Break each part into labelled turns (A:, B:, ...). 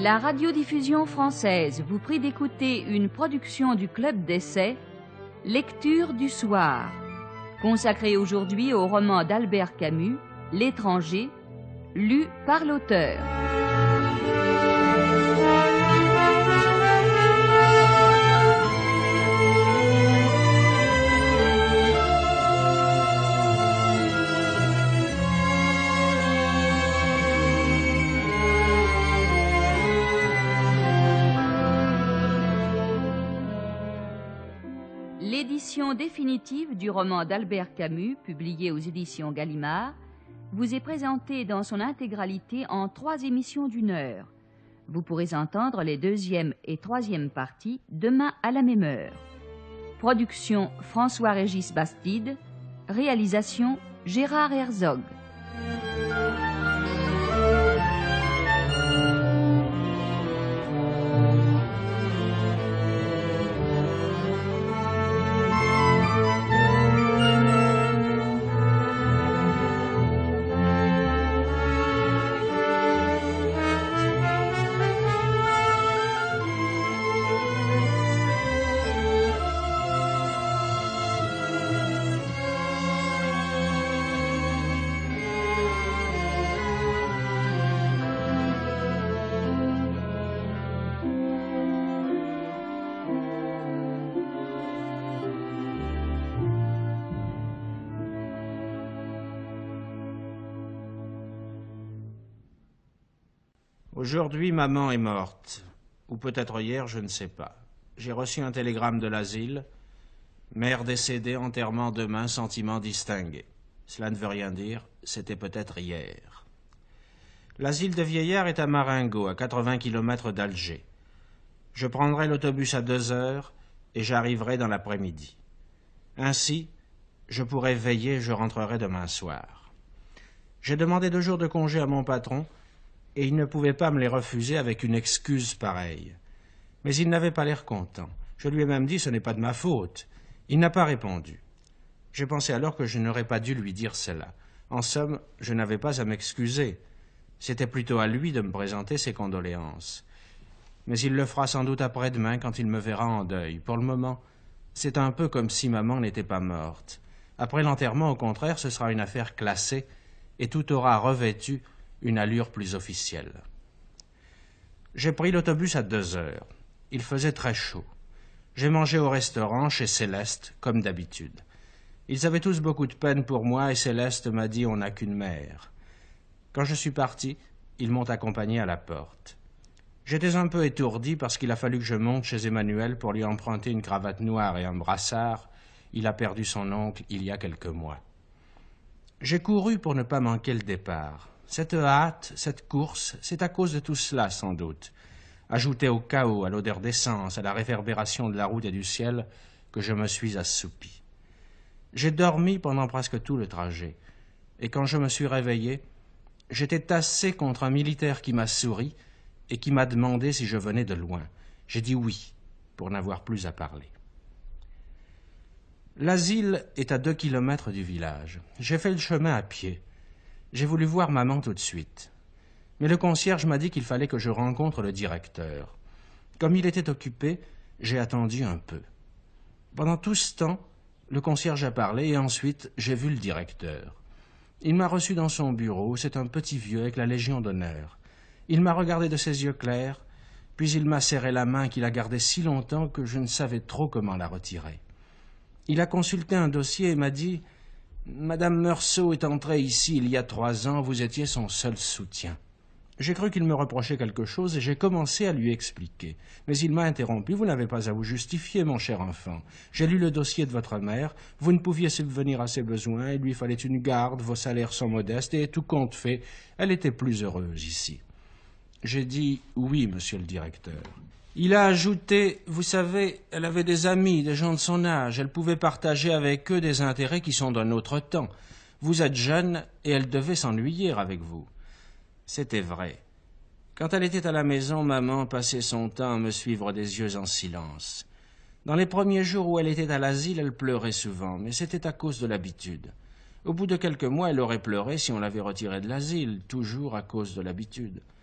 A: La radiodiffusion française vous prie d'écouter une production du Club d'essai, Lecture du soir, consacrée aujourd'hui au roman d'Albert Camus, L'étranger, lu par l'auteur. L'édition définitive du roman d'Albert Camus, publié aux éditions Gallimard, vous est présentée dans son intégralité en 3 émissions d'1 heure. Vous pourrez entendre les 2e et 3e parties demain à la même heure. Production François-Régis Bastide, réalisation Gérard Herzog.
B: Aujourd'hui, maman est morte. Ou peut-être hier, je ne sais pas. J'ai reçu un télégramme de l'asile. Mère décédée, enterrement demain, sentiment distingué. Cela ne veut rien dire, c'était peut-être hier. L'asile de vieillards est à Marengo, à 80 km d'Alger. Je prendrai l'autobus à 2 heures et j'arriverai dans l'après-midi. Ainsi, je pourrai veiller et je rentrerai demain soir. J'ai demandé 2 jours de congé à mon patron, et il ne pouvait pas me les refuser avec une excuse pareille. Mais il n'avait pas l'air content. Je lui ai même dit « ce n'est pas de ma faute ». Il n'a pas répondu. J'ai pensé alors que je n'aurais pas dû lui dire cela. En somme, je n'avais pas à m'excuser. C'était plutôt à lui de me présenter ses condoléances. Mais il le fera sans doute après-demain quand il me verra en deuil. Pour le moment, c'est un peu comme si maman n'était pas morte. Après l'enterrement, au contraire, ce sera une affaire classée et tout aura revêtu une allure plus officielle. J'ai pris l'autobus à 2 heures. Il faisait très chaud. J'ai mangé au restaurant chez Céleste, comme d'habitude. Ils avaient tous beaucoup de peine pour moi et Céleste m'a dit « on n'a qu'une mère ». Quand je suis parti, ils m'ont accompagné à la porte. J'étais un peu étourdi parce qu'il a fallu que je monte chez Emmanuel pour lui emprunter une cravate noire et un brassard. Il a perdu son oncle il y a quelques mois. J'ai couru pour ne pas manquer le départ. Cette hâte, cette course, c'est à cause de tout cela, sans doute. Ajouté au chaos, à l'odeur d'essence, à la réverbération de la route et du ciel, que je me suis assoupi. J'ai dormi pendant presque tout le trajet. Et quand je me suis réveillé, j'étais tassé contre un militaire qui m'a souri et qui m'a demandé si je venais de loin. J'ai dit oui, pour n'avoir plus à parler. L'asile est à 2 kilomètres du village. J'ai fait le chemin à pied. J'ai voulu voir maman tout de suite. Mais le concierge m'a dit qu'il fallait que je rencontre le directeur. Comme il était occupé, j'ai attendu un peu. Pendant tout ce temps, le concierge a parlé et ensuite j'ai vu le directeur. Il m'a reçu dans son bureau, c'est un petit vieux avec la Légion d'honneur. Il m'a regardé de ses yeux clairs, puis il m'a serré la main qu'il a gardée si longtemps que je ne savais trop comment la retirer. Il a consulté un dossier et m'a dit « Madame Meursault est entrée ici il y a 3 ans, vous étiez son seul soutien. » J'ai cru qu'il me reprochait quelque chose et j'ai commencé à lui expliquer. Mais il m'a interrompu. « Vous n'avez pas à vous justifier, mon cher enfant. J'ai lu le dossier de votre mère. Vous ne pouviez subvenir à ses besoins. Il lui fallait une garde. Vos salaires sont modestes. Et tout compte fait, elle était plus heureuse ici. » J'ai dit « Oui, monsieur le directeur. » Il a ajouté « Vous savez, elle avait des amis, des gens de son âge. Elle pouvait partager avec eux des intérêts qui sont d'un autre temps. Vous êtes jeune et elle devait s'ennuyer avec vous. » C'était vrai. Quand elle était à la maison, maman passait son temps à me suivre des yeux en silence. Dans les premiers jours où elle était à l'asile, elle pleurait souvent, mais c'était à cause de l'habitude. Au bout de quelques mois, elle aurait pleuré si on l'avait retirée de l'asile, toujours à cause de l'habitude.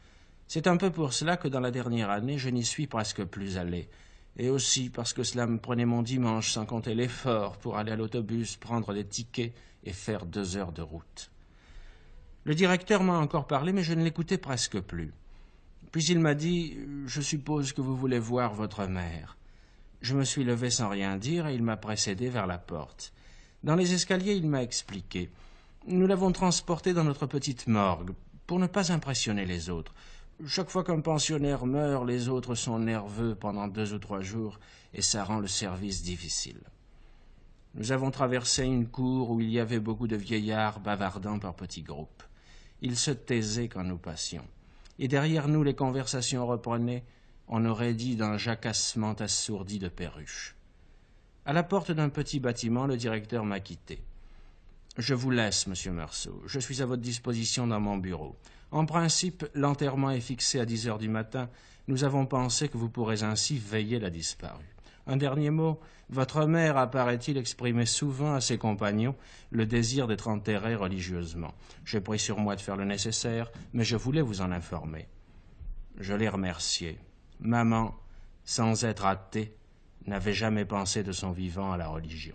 B: C'est un peu pour cela que dans la dernière année, je n'y suis presque plus allé. Et aussi parce que cela me prenait mon dimanche sans compter l'effort pour aller à l'autobus, prendre des tickets et faire 2 heures de route. Le directeur m'a encore parlé, mais je ne l'écoutais presque plus. Puis il m'a dit « Je suppose que vous voulez voir votre mère ». Je me suis levé sans rien dire et il m'a précédé vers la porte. Dans les escaliers, il m'a expliqué. Nous l'avons transportée dans notre petite morgue, pour ne pas impressionner les autres. Chaque fois qu'un pensionnaire meurt, les autres sont nerveux pendant 2 ou 3 jours, et ça rend le service difficile. Nous avons traversé une cour où il y avait beaucoup de vieillards bavardant par petits groupes. Ils se taisaient quand nous passions. Et derrière nous, les conversations reprenaient, on aurait dit d'un jacassement assourdi de perruches. À la porte d'un petit bâtiment, le directeur m'a quitté. « Je vous laisse, monsieur Meursault. Je suis à votre disposition dans mon bureau. En principe, l'enterrement est fixé à 10 heures du matin. Nous avons pensé que vous pourrez ainsi veiller la disparue. Un dernier mot. Votre mère a, paraît-il, exprimé souvent à ses compagnons le désir d'être enterrée religieusement. J'ai pris sur moi de faire le nécessaire, mais je voulais vous en informer. » Je l'ai remercié. Maman, sans être athée, n'avait jamais pensé de son vivant à la religion.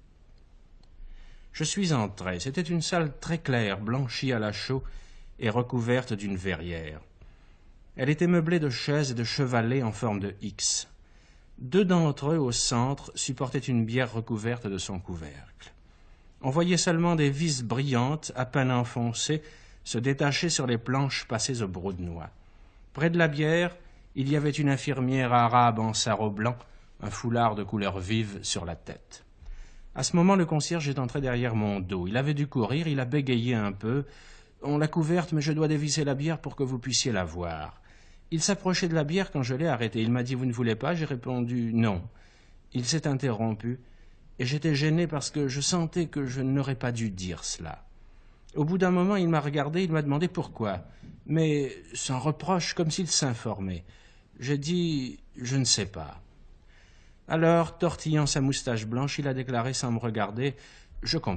B: Je suis entré. C'était une salle très claire, blanchie à la chaux et recouverte d'une verrière. Elle était meublée de chaises et de chevalets en forme de X. 2 d'entre eux, au centre, supportaient une bière recouverte de son couvercle. On voyait seulement des vis brillantes, à peine enfoncées, se détacher sur les planches passées au broc de noix. Près de la bière, il y avait une infirmière arabe en sarrau blanc, un foulard de couleur vive sur la tête. À ce moment, le concierge est entré derrière mon dos. Il avait dû courir, il a bégayé un peu. « On l'a couverte, mais je dois dévisser la bière pour que vous puissiez la voir. » Il s'approchait de la bière quand je l'ai arrêté. Il m'a dit « Vous ne voulez pas ?» J'ai répondu « Non ». Il s'est interrompu, et j'étais gêné parce que je sentais que je n'aurais pas dû dire cela. Au bout d'un moment, il m'a regardé, il m'a demandé pourquoi, mais sans reproche, comme s'il s'informait. J'ai dit « Je ne sais pas ». Alors, tortillant sa moustache blanche, il a déclaré sans me regarder « Je comprends ».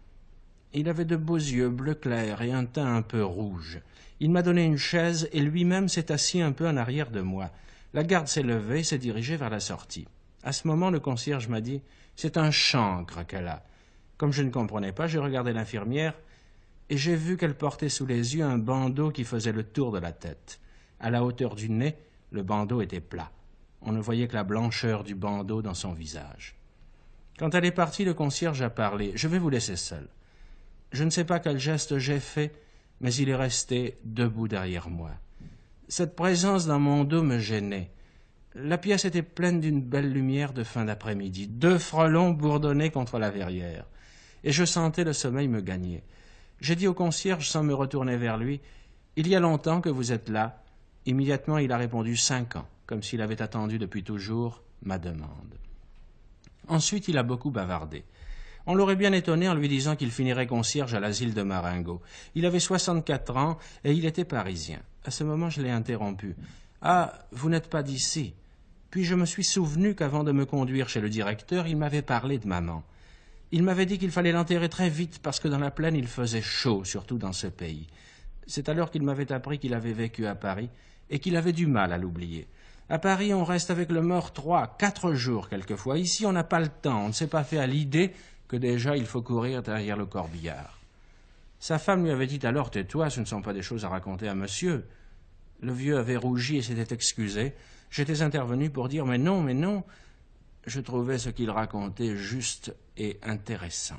B: Il avait de beaux yeux bleu clair et un teint un peu rouge. Il m'a donné une chaise et lui-même s'est assis un peu en arrière de moi. La garde s'est levée et s'est dirigée vers la sortie. À ce moment, le concierge m'a dit « C'est un chancre qu'elle a ». Comme je ne comprenais pas, j'ai regardé l'infirmière et j'ai vu qu'elle portait sous les yeux un bandeau qui faisait le tour de la tête. À la hauteur du nez, le bandeau était plat. On ne voyait que la blancheur du bandeau dans son visage. Quand elle est partie, le concierge a parlé. « Je vais vous laisser seul. » Je ne sais pas quel geste j'ai fait, mais il est resté debout derrière moi. Cette présence dans mon dos me gênait. La pièce était pleine d'une belle lumière de fin d'après-midi. 2 frelons bourdonnaient contre la verrière, et je sentais le sommeil me gagner. J'ai dit au concierge sans me retourner vers lui, « Il y a longtemps que vous êtes là ?» Immédiatement, il a répondu 5 ans, comme s'il avait attendu depuis toujours ma demande. Ensuite, il a beaucoup bavardé. On l'aurait bien étonné en lui disant qu'il finirait concierge à l'asile de Marengo. Il avait 64 ans et il était parisien. À ce moment, je l'ai interrompu. « Ah, vous n'êtes pas d'ici ?» Puis je me suis souvenu qu'avant de me conduire chez le directeur, il m'avait parlé de maman. Il m'avait dit qu'il fallait l'enterrer très vite parce que dans la plaine il faisait chaud, surtout dans ce pays. C'est alors qu'il m'avait appris qu'il avait vécu à Paris et qu'il avait du mal à l'oublier. À Paris, on reste avec le mort 3, 4 jours quelquefois. Ici, on n'a pas le temps, on ne s'est pas fait à l'idée que déjà il faut courir derrière le corbillard. Sa femme lui avait dit alors « Tais-toi, ce ne sont pas des choses à raconter à monsieur ». Le vieux avait rougi et s'était excusé. J'étais intervenu pour dire « Mais non, mais non ». Je trouvais ce qu'il racontait juste et intéressant.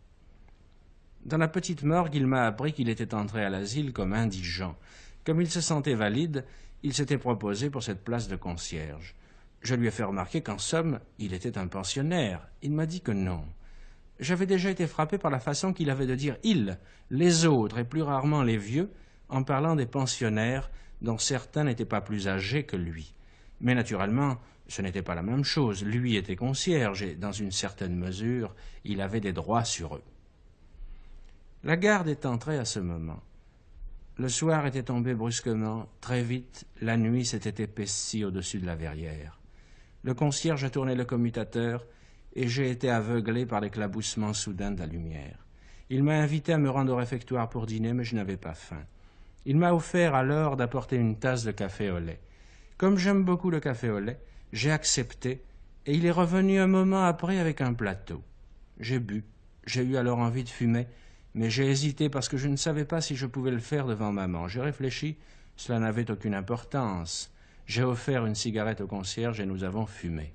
B: Dans la petite morgue, il m'a appris qu'il était entré à l'asile comme indigent. Comme il se sentait valide, il s'était proposé pour cette place de concierge. Je lui ai fait remarquer qu'en somme, il était un pensionnaire. Il m'a dit que non. J'avais déjà été frappé par la façon qu'il avait de dire « il », les autres et plus rarement les vieux, en parlant des pensionnaires dont certains n'étaient pas plus âgés que lui. Mais naturellement, ce n'était pas la même chose. Lui était concierge et, dans une certaine mesure, il avait des droits sur eux. La garde est entrée à ce moment. Le soir était tombé brusquement. Très vite, la nuit s'était épaissie au-dessus de la verrière. Le concierge a tourné le commutateur et j'ai été aveuglé par l'éclaboussement soudain de la lumière. Il m'a invité à me rendre au réfectoire pour dîner, mais je n'avais pas faim. Il m'a offert alors d'apporter une tasse de café au lait. Comme j'aime beaucoup le café au lait, j'ai accepté, et il est revenu un moment après avec un plateau. J'ai bu, j'ai eu alors envie de fumer, mais j'ai hésité parce que je ne savais pas si je pouvais le faire devant maman. J'ai réfléchi, cela n'avait aucune importance. J'ai offert une cigarette au concierge et nous avons fumé.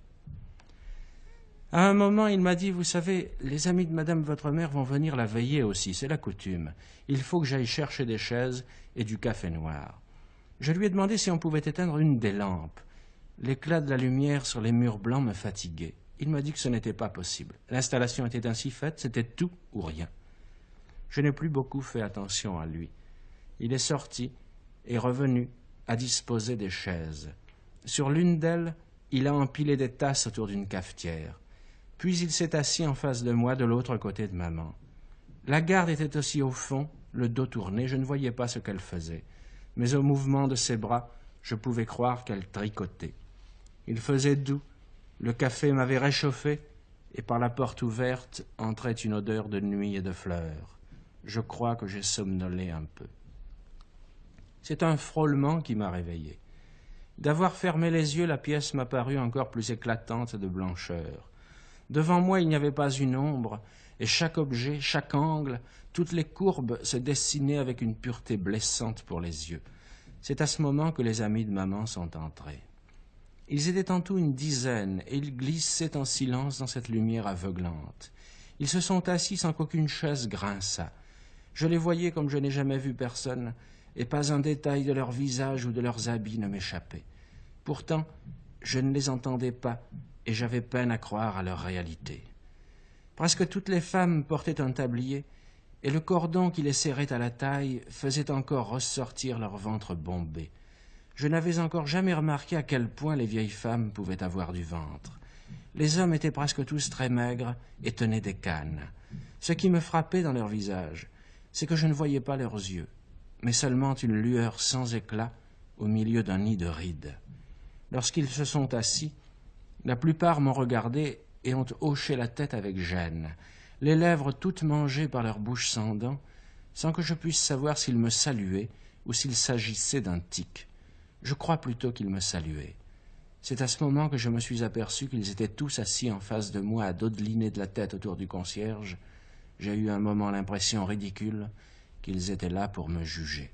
B: À un moment, il m'a dit, vous savez, les amis de madame votre mère vont venir la veiller aussi, c'est la coutume. Il faut que j'aille chercher des chaises et du café noir. Je lui ai demandé si on pouvait éteindre une des lampes. L'éclat de la lumière sur les murs blancs me fatiguait. Il m'a dit que ce n'était pas possible. L'installation était ainsi faite, c'était tout ou rien. Je n'ai plus beaucoup fait attention à lui. Il est sorti et revenu à disposer des chaises. Sur l'une d'elles, il a empilé des tasses autour d'une cafetière. Puis il s'est assis en face de moi, de l'autre côté de maman. La garde était aussi au fond, le dos tourné, je ne voyais pas ce qu'elle faisait. Mais au mouvement de ses bras, je pouvais croire qu'elle tricotait. Il faisait doux, le café m'avait réchauffé, et par la porte ouverte entrait une odeur de nuit et de fleurs. Je crois que j'ai somnolé un peu. C'est un frôlement qui m'a réveillé. D'avoir fermé les yeux, la pièce m'a paru encore plus éclatante de blancheur. Devant moi, il n'y avait pas une ombre, et chaque objet, chaque angle, toutes les courbes se dessinaient avec une pureté blessante pour les yeux. C'est à ce moment que les amis de maman sont entrés. Ils étaient en tout une dizaine, et ils glissaient en silence dans cette lumière aveuglante. Ils se sont assis sans qu'aucune chaise grinçât. Je les voyais comme je n'ai jamais vu personne, et pas un détail de leur visage ou de leurs habits ne m'échappait. Pourtant, je ne les entendais pas, et j'avais peine à croire à leur réalité. Presque toutes les femmes portaient un tablier, et le cordon qui les serrait à la taille faisait encore ressortir leur ventre bombé. Je n'avais encore jamais remarqué à quel point les vieilles femmes pouvaient avoir du ventre. Les hommes étaient presque tous très maigres et tenaient des cannes. Ce qui me frappait dans leur visage, c'est que je ne voyais pas leurs yeux, mais seulement une lueur sans éclat au milieu d'un nid de rides. Lorsqu'ils se sont assis, la plupart m'ont regardé et ont hoché la tête avec gêne, les lèvres toutes mangées par leur bouche sans dents, sans que je puisse savoir s'ils me saluaient ou s'il s'agissait d'un tic. Je crois plutôt qu'ils me saluaient. C'est à ce moment que je me suis aperçu qu'ils étaient tous assis en face de moi à dodeliner de la tête autour du concierge. J'ai eu un moment l'impression ridicule qu'ils étaient là pour me juger.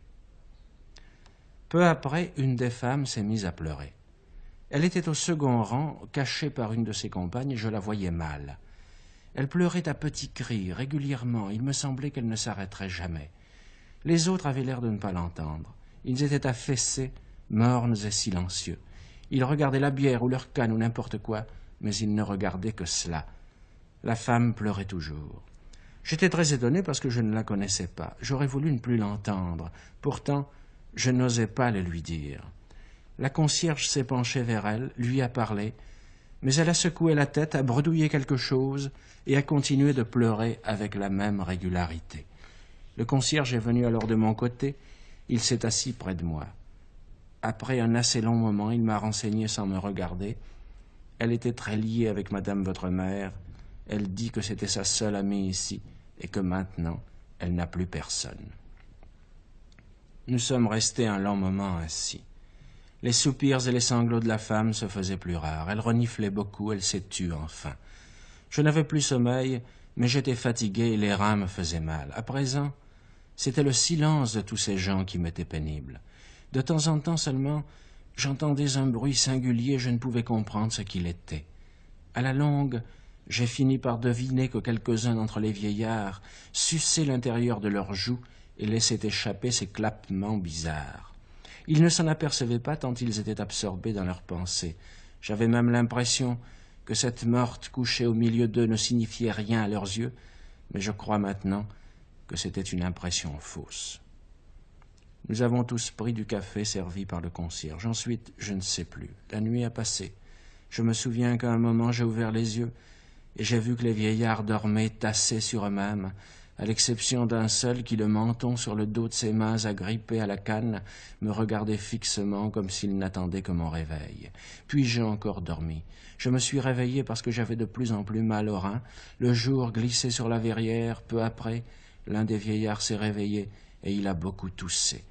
B: Peu après, une des femmes s'est mise à pleurer. Elle était au second rang, cachée par une de ses compagnes, et je la voyais mal. Elle pleurait à petits cris, régulièrement. Il me semblait qu'elle ne s'arrêterait jamais. Les autres avaient l'air de ne pas l'entendre. Ils étaient affaissés, mornes et silencieux. Ils regardaient la bière ou leur canne ou n'importe quoi, mais ils ne regardaient que cela. La femme pleurait toujours. J'étais très étonné parce que je ne la connaissais pas. J'aurais voulu ne plus l'entendre. Pourtant, je n'osais pas le lui dire. La concierge s'est penchée vers elle, lui a parlé, mais elle a secoué la tête, a bredouillé quelque chose et a continué de pleurer avec la même régularité. Le concierge est venu alors de mon côté, il s'est assis près de moi. Après un assez long moment, il m'a renseigné sans me regarder. Elle était très liée avec madame votre mère. Elle dit que c'était sa seule amie ici et que maintenant, elle n'a plus personne. Nous sommes restés un long moment ainsi. Les soupirs et les sanglots de la femme se faisaient plus rares. Elle reniflait beaucoup, elle s'est tue enfin. Je n'avais plus sommeil, mais j'étais fatigué et les reins me faisaient mal. À présent, c'était le silence de tous ces gens qui m'était pénible. De temps en temps seulement, j'entendais un bruit singulier, je ne pouvais comprendre ce qu'il était. À la longue, j'ai fini par deviner que quelques-uns d'entre les vieillards suçaient l'intérieur de leurs joues et laissaient échapper ces clappements bizarres. Ils ne s'en apercevaient pas tant ils étaient absorbés dans leurs pensées. J'avais même l'impression que cette morte couchée au milieu d'eux ne signifiait rien à leurs yeux, mais je crois maintenant que c'était une impression fausse. Nous avons tous pris du café servi par le concierge. Ensuite, je ne sais plus. La nuit a passé. Je me souviens qu'à un moment, j'ai ouvert les yeux et j'ai vu que les vieillards dormaient tassés sur eux-mêmes, à l'exception d'un seul qui, le menton sur le dos de ses mains agrippées à la canne, me regardait fixement comme s'il n'attendait que mon réveil. Puis j'ai encore dormi. Je me suis réveillé parce que j'avais de plus en plus mal aux reins. Le jour glissait sur la verrière. Peu après, l'un des vieillards s'est réveillé et il a beaucoup toussé.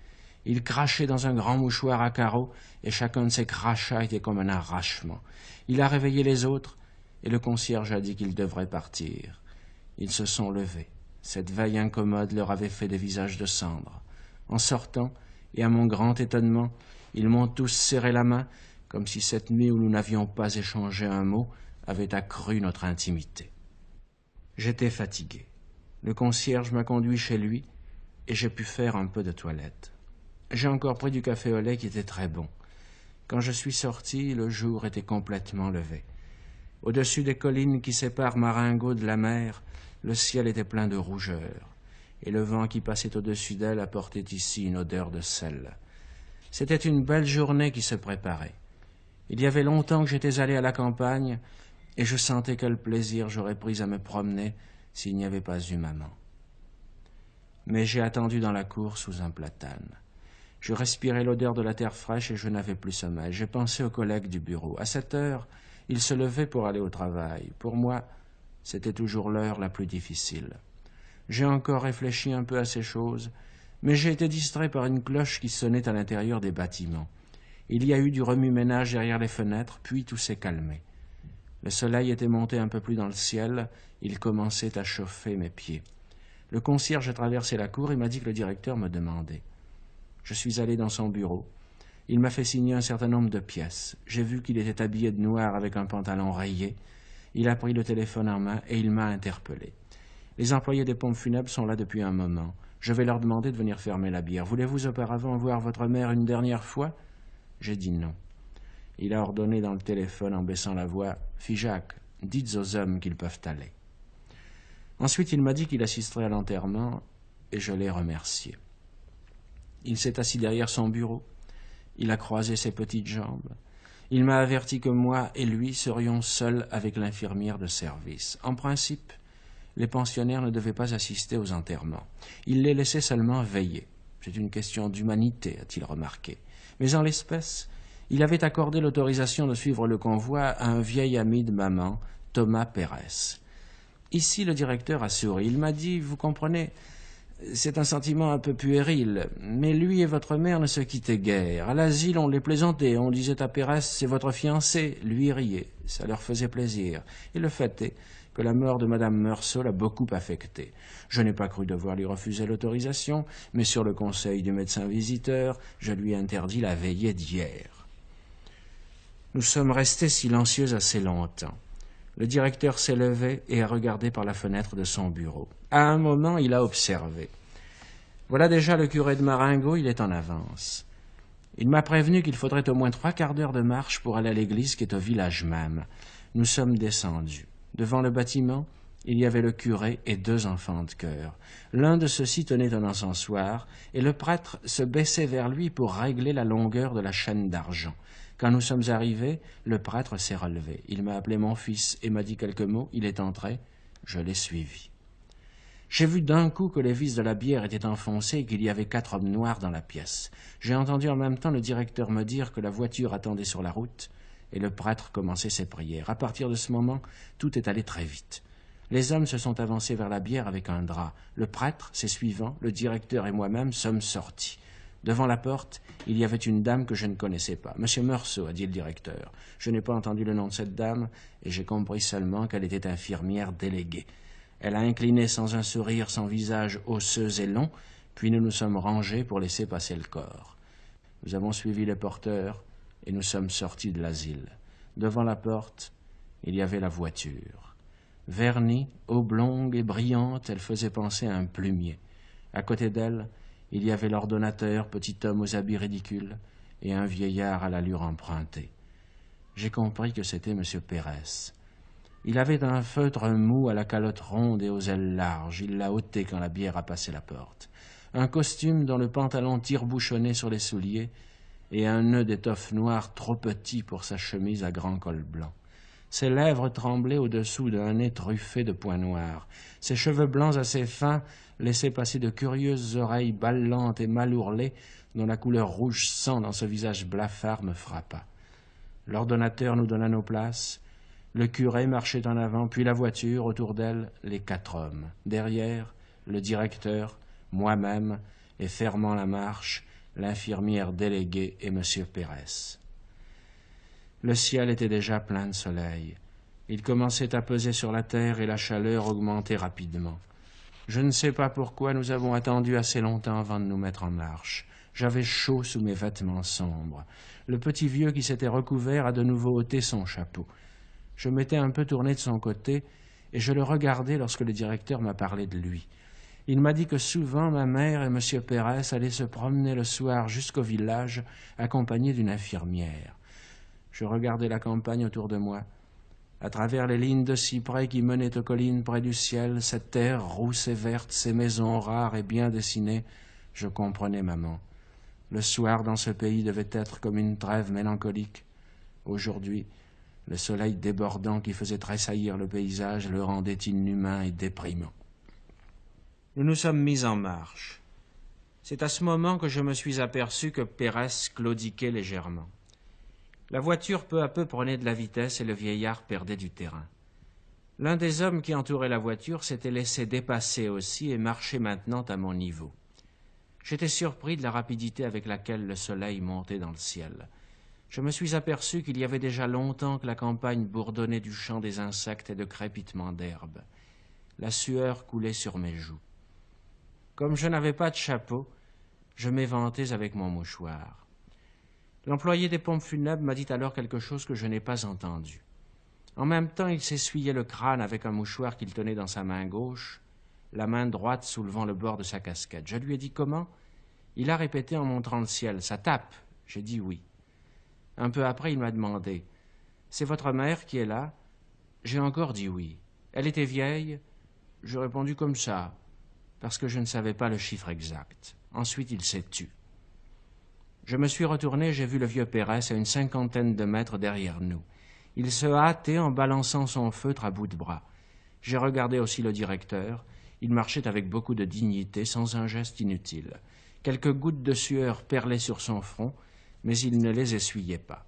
B: Il crachait dans un grand mouchoir à carreaux, et chacun de ses crachats était comme un arrachement. Il a réveillé les autres, et le concierge a dit qu'ils devraient partir. Ils se sont levés. Cette veille incommode leur avait fait des visages de cendre. En sortant, et à mon grand étonnement, ils m'ont tous serré la main, comme si cette nuit où nous n'avions pas échangé un mot avait accru notre intimité. J'étais fatigué. Le concierge m'a conduit chez lui, et j'ai pu faire un peu de toilette. J'ai encore pris du café au lait qui était très bon. Quand je suis sorti, le jour était complètement levé. Au-dessus des collines qui séparent Marengo de la mer, le ciel était plein de rougeur, et le vent qui passait au-dessus d'elle apportait ici une odeur de sel. C'était une belle journée qui se préparait. Il y avait longtemps que j'étais allé à la campagne, et je sentais quel plaisir j'aurais pris à me promener s'il n'y avait pas eu maman. Mais j'ai attendu dans la cour sous un platane. Je respirais l'odeur de la terre fraîche et je n'avais plus sommeil. J'ai pensé aux collègues du bureau. À 7 heures, ils se levaient pour aller au travail. Pour moi, c'était toujours l'heure la plus difficile. J'ai encore réfléchi un peu à ces choses, mais j'ai été distrait par une cloche qui sonnait à l'intérieur des bâtiments. Il y a eu du remue-ménage derrière les fenêtres, puis tout s'est calmé. Le soleil était monté un peu plus dans le ciel, il commençait à chauffer mes pieds. Le concierge a traversé la cour et m'a dit que le directeur me demandait. Je suis allé dans son bureau. Il m'a fait signer un certain nombre de pièces. J'ai vu qu'il était habillé de noir avec un pantalon rayé. Il a pris le téléphone en main et il m'a interpellé. Les employés des pompes funèbres sont là depuis un moment. Je vais leur demander de venir fermer la bière. Voulez-vous auparavant voir votre mère une dernière fois? J'ai dit non. Il a ordonné dans le téléphone en baissant la voix « Figeac, dites aux hommes qu'ils peuvent aller ». Ensuite, il m'a dit qu'il assisterait à l'enterrement et je l'ai remercié. Il s'est assis derrière son bureau. Il a croisé ses petites jambes. Il m'a averti que moi et lui serions seuls avec l'infirmière de service. En principe, les pensionnaires ne devaient pas assister aux enterrements. Il les laissait seulement veiller. C'est une question d'humanité, a-t-il remarqué. Mais en l'espèce, il avait accordé l'autorisation de suivre le convoi à un vieil ami de maman, Thomas Pérez. Ici, le directeur a souri. Il m'a dit, vous comprenez, c'est un sentiment un peu puéril, mais lui et votre mère ne se quittaient guère. À l'asile, on les plaisantait, on disait à Pérez, c'est votre fiancé. Lui riait, ça leur faisait plaisir. Et le fait est que la mort de Madame Meursault l'a beaucoup affecté. Je n'ai pas cru devoir lui refuser l'autorisation, mais sur le conseil du médecin visiteur, je lui interdis la veillée d'hier. Nous sommes restés silencieux assez longtemps. Le directeur s'est levé et a regardé par la fenêtre de son bureau. À un moment, il a observé. Voilà déjà le curé de Marengo, il est en avance. Il m'a prévenu qu'il faudrait au moins 3/4 d'heure de marche pour aller à l'église qui est au village même. Nous sommes descendus. Devant le bâtiment, il y avait le curé et 2 enfants de chœur. L'un de ceux-ci tenait un encensoir, et le prêtre se baissait vers lui pour régler la longueur de la chaîne d'argent. Quand nous sommes arrivés, le prêtre s'est relevé. Il m'a appelé mon fils et m'a dit quelques mots. Il est entré. Je l'ai suivi. J'ai vu d'un coup que les vis de la bière étaient enfoncées et qu'il y avait 4 hommes noirs dans la pièce. J'ai entendu en même temps le directeur me dire que la voiture attendait sur la route et le prêtre commençait ses prières. À partir de ce moment, tout est allé très vite. Les hommes se sont avancés vers la bière avec un drap. Le prêtre, ses suivants, le directeur et moi-même sommes sortis. Devant la porte, il y avait une dame que je ne connaissais pas. « Monsieur Meursault », a dit le directeur. Je n'ai pas entendu le nom de cette dame et j'ai compris seulement qu'elle était infirmière déléguée. Elle a incliné sans un sourire son visage osseux et long, puis nous nous sommes rangés pour laisser passer le corps. Nous avons suivi les porteurs et nous sommes sortis de l'asile. Devant la porte, il y avait la voiture. Vernie, oblongue et brillante, elle faisait penser à un plumier. À côté d'elle, il y avait l'ordonnateur, petit homme aux habits ridicules, et un vieillard à l'allure empruntée. J'ai compris que c'était M. Pérez. Il avait un feutre mou à la calotte ronde et aux ailes larges. Il l'a ôté quand la bière a passé la porte. Un costume dont le pantalon tire-bouchonné sur les souliers et un nœud d'étoffe noire trop petit pour sa chemise à grand col blanc. Ses lèvres tremblaient au-dessous d'un nez truffé de points noirs. Ses cheveux blancs assez fins laissaient passer de curieuses oreilles ballantes et mal ourlées dont la couleur rouge sang dans ce visage blafard me frappa. L'ordonnateur nous donna nos places. Le curé marchait en avant, puis la voiture, autour d'elle, les 4 hommes. Derrière, le directeur, moi-même, et fermant la marche, l'infirmière déléguée et M. Pérez. Le ciel était déjà plein de soleil. Il commençait à peser sur la terre et la chaleur augmentait rapidement. Je ne sais pas pourquoi nous avons attendu assez longtemps avant de nous mettre en marche. J'avais chaud sous mes vêtements sombres. Le petit vieux qui s'était recouvert a de nouveau ôté son chapeau. Je m'étais un peu tourné de son côté et je le regardais lorsque le directeur m'a parlé de lui. Il m'a dit que souvent ma mère et M. Pérez allaient se promener le soir jusqu'au village accompagnés d'une infirmière. Je regardais la campagne autour de moi. À travers les lignes de cyprès qui menaient aux collines près du ciel, cette terre rousse et verte, ces maisons rares et bien dessinées, je comprenais maman. Le soir dans ce pays devait être comme une trêve mélancolique. Aujourd'hui, le soleil débordant qui faisait tressaillir le paysage le rendait inhumain et déprimant. Nous nous sommes mis en marche. C'est à ce moment que je me suis aperçu que Pérez claudiquait légèrement. La voiture peu à peu prenait de la vitesse et le vieillard perdait du terrain. L'un des hommes qui entourait la voiture s'était laissé dépasser aussi et marchait maintenant à mon niveau. J'étais surpris de la rapidité avec laquelle le soleil montait dans le ciel. Je me suis aperçu qu'il y avait déjà longtemps que la campagne bourdonnait du chant des insectes et de crépitements d'herbes. La sueur coulait sur mes joues. Comme je n'avais pas de chapeau, je m'éventais avec mon mouchoir. L'employé des pompes funèbres m'a dit alors quelque chose que je n'ai pas entendu. En même temps, il s'essuyait le crâne avec un mouchoir qu'il tenait dans sa main gauche, la main droite soulevant le bord de sa casquette. Je lui ai dit comment? Il a répété en montrant le ciel. Ça tape. J'ai dit oui. Un peu après, il m'a demandé. C'est votre mère qui est là? J'ai encore dit oui. Elle était vieille? J'ai répondu comme ça, parce que je ne savais pas le chiffre exact. Ensuite, il s'est tu. Je me suis retourné et j'ai vu le vieux Pérez à une 50aine de mètres derrière nous. Il se hâtait en balançant son feutre à bout de bras. J'ai regardé aussi le directeur. Il marchait avec beaucoup de dignité, sans un geste inutile. Quelques gouttes de sueur perlaient sur son front, mais il ne les essuyait pas.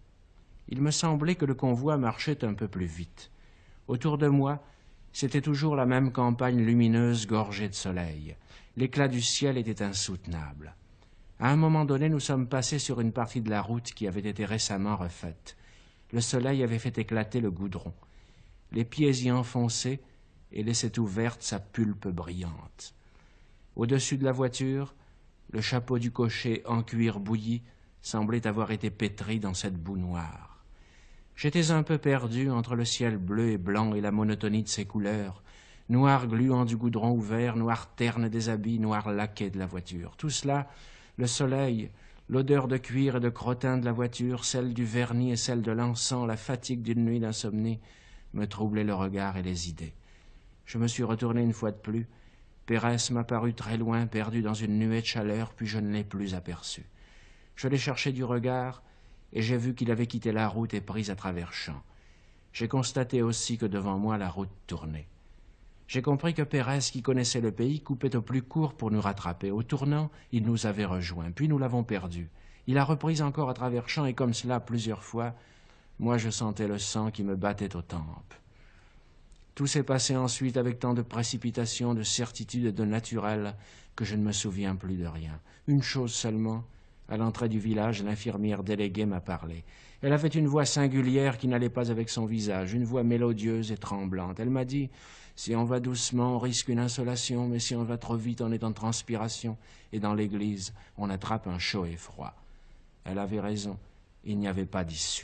B: Il me semblait que le convoi marchait un peu plus vite. Autour de moi, c'était toujours la même campagne lumineuse gorgée de soleil. L'éclat du ciel était insoutenable. À un moment donné, nous sommes passés sur une partie de la route qui avait été récemment refaite. Le soleil avait fait éclater le goudron. Les pieds y enfonçaient et laissaient ouverte sa pulpe brillante. Au-dessus de la voiture, le chapeau du cocher en cuir bouilli semblait avoir été pétri dans cette boue noire. J'étais un peu perdu entre le ciel bleu et blanc et la monotonie de ses couleurs, noir gluant du goudron ouvert, noir terne des habits, noir laqué de la voiture. Tout cela, le soleil, l'odeur de cuir et de crottin de la voiture, celle du vernis et celle de l'encens, la fatigue d'une nuit d'insomnie, me troublaient le regard et les idées. Je me suis retourné une fois de plus. Pérez m'apparut très loin, perdu dans une nuée de chaleur, puis je ne l'ai plus aperçu. Je l'ai cherché du regard, et j'ai vu qu'il avait quitté la route et pris à travers champs. J'ai constaté aussi que devant moi la route tournait. J'ai compris que Pérez, qui connaissait le pays, coupait au plus court pour nous rattraper. Au tournant, il nous avait rejoints, puis nous l'avons perdu. Il a repris encore à travers champs, et comme cela plusieurs fois, moi je sentais le sang qui me battait aux tempes. Tout s'est passé ensuite avec tant de précipitation, de certitude et de naturel que je ne me souviens plus de rien. Une chose seulement, à l'entrée du village, l'infirmière déléguée m'a parlé. Elle avait une voix singulière qui n'allait pas avec son visage, une voix mélodieuse et tremblante. Elle m'a dit « Si on va doucement, on risque une insolation, mais si on va trop vite, on est en transpiration, et dans l'église, on attrape un chaud et froid. » Elle avait raison, il n'y avait pas d'issue.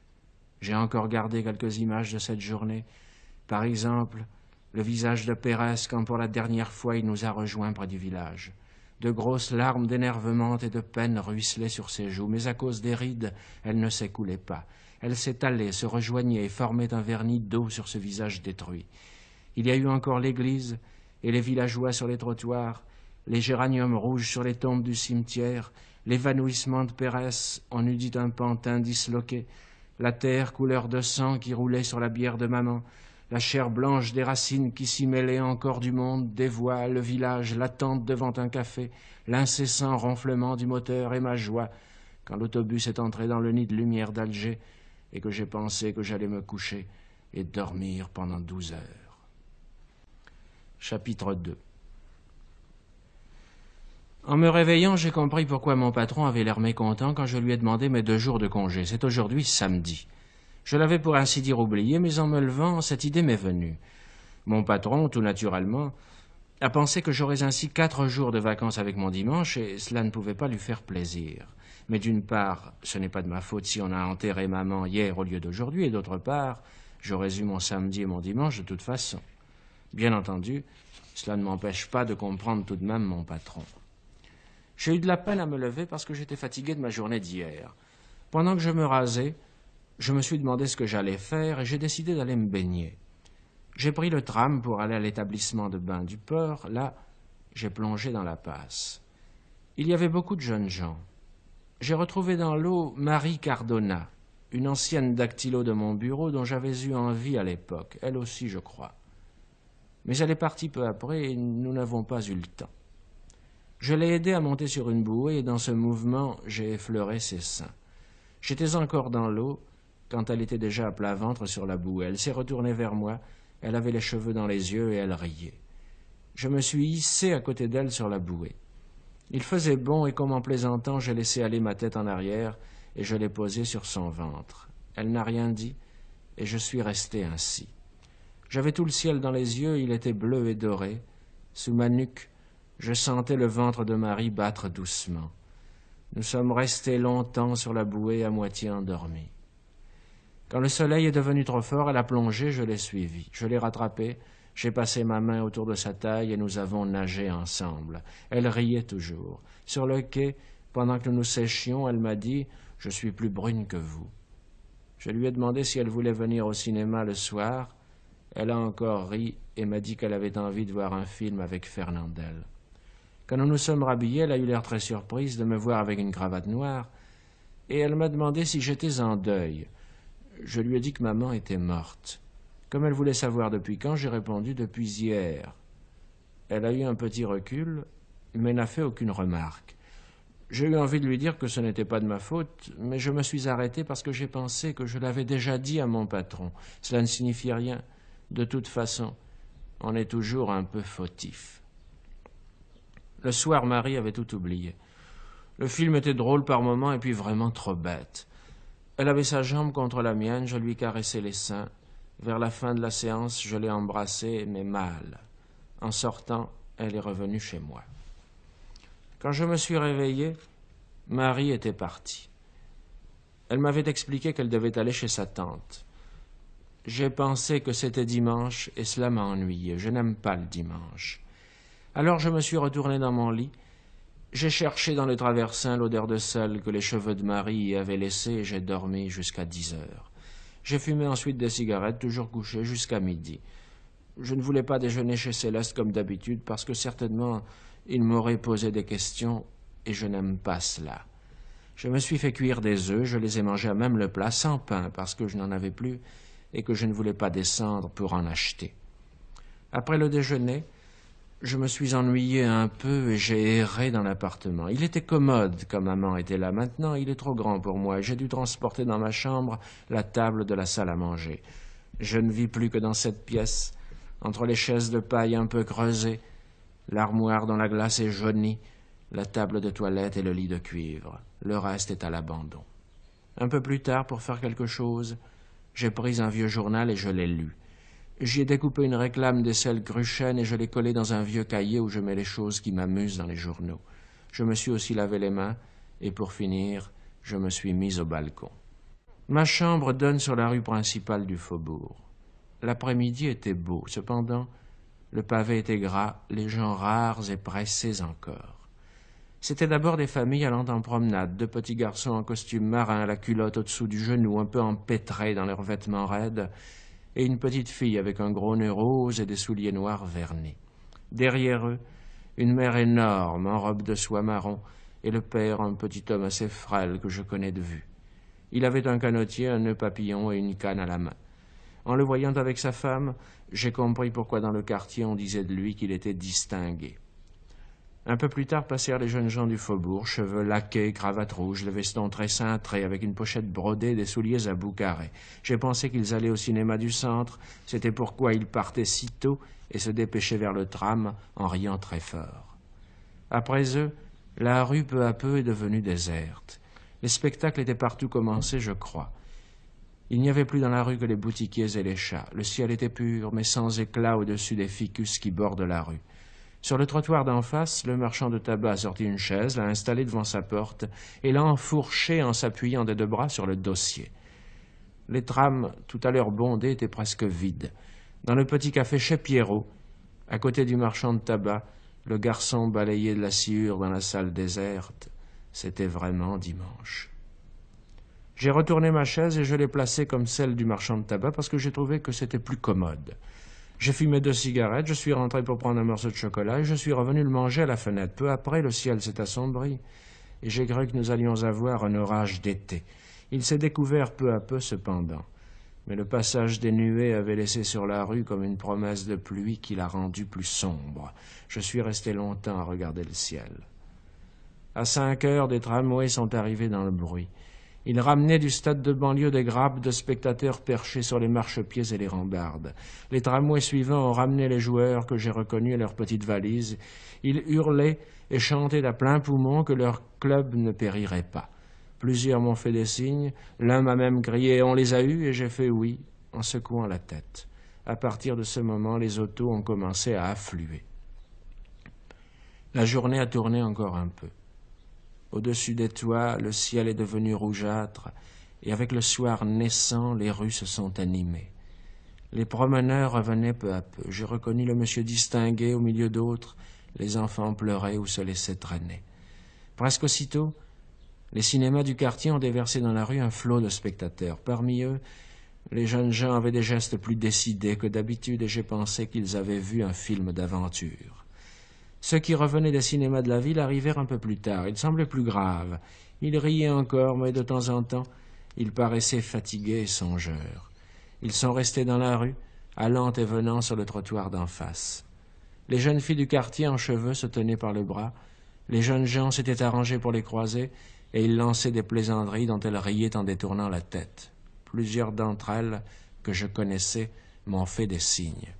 B: J'ai encore gardé quelques images de cette journée. Par exemple, le visage de Pérez quand pour la dernière fois il nous a rejoints près du village. De grosses larmes d'énervement et de peine ruisselaient sur ses joues, mais à cause des rides, elles ne s'écoulaient pas. Elles s'étalaient, se rejoignaient et formaient un vernis d'eau sur ce visage détruit. Il y a eu encore l'église et les villageois sur les trottoirs, les géraniums rouges sur les tombes du cimetière, l'évanouissement de Pérez, on eût dit un pantin disloqué, la terre couleur de sang qui roulait sur la bière de maman, la chair blanche des racines qui s'y mêlaient encore du monde, des voix, le village, l'attente devant un café, l'incessant ronflement du moteur et ma joie quand l'autobus est entré dans le nid de lumière d'Alger et que j'ai pensé que j'allais me coucher et dormir pendant 12 heures. Chapitre 2. En me réveillant, j'ai compris pourquoi mon patron avait l'air mécontent quand je lui ai demandé mes 2 jours de congé. C'est aujourd'hui samedi. Je l'avais pour ainsi dire oublié, mais en me levant, cette idée m'est venue. Mon patron, tout naturellement, a pensé que j'aurais ainsi 4 jours de vacances avec mon dimanche, et cela ne pouvait pas lui faire plaisir. Mais d'une part, ce n'est pas de ma faute si on a enterré maman hier au lieu d'aujourd'hui, et d'autre part, j'aurais eu mon samedi et mon dimanche de toute façon. Bien entendu, cela ne m'empêche pas de comprendre tout de même mon patron. J'ai eu de la peine à me lever parce que j'étais fatigué de ma journée d'hier. Pendant que je me rasais, je me suis demandé ce que j'allais faire et j'ai décidé d'aller me baigner. J'ai pris le tram pour aller à l'établissement de bains du port. Là, j'ai plongé dans la Passe. Il y avait beaucoup de jeunes gens. J'ai retrouvé dans l'eau Marie Cardona, une ancienne dactylo de mon bureau dont j'avais eu envie à l'époque, elle aussi, je crois. Mais elle est partie peu après et nous n'avons pas eu le temps. Je l'ai aidée à monter sur une bouée et dans ce mouvement, j'ai effleuré ses seins. J'étais encore dans l'eau quand elle était déjà à plat ventre sur la bouée. Elle s'est retournée vers moi, elle avait les cheveux dans les yeux et elle riait. Je me suis hissé à côté d'elle sur la bouée. Il faisait bon et comme en plaisantant, j'ai laissé aller ma tête en arrière et je l'ai posée sur son ventre. Elle n'a rien dit et je suis resté ainsi. J'avais tout le ciel dans les yeux, il était bleu et doré. Sous ma nuque, je sentais le ventre de Marie battre doucement. Nous sommes restés longtemps sur la bouée à moitié endormis. Quand le soleil est devenu trop fort, elle a plongé, je l'ai suivie. Je l'ai rattrapée, j'ai passé ma main autour de sa taille et nous avons nagé ensemble. Elle riait toujours. Sur le quai, pendant que nous nous séchions, elle m'a dit « Je suis plus brune que vous ». Je lui ai demandé si elle voulait venir au cinéma le soir. Elle a encore ri et m'a dit qu'elle avait envie de voir un film avec Fernandel. Quand nous nous sommes rhabillés, elle a eu l'air très surprise de me voir avec une cravate noire, et elle m'a demandé si j'étais en deuil. Je lui ai dit que maman était morte. Comme elle voulait savoir depuis quand, j'ai répondu depuis hier. Elle a eu un petit recul, mais n'a fait aucune remarque. J'ai eu envie de lui dire que ce n'était pas de ma faute, mais je me suis arrêté parce que j'ai pensé que je l'avais déjà dit à mon patron. Cela ne signifie rien. De toute façon, on est toujours un peu fautif. Le soir, Marie avait tout oublié. Le film était drôle par moments et puis vraiment trop bête. Elle avait sa jambe contre la mienne, je lui caressais les seins. Vers la fin de la séance, je l'ai embrassée, mais mal. En sortant, elle est revenue chez moi. Quand je me suis réveillé, Marie était partie. Elle m'avait expliqué qu'elle devait aller chez sa tante. J'ai pensé que c'était dimanche et cela m'a ennuyé. Je n'aime pas le dimanche. Alors je me suis retourné dans mon lit. J'ai cherché dans le traversin l'odeur de sel que les cheveux de Marie y avaient laissée et j'ai dormi jusqu'à 10 heures. J'ai fumé ensuite des cigarettes, toujours couché, jusqu'à midi. Je ne voulais pas déjeuner chez Céleste comme d'habitude parce que certainement il m'aurait posé des questions et je n'aime pas cela. Je me suis fait cuire des œufs, je les ai mangés à même le plat, sans pain parce que je n'en avais plus et que je ne voulais pas descendre pour en acheter. Après le déjeuner, je me suis ennuyé un peu et j'ai erré dans l'appartement. Il était commode quand maman était là. Maintenant, il est trop grand pour moi. J'ai dû transporter dans ma chambre la table de la salle à manger. Je ne vis plus que dans cette pièce, entre les chaises de paille un peu creusées, l'armoire dont la glace est jaunie, la table de toilette et le lit de cuivre. Le reste est à l'abandon. Un peu plus tard, pour faire quelque chose, j'ai pris un vieux journal et je l'ai lu. J'y ai découpé une réclame d'Essel Gruchen et je l'ai collée dans un vieux cahier où je mets les choses qui m'amusent dans les journaux. Je me suis aussi lavé les mains et pour finir, je me suis mis au balcon. Ma chambre donne sur la rue principale du faubourg. L'après-midi était beau, cependant, le pavé était gras, les gens rares et pressés encore. C'étaient d'abord des familles allant en promenade, de petits garçons en costume marin, la culotte au-dessous du genou, un peu empêtrés dans leurs vêtements raides, et une petite fille avec un gros nœud rose et des souliers noirs vernés. Derrière eux, une mère énorme en robe de soie marron et le père, un petit homme assez frêle que je connais de vue. Il avait un canotier, un nœud papillon et une canne à la main. En le voyant avec sa femme, j'ai compris pourquoi dans le quartier on disait de lui qu'il était distingué. Un peu plus tard passèrent les jeunes gens du faubourg, cheveux laqués, cravate rouge, le veston très cintré, avec une pochette brodée, des souliers à bout carré. J'ai pensé qu'ils allaient au cinéma du centre, c'était pourquoi ils partaient si tôt et se dépêchaient vers le tram en riant très fort. Après eux, La rue, peu à peu, est devenue déserte. Les spectacles étaient partout commencés, je crois. Il n'y avait plus dans la rue que les boutiquiers et les chats. Le ciel était pur, mais sans éclat au-dessus des ficus qui bordent la rue. Sur le trottoir d'en face, le marchand de tabac a sorti une chaise, l'a installée devant sa porte et l'a enfourchée en s'appuyant des deux bras sur le dossier. Les trams, tout à l'heure bondées, étaient presque vides. Dans le petit café chez Pierrot, à côté du marchand de tabac, le garçon balayait de la sciure dans la salle déserte. C'était vraiment dimanche. J'ai retourné ma chaise et je l'ai placée comme celle du marchand de tabac parce que j'ai trouvé que c'était plus commode. J'ai fumé 2 cigarettes, je suis rentré pour prendre un morceau de chocolat et je suis revenu le manger à la fenêtre. Peu après, le ciel s'est assombri et j'ai cru que nous allions avoir un orage d'été. Il s'est découvert peu à peu cependant. Mais le passage des nuées avait laissé sur la rue comme une promesse de pluie qui l'a rendue plus sombre. Je suis resté longtemps à regarder le ciel. À 5 heures, des tramways sont arrivés dans le bruit. Ils ramenaient du stade de banlieue des grappes de spectateurs perchés sur les marchepieds et les rambardes. Les tramways suivants ont ramené les joueurs que j'ai reconnus à leurs petites valises. Ils hurlaient et chantaient à plein poumon que leur club ne périrait pas. Plusieurs m'ont fait des signes, l'un m'a même crié « On les a eus » et j'ai fait oui, en secouant la tête. À partir de ce moment, les autos ont commencé à affluer. La journée a tourné encore un peu. Au-dessus des toits, le ciel est devenu rougeâtre, et avec le soir naissant, les rues se sont animées. Les promeneurs revenaient peu à peu. J'ai reconnu le monsieur distingué au milieu d'autres. Les enfants pleuraient ou se laissaient traîner. Presque aussitôt, les cinémas du quartier ont déversé dans la rue un flot de spectateurs. Parmi eux, les jeunes gens avaient des gestes plus décidés que d'habitude et j'ai pensé qu'ils avaient vu un film d'aventure. Ceux qui revenaient des cinémas de la ville arrivèrent un peu plus tard. Ils semblaient plus graves. Ils riaient encore, mais de temps en temps, ils paraissaient fatigués et songeurs. Ils sont restés dans la rue, allant et venant sur le trottoir d'en face. Les jeunes filles du quartier en cheveux se tenaient par le bras. Les jeunes gens s'étaient arrangés pour les croiser, et ils lançaient des plaisanteries dont elles riaient en détournant la tête. Plusieurs d'entre elles, que je connaissais, m'ont fait des signes.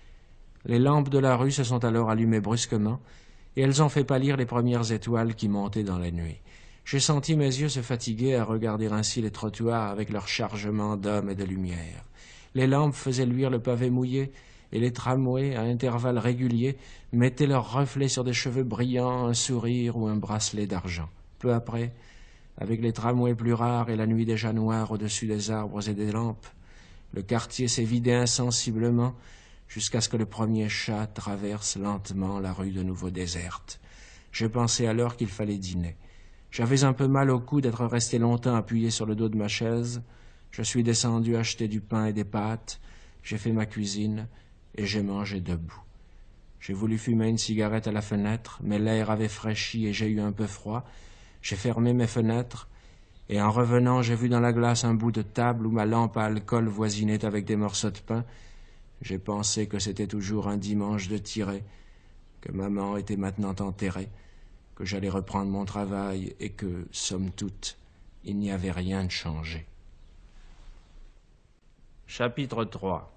B: Les lampes de la rue se sont alors allumées brusquement, et elles ont fait pâlir les premières étoiles qui montaient dans la nuit. J'ai senti mes yeux se fatiguer à regarder ainsi les trottoirs avec leur chargement d'hommes et de lumière. Les lampes faisaient luire le pavé mouillé, et les tramways, à intervalles réguliers, mettaient leurs reflets sur des cheveux brillants, un sourire ou un bracelet d'argent. Peu après, avec les tramways plus rares et la nuit déjà noire au-dessus des arbres et des lampes, le quartier s'est vidé insensiblement jusqu'à ce que le premier chat traverse lentement la rue de nouveau déserte. J'ai pensé alors qu'il fallait dîner. J'avais un peu mal au cou d'être resté longtemps appuyé sur le dos de ma chaise. Je suis descendu acheter du pain et des pâtes. J'ai fait ma cuisine et j'ai mangé debout. J'ai voulu fumer une cigarette à la fenêtre, mais l'air avait fraîchi et j'ai eu un peu froid. J'ai fermé mes fenêtres, et en revenant, j'ai vu dans la glace un bout de table où ma lampe à alcool voisinait avec des morceaux de pain. J'ai pensé que c'était toujours un dimanche de tirée, que maman était maintenant enterrée, que j'allais reprendre mon travail et que, somme toute, il n'y avait rien de changé. Chapitre 3.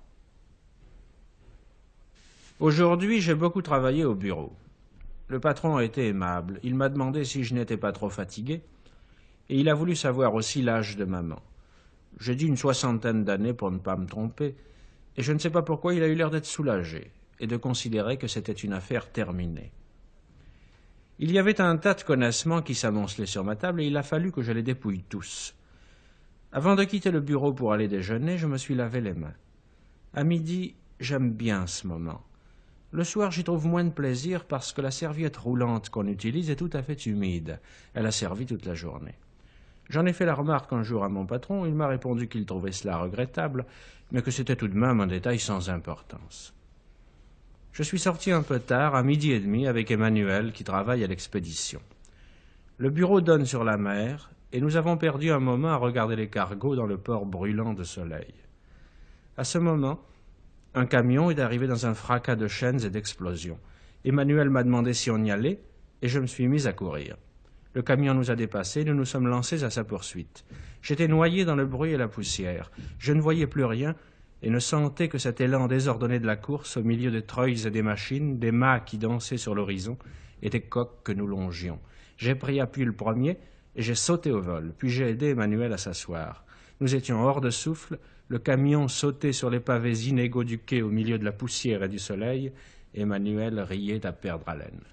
B: Aujourd'hui, j'ai beaucoup travaillé au bureau. Le patron a été aimable. Il m'a demandé si je n'étais pas trop fatigué, et il a voulu savoir aussi l'âge de maman. J'ai dit une 60aine d'années pour ne pas me tromper, et je ne sais pas pourquoi il a eu l'air d'être soulagé, et de considérer que c'était une affaire terminée. Il y avait un tas de connassements qui s'amoncelaient sur ma table, et il a fallu que je les dépouille tous. Avant de quitter le bureau pour aller déjeuner, je me suis lavé les mains. À midi, j'aime bien ce moment. Le soir, j'y trouve moins de plaisir parce que la serviette roulante qu'on utilise est tout à fait humide. Elle a servi toute la journée. J'en ai fait la remarque un jour à mon patron. Il m'a répondu qu'il trouvait cela regrettable, mais que c'était tout de même un détail sans importance. Je suis sorti un peu tard, à 12h30, avec Emmanuel, qui travaille à l'expédition. Le bureau donne sur la mer, et nous avons perdu un moment à regarder les cargos dans le port brûlant de soleil. À ce moment, un camion est arrivé dans un fracas de chaînes et d'explosions. Emmanuel m'a demandé si on y allait, et je me suis mis à courir. Le camion nous a dépassés, nous nous sommes lancés à sa poursuite. J'étais noyé dans le bruit et la poussière. Je ne voyais plus rien, et ne sentais que cet élan désordonné de la course au milieu des treuils et des mâchines, des mâts qui dansaient sur l'horizon, et des coques que nous longions. J'ai pris appui le premier et j'ai sauté au vol, puis j'ai aidé Emmanuel à s'asseoir. Nous étions hors de souffle, le camion sautait sur les pavés inégaux du quai au milieu de la poussière et du soleil, et Emmanuel riait à perdre haleine.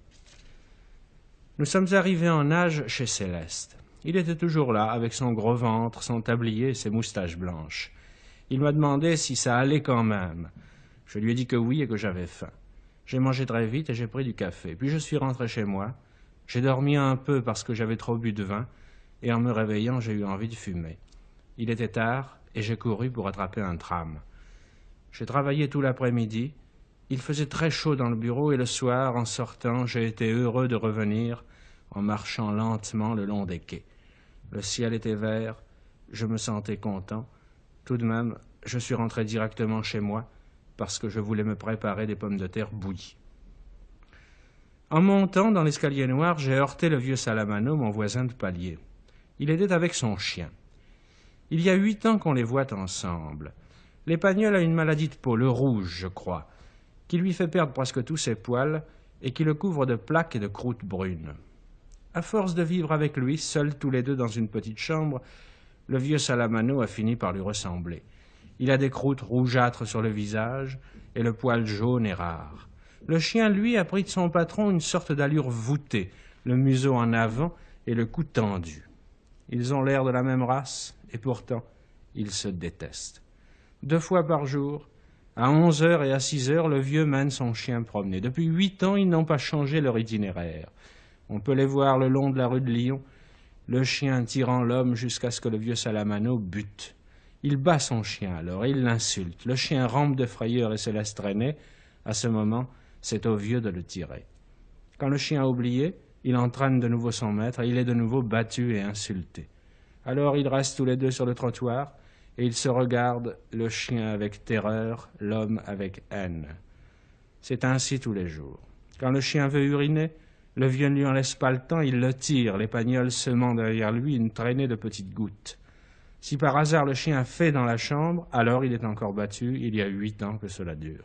B: Nous sommes arrivés en nage chez Céleste. Il était toujours là, avec son gros ventre, son tablier et ses moustaches blanches. Il m'a demandé si ça allait quand même. Je lui ai dit que oui et que j'avais faim. J'ai mangé très vite et j'ai pris du café. Puis je suis rentré chez moi. J'ai dormi un peu parce que j'avais trop bu de vin, et en me réveillant, j'ai eu envie de fumer. Il était tard et j'ai couru pour attraper un tram. J'ai travaillé tout l'après-midi. Il faisait très chaud dans le bureau et le soir, en sortant, j'ai été heureux de revenir en marchant lentement le long des quais. Le ciel était vert, je me sentais content. Tout de même, je suis rentré directement chez moi parce que je voulais me préparer des pommes de terre bouillies. En montant dans l'escalier noir, j'ai heurté le vieux Salamano, mon voisin de palier. Il était avec son chien. Il y a 8 ans qu'on les voit ensemble. L'Épagnol a une maladie de peau, le rouge, je crois, qui lui fait perdre presque tous ses poils et qui le couvre de plaques et de croûtes brunes. À force de vivre avec lui, seuls tous les deux dans une petite chambre, le vieux Salamano a fini par lui ressembler. Il a des croûtes rougeâtres sur le visage et le poil jaune et rare. Le chien, lui, a pris de son patron une sorte d'allure voûtée, le museau en avant et le cou tendu. Ils ont l'air de la même race, et pourtant, ils se détestent. 2 fois par jour, à 11h et à 6h, le vieux mène son chien promener. Depuis 8 ans, ils n'ont pas changé leur itinéraire. On peut les voir le long de la rue de Lyon, le chien tirant l'homme jusqu'à ce que le vieux Salamano bute. Il bat son chien alors, et il l'insulte. Le chien rampe de frayeur et se laisse traîner. À ce moment, c'est au vieux de le tirer. Quand le chien a oublié, il entraîne de nouveau son maître et il est de nouveau battu et insulté. Alors ils restent tous les deux sur le trottoir et ils se regardent, le chien avec terreur, l'homme avec haine. C'est ainsi tous les jours. Quand le chien veut uriner, le vieux ne lui en laisse pas le temps, il le tire, l'Épagnol semant derrière lui une traînée de petites gouttes. Si par hasard le chien fait dans la chambre, alors il est encore battu, il y a 8 ans que cela dure.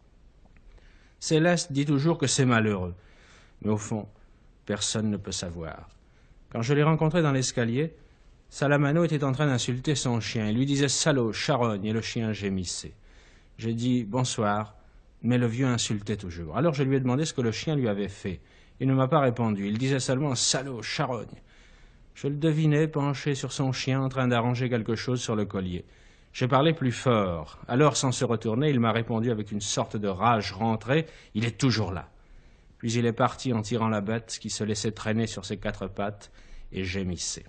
B: Céleste dit toujours que c'est malheureux, mais au fond, personne ne peut savoir. Quand je l'ai rencontré dans l'escalier, Salamano était en train d'insulter son chien. Il lui disait « salaud, charogne » et le chien gémissait. J'ai dit « bonsoir », mais le vieux insultait toujours. Alors je lui ai demandé ce que le chien lui avait fait. Il ne m'a pas répondu. Il disait seulement « salaud, charogne ». Je le devinais penché sur son chien en train d'arranger quelque chose sur le collier. J'ai parlé plus fort. Alors, sans se retourner, il m'a répondu avec une sorte de rage rentrée « il est toujours là ». Puis il est parti en tirant la bête qui se laissait traîner sur ses 4 pattes et gémissait.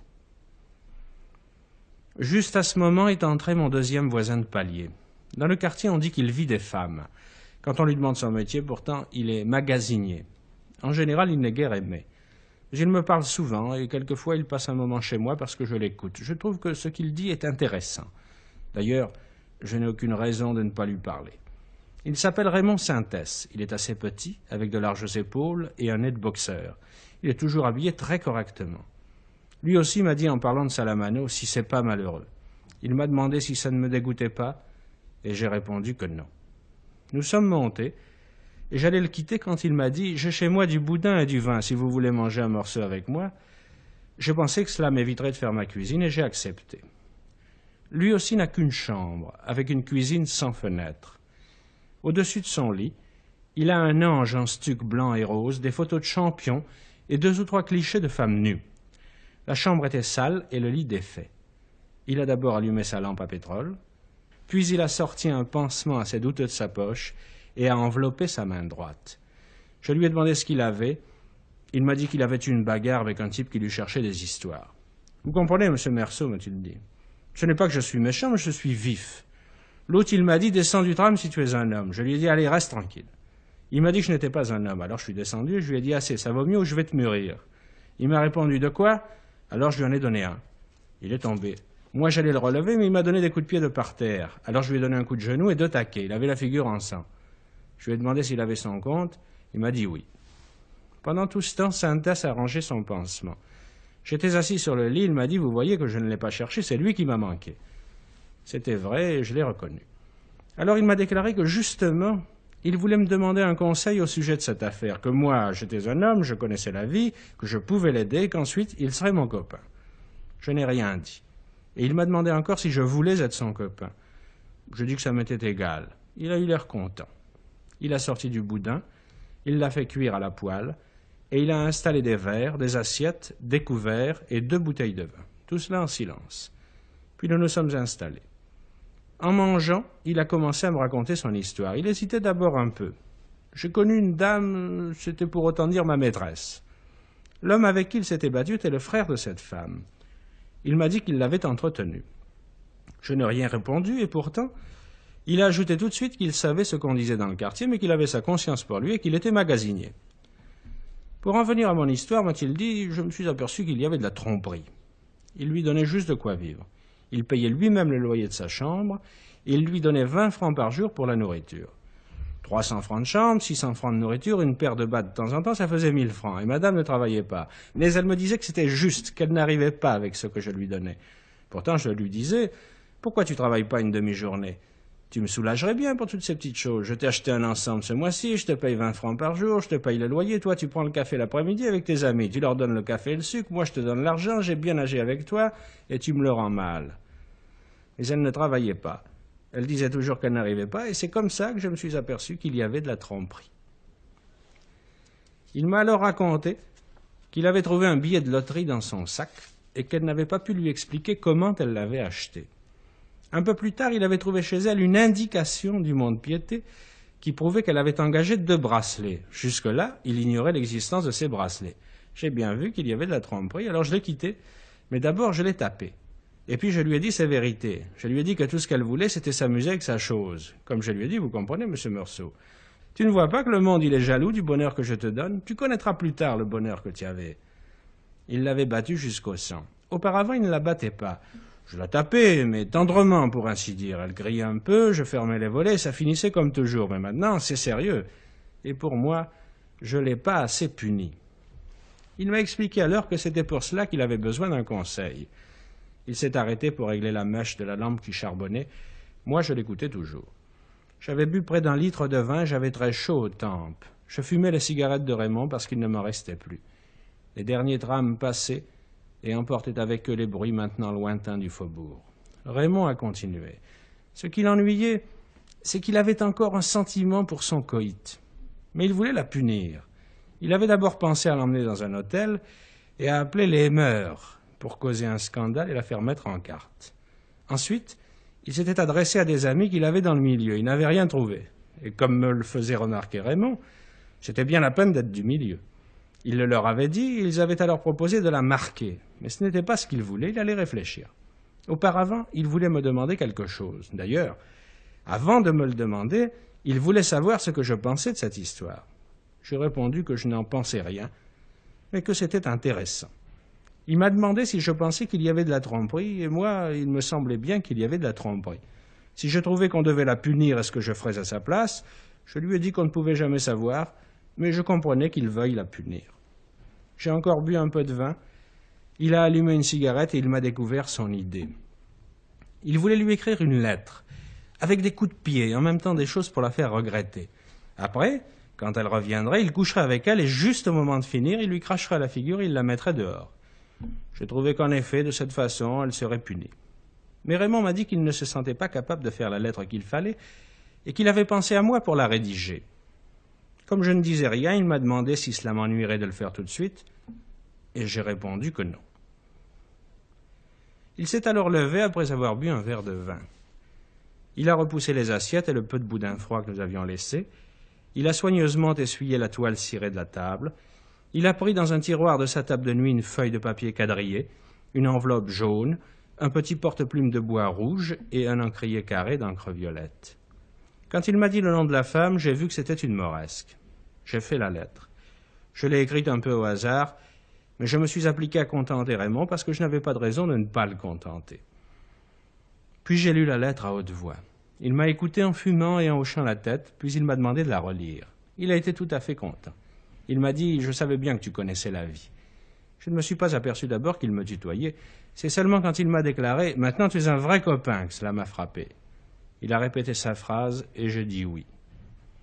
B: Juste à ce moment est entré mon deuxième voisin de palier. Dans le quartier, on dit qu'il vit des femmes. Quand on lui demande son métier, pourtant, il est magasinier. En général, il n'est guère aimé. Il me parle souvent et quelquefois il passe un moment chez moi parce que je l'écoute. Je trouve que ce qu'il dit est intéressant. D'ailleurs, je n'ai aucune raison de ne pas lui parler. Il s'appelle Raymond Sintès. Il est assez petit, avec de larges épaules et un nez de boxeur. Il est toujours habillé très correctement. Lui aussi m'a dit en parlant de Salamano si c'est pas malheureux. Il m'a demandé si ça ne me dégoûtait pas et j'ai répondu que non. Nous sommes montés et j'allais le quitter quand il m'a dit « J'ai chez moi du boudin et du vin, si vous voulez manger un morceau avec moi ». J'ai pensé que cela m'éviterait de faire ma cuisine et j'ai accepté. Lui aussi n'a qu'une chambre, avec une cuisine sans fenêtre. Au-dessus de son lit, il a un ange en stuc blanc et rose, des photos de champions et 2 ou 3 clichés de femmes nues. La chambre était sale et le lit défait. Il a d'abord allumé sa lampe à pétrole, puis il a sorti un pansement assez douteux de sa poche et a enveloppé sa main droite. Je lui ai demandé ce qu'il avait. Il m'a dit qu'il avait eu une bagarre avec un type qui lui cherchait des histoires. « Vous comprenez, monsieur Merceau, m'a-t-il dit. Ce n'est pas que je suis méchant, mais je suis vif. L'autre, il m'a dit « Descends du tram si tu es un homme ». Je lui ai dit « Allez, reste tranquille ». Il m'a dit que je n'étais pas un homme. Alors je suis descendu et je lui ai dit « Assez, ça vaut mieux ou je vais te mûrir ». Il m'a répondu « De quoi ?» Alors je lui en ai donné un. Il est tombé. Moi, j'allais le relever, mais il m'a donné des coups de pied de par terre. Alors je lui ai donné un coup de genou et 2 taquets. Il avait la figure en sang. Je lui ai demandé s'il avait son compte. Il m'a dit oui. Pendant tout ce temps, Sintès a rangé son pansement. J'étais assis sur le lit. Il m'a dit « Vous voyez que je ne l'ai pas cherché, c'est lui qui m'a manqué. » C'était vrai et je l'ai reconnu. Alors il m'a déclaré que justement, Il voulait me demander un conseil au sujet de cette affaire, que moi, j'étais un homme, je connaissais la vie, que je pouvais l'aider, qu'ensuite, il serait mon copain. Je n'ai rien dit. Et il m'a demandé encore si je voulais être son copain. Je dis que ça m'était égal. Il a eu l'air content. Il a sorti du boudin, il l'a fait cuire à la poêle, et il a installé des verres, des assiettes, des couverts et 2 bouteilles de vin. Tout cela en silence. Puis nous nous sommes installés. En mangeant, il a commencé à me raconter son histoire. Il hésitait d'abord un peu. J'ai connu une dame, c'était pour autant dire ma maîtresse. L'homme avec qui il s'était battu était le frère de cette femme. Il m'a dit qu'il l'avait entretenue. Je n'ai rien répondu, et pourtant, il a ajouté tout de suite qu'il savait ce qu'on disait dans le quartier, mais qu'il avait sa conscience pour lui et qu'il était magasinier. Pour en venir à mon histoire, m'a-t-il dit, je me suis aperçu qu'il y avait de la tromperie. Il lui donnait juste de quoi vivre. Il payait lui-même le loyer de sa chambre, et il lui donnait 20 francs par jour pour la nourriture. 300 francs de chambre, 600 francs de nourriture, une paire de bas de temps en temps, ça faisait 1000 francs. Et madame ne travaillait pas. Mais elle me disait que c'était juste, qu'elle n'arrivait pas avec ce que je lui donnais. Pourtant, je lui disais, pourquoi tu travailles pas une demi-journée? Tu me soulagerais bien pour toutes ces petites choses. Je t'ai acheté un ensemble ce mois-ci, je te paye 20 francs par jour, je te paye le loyer. Toi, tu prends le café l'après-midi avec tes amis. Tu leur donnes le café et le sucre, moi je te donne l'argent, j'ai bien agi avec toi, et tu me le rends mal. Mais elle ne travaillait pas. Elle disait toujours qu'elle n'arrivait pas, et c'est comme ça que je me suis aperçu qu'il y avait de la tromperie. Il m'a alors raconté qu'il avait trouvé un billet de loterie dans son sac, et qu'elle n'avait pas pu lui expliquer comment elle l'avait acheté. Un peu plus tard, il avait trouvé chez elle une indication du mont-de-piété qui prouvait qu'elle avait engagé 2 bracelets. Jusque-là, il ignorait l'existence de ces bracelets. J'ai bien vu qu'il y avait de la tromperie, alors je l'ai quitté, mais d'abord je l'ai tapé. Et puis je lui ai dit ses vérités. Je lui ai dit que tout ce qu'elle voulait, c'était s'amuser avec sa chose. Comme je lui ai dit, vous comprenez, monsieur Meursault. Tu ne vois pas que le monde, il est jaloux du bonheur que je te donne? Tu connaîtras plus tard le bonheur que tu avais. Il l'avait battue jusqu'au sang. Auparavant, il ne la battait pas. Je la tapais, mais tendrement, pour ainsi dire. Elle criait un peu, je fermais les volets, ça finissait comme toujours. Mais maintenant, c'est sérieux. Et pour moi, je ne l'ai pas assez puni. Il m'a expliqué alors que c'était pour cela qu'il avait besoin d'un conseil. Il s'est arrêté pour régler la mèche de la lampe qui charbonnait. Moi, je l'écoutais toujours. J'avais bu près d'1 litre de vin, j'avais très chaud aux tempes. Je fumais les cigarettes de Raymond parce qu'il ne m'en restait plus. Les derniers trams passaient et emportaient avec eux les bruits maintenant lointains du faubourg. Raymond a continué. Ce qui l'ennuyait, c'est qu'il avait encore un sentiment pour son coït. Mais il voulait la punir. Il avait d'abord pensé à l'emmener dans un hôtel et à appeler les mœurs pour causer un scandale et la faire mettre en carte. Ensuite, il s'était adressé à des amis qu'il avait dans le milieu. Il n'avait rien trouvé. Et comme me le faisait remarquer Raymond, c'était bien la peine d'être du milieu. Il le leur avait dit, ils avaient alors proposé de la marquer. Mais ce n'était pas ce qu'il voulait, il allait réfléchir. Auparavant, il voulait me demander quelque chose. D'ailleurs, avant de me le demander, il voulait savoir ce que je pensais de cette histoire. J'ai répondu que je n'en pensais rien, mais que c'était intéressant. Il m'a demandé si je pensais qu'il y avait de la tromperie, et moi, il me semblait bien qu'il y avait de la tromperie. Si je trouvais qu'on devait la punir, est-ce que je ferais à sa place? Je lui ai dit qu'on ne pouvait jamais savoir, mais je comprenais qu'il veuille la punir. J'ai encore bu un peu de vin. Il a allumé une cigarette et il m'a découvert son idée. Il voulait lui écrire une lettre, avec des coups de pied, et en même temps des choses pour la faire regretter. Après, quand elle reviendrait, il coucherait avec elle, et juste au moment de finir, il lui cracherait à la figure et il la mettrait dehors. J'ai trouvé qu'en effet, de cette façon, elle serait punie. Mais Raymond m'a dit qu'il ne se sentait pas capable de faire la lettre qu'il fallait, et qu'il avait pensé à moi pour la rédiger. Comme je ne disais rien, il m'a demandé si cela m'ennuierait de le faire tout de suite, et j'ai répondu que non. Il s'est alors levé après avoir bu un verre de vin. Il a repoussé les assiettes et le peu de boudin froid que nous avions laissé. Il a soigneusement essuyé la toile cirée de la table. Il a pris dans un tiroir de sa table de nuit une feuille de papier quadrillé, une enveloppe jaune, un petit porte-plume de bois rouge et un encrier carré d'encre violette. Quand il m'a dit le nom de la femme, j'ai vu que c'était une Mauresque. J'ai fait la lettre. Je l'ai écrite un peu au hasard, mais je me suis appliqué à contenter Raymond parce que je n'avais pas de raison de ne pas le contenter. Puis j'ai lu la lettre à haute voix. Il m'a écouté en fumant et en hochant la tête, puis il m'a demandé de la relire. Il a été tout à fait content. Il m'a dit « Je savais bien que tu connaissais la vie ». Je ne me suis pas aperçu d'abord qu'il me tutoyait. C'est seulement quand il m'a déclaré « Maintenant tu es un vrai copain » que cela m'a frappé. Il a répété sa phrase et j'ai dit oui.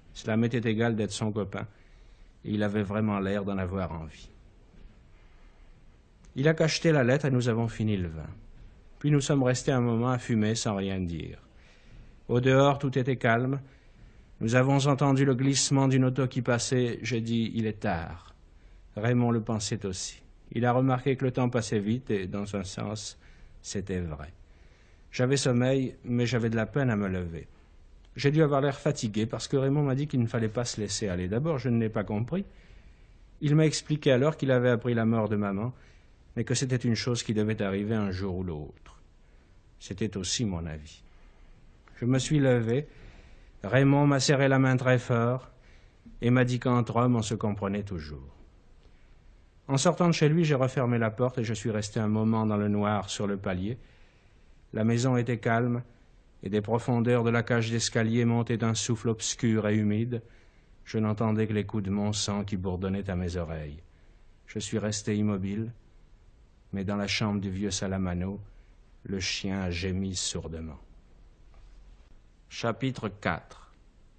B: Cela m'était égal d'être son copain, et il avait vraiment l'air d'en avoir envie. Il a cacheté la lettre et nous avons fini le vin. Puis nous sommes restés un moment à fumer sans rien dire. Au dehors, tout était calme. Nous avons entendu le glissement d'une auto qui passait. J'ai dit « il est tard ». Raymond le pensait aussi. Il a remarqué que le temps passait vite et, dans un sens, c'était vrai. J'avais sommeil, mais j'avais de la peine à me lever. J'ai dû avoir l'air fatigué parce que Raymond m'a dit qu'il ne fallait pas se laisser aller. D'abord, je ne l'ai pas compris. Il m'a expliqué alors qu'il avait appris la mort de maman, mais que c'était une chose qui devait arriver un jour ou l'autre. C'était aussi mon avis. Je me suis levé. Raymond m'a serré la main très fort et m'a dit qu'entre hommes, on se comprenait toujours. En sortant de chez lui, j'ai refermé la porte et je suis resté un moment dans le noir sur le palier. La maison était calme et des profondeurs de la cage d'escalier montaient un souffle obscur et humide. Je n'entendais que les coups de mon sang qui bourdonnaient à mes oreilles. Je suis resté immobile, mais dans la chambre du vieux Salamano, le chien a gémi sourdement. Chapitre 4.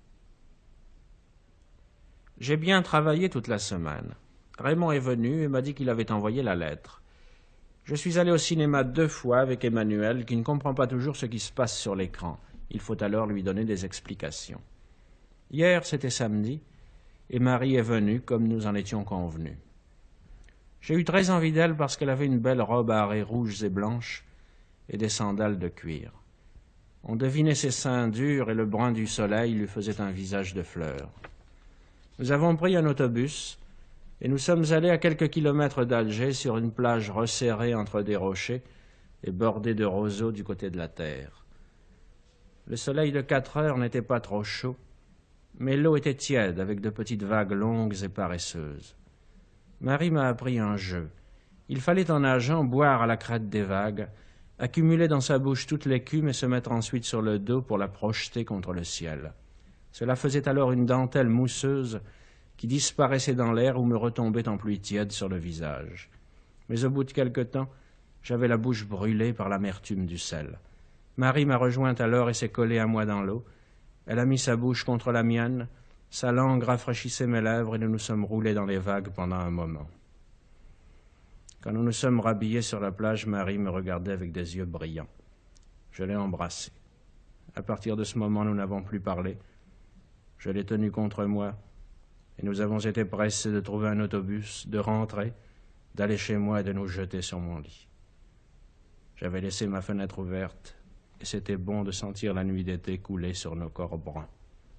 B: J'ai bien travaillé toute la semaine. Raymond est venu et m'a dit qu'il avait envoyé la lettre. Je suis allé au cinéma 2 fois avec Emmanuel, qui ne comprend pas toujours ce qui se passe sur l'écran. Il faut alors lui donner des explications. Hier, c'était samedi, et Marie est venue comme nous en étions convenus. J'ai eu très envie d'elle parce qu'elle avait une belle robe à raies rouges et blanches et des sandales de cuir. On devinait ses seins durs et le brun du soleil lui faisait un visage de fleurs. Nous avons pris un autobus et nous sommes allés à quelques kilomètres d'Alger sur une plage resserrée entre des rochers et bordée de roseaux du côté de la terre. Le soleil de 4 heures n'était pas trop chaud, mais l'eau était tiède avec de petites vagues longues et paresseuses. Marie m'a appris un jeu. Il fallait en nageant boire à la crête des vagues, accumuler dans sa bouche toute l'écume et se mettre ensuite sur le dos pour la projeter contre le ciel. Cela faisait alors une dentelle mousseuse qui disparaissait dans l'air ou me retombait en pluie tiède sur le visage. Mais au bout de quelque temps, j'avais la bouche brûlée par l'amertume du sel. Marie m'a rejointe alors et s'est collée à moi dans l'eau. Elle a mis sa bouche contre la mienne, sa langue rafraîchissait mes lèvres et nous nous sommes roulés dans les vagues pendant un moment. Quand nous nous sommes rhabillés sur la plage, Marie me regardait avec des yeux brillants. Je l'ai embrassée. À partir de ce moment, nous n'avons plus parlé. Je l'ai tenue contre moi et nous avons été pressés de trouver un autobus, de rentrer, d'aller chez moi et de nous jeter sur mon lit. J'avais laissé ma fenêtre ouverte et c'était bon de sentir la nuit d'été couler sur nos corps bruns.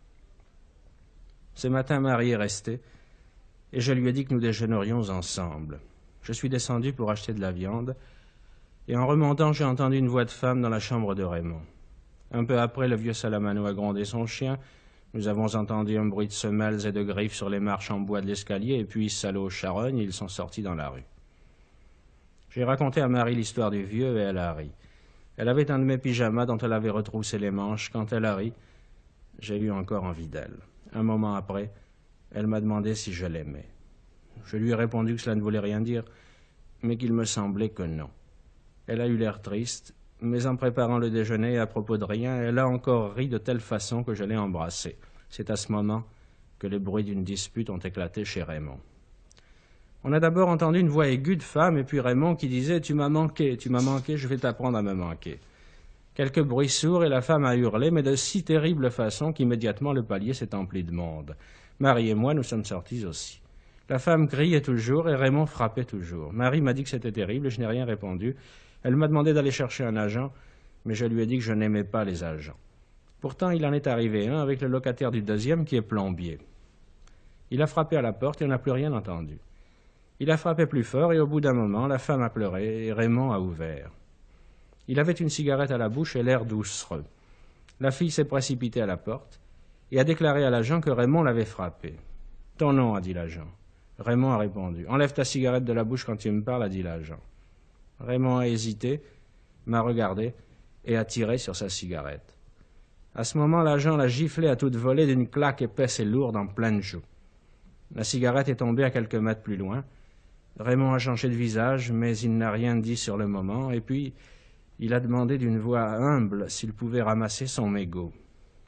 B: Ce matin, Marie est restée et je lui ai dit que nous déjeunerions ensemble. Je suis descendu pour acheter de la viande et en remontant, j'ai entendu une voix de femme dans la chambre de Raymond. Un peu après, le vieux Salamano a grondé son chien. Nous avons entendu un bruit de semelles et de griffes sur les marches en bois de l'escalier, et puis, salauds charognes, ils sont sortis dans la rue. J'ai raconté à Marie l'histoire du vieux et elle a ri. Elle avait un de mes pyjamas dont elle avait retroussé les manches. Quand elle a ri, j'ai eu encore envie d'elle. Un moment après, elle m'a demandé si je l'aimais. Je lui ai répondu que cela ne voulait rien dire, mais qu'il me semblait que non. Elle a eu l'air triste, mais en préparant le déjeuner à propos de rien, elle a encore ri de telle façon que je l'ai embrassée. C'est à ce moment que les bruits d'une dispute ont éclaté chez Raymond. On a d'abord entendu une voix aiguë de femme, et puis Raymond qui disait « Tu m'as manqué, je vais t'apprendre à me manquer ». Quelques bruits sourds et la femme a hurlé, mais de si terrible façon qu'immédiatement le palier s'est empli de monde. Marie et moi, nous sommes sortis aussi. La femme criait toujours et Raymond frappait toujours. Marie m'a dit que c'était terrible et je n'ai rien répondu. Elle m'a demandé d'aller chercher un agent, mais je lui ai dit que je n'aimais pas les agents. Pourtant, il en est arrivé un avec le locataire du deuxième qui est plombier. Il a frappé à la porte et on n'a plus rien entendu. Il a frappé plus fort et au bout d'un moment, la femme a pleuré et Raymond a ouvert. Il avait une cigarette à la bouche et l'air doucereux. La fille s'est précipitée à la porte et a déclaré à l'agent que Raymond l'avait frappé. « Ton nom » a dit l'agent. Raymond a répondu. « Enlève ta cigarette de la bouche quand tu me parles » a dit l'agent. Raymond a hésité, m'a regardé et a tiré sur sa cigarette. À ce moment, l'agent l'a giflé à toute volée d'une claque épaisse et lourde en pleine joue. La cigarette est tombée à quelques mètres plus loin. Raymond a changé de visage, mais il n'a rien dit sur le moment, et puis il a demandé d'une voix humble s'il pouvait ramasser son mégot.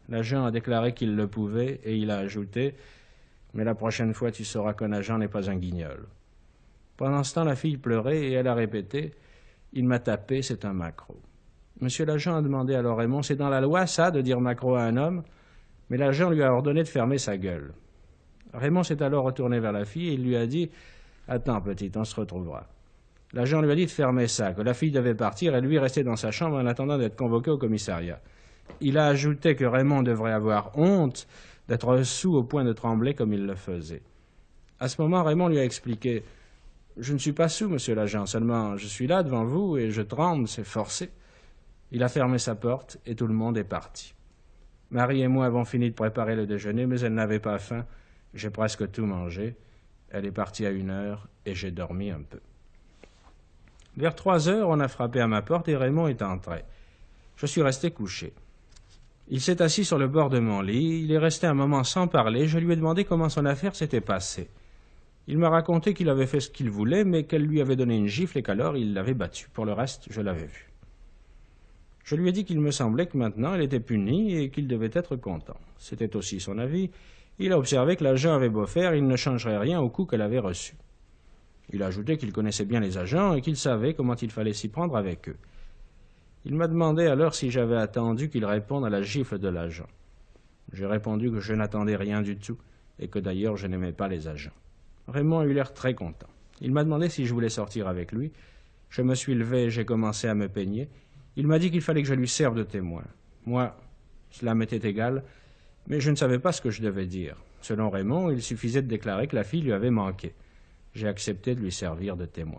B: L'agent a déclaré qu'il le pouvait et il a ajouté « Mais la prochaine fois, tu sauras qu'un agent n'est pas un guignol. » Pendant ce temps, la fille pleurait et elle a répété « Il m'a tapé, c'est un maquereau. » Monsieur l'agent a demandé alors Raymond « C'est dans la loi, ça, de dire maquereau à un homme ?» Mais l'agent lui a ordonné de fermer sa gueule. Raymond s'est alors retourné vers la fille et il lui a dit « Attends, petite, on se retrouvera. » L'agent lui a dit de fermer ça, que la fille devait partir et lui rester dans sa chambre en attendant d'être convoqué au commissariat. Il a ajouté que Raymond devrait avoir honte d'être soûl au point de trembler comme il le faisait. À ce moment, Raymond lui a expliqué « Je ne suis pas soûl, monsieur l'agent, seulement je suis là devant vous et je tremble, c'est forcé. » Il a fermé sa porte et tout le monde est parti. Marie et moi avons fini de préparer le déjeuner, mais elle n'avait pas faim. J'ai presque tout mangé. Elle est partie à 1h et j'ai dormi un peu. Vers 3h, on a frappé à ma porte et Raymond est entré. Je suis resté couché. Il s'est assis sur le bord de mon lit. Il est resté un moment sans parler. Je lui ai demandé comment son affaire s'était passée. Il m'a raconté qu'il avait fait ce qu'il voulait, mais qu'elle lui avait donné une gifle et qu'alors il l'avait battue. Pour le reste, je l'avais vu. Je lui ai dit qu'il me semblait que maintenant elle était punie et qu'il devait être content. C'était aussi son avis. Il a observé que l'agent avait beau faire, il ne changerait rien au coup qu'elle avait reçu. Il a ajouté qu'il connaissait bien les agents et qu'il savait comment il fallait s'y prendre avec eux. Il m'a demandé alors si j'avais attendu qu'il réponde à la gifle de l'agent. J'ai répondu que je n'attendais rien du tout et que d'ailleurs je n'aimais pas les agents. Raymond a eu l'air très content. Il m'a demandé si je voulais sortir avec lui. Je me suis levé et j'ai commencé à me peigner. Il m'a dit qu'il fallait que je lui serve de témoin. Moi, cela m'était égal, mais je ne savais pas ce que je devais dire. Selon Raymond, il suffisait de déclarer que la fille lui avait manqué. J'ai accepté de lui servir de témoin.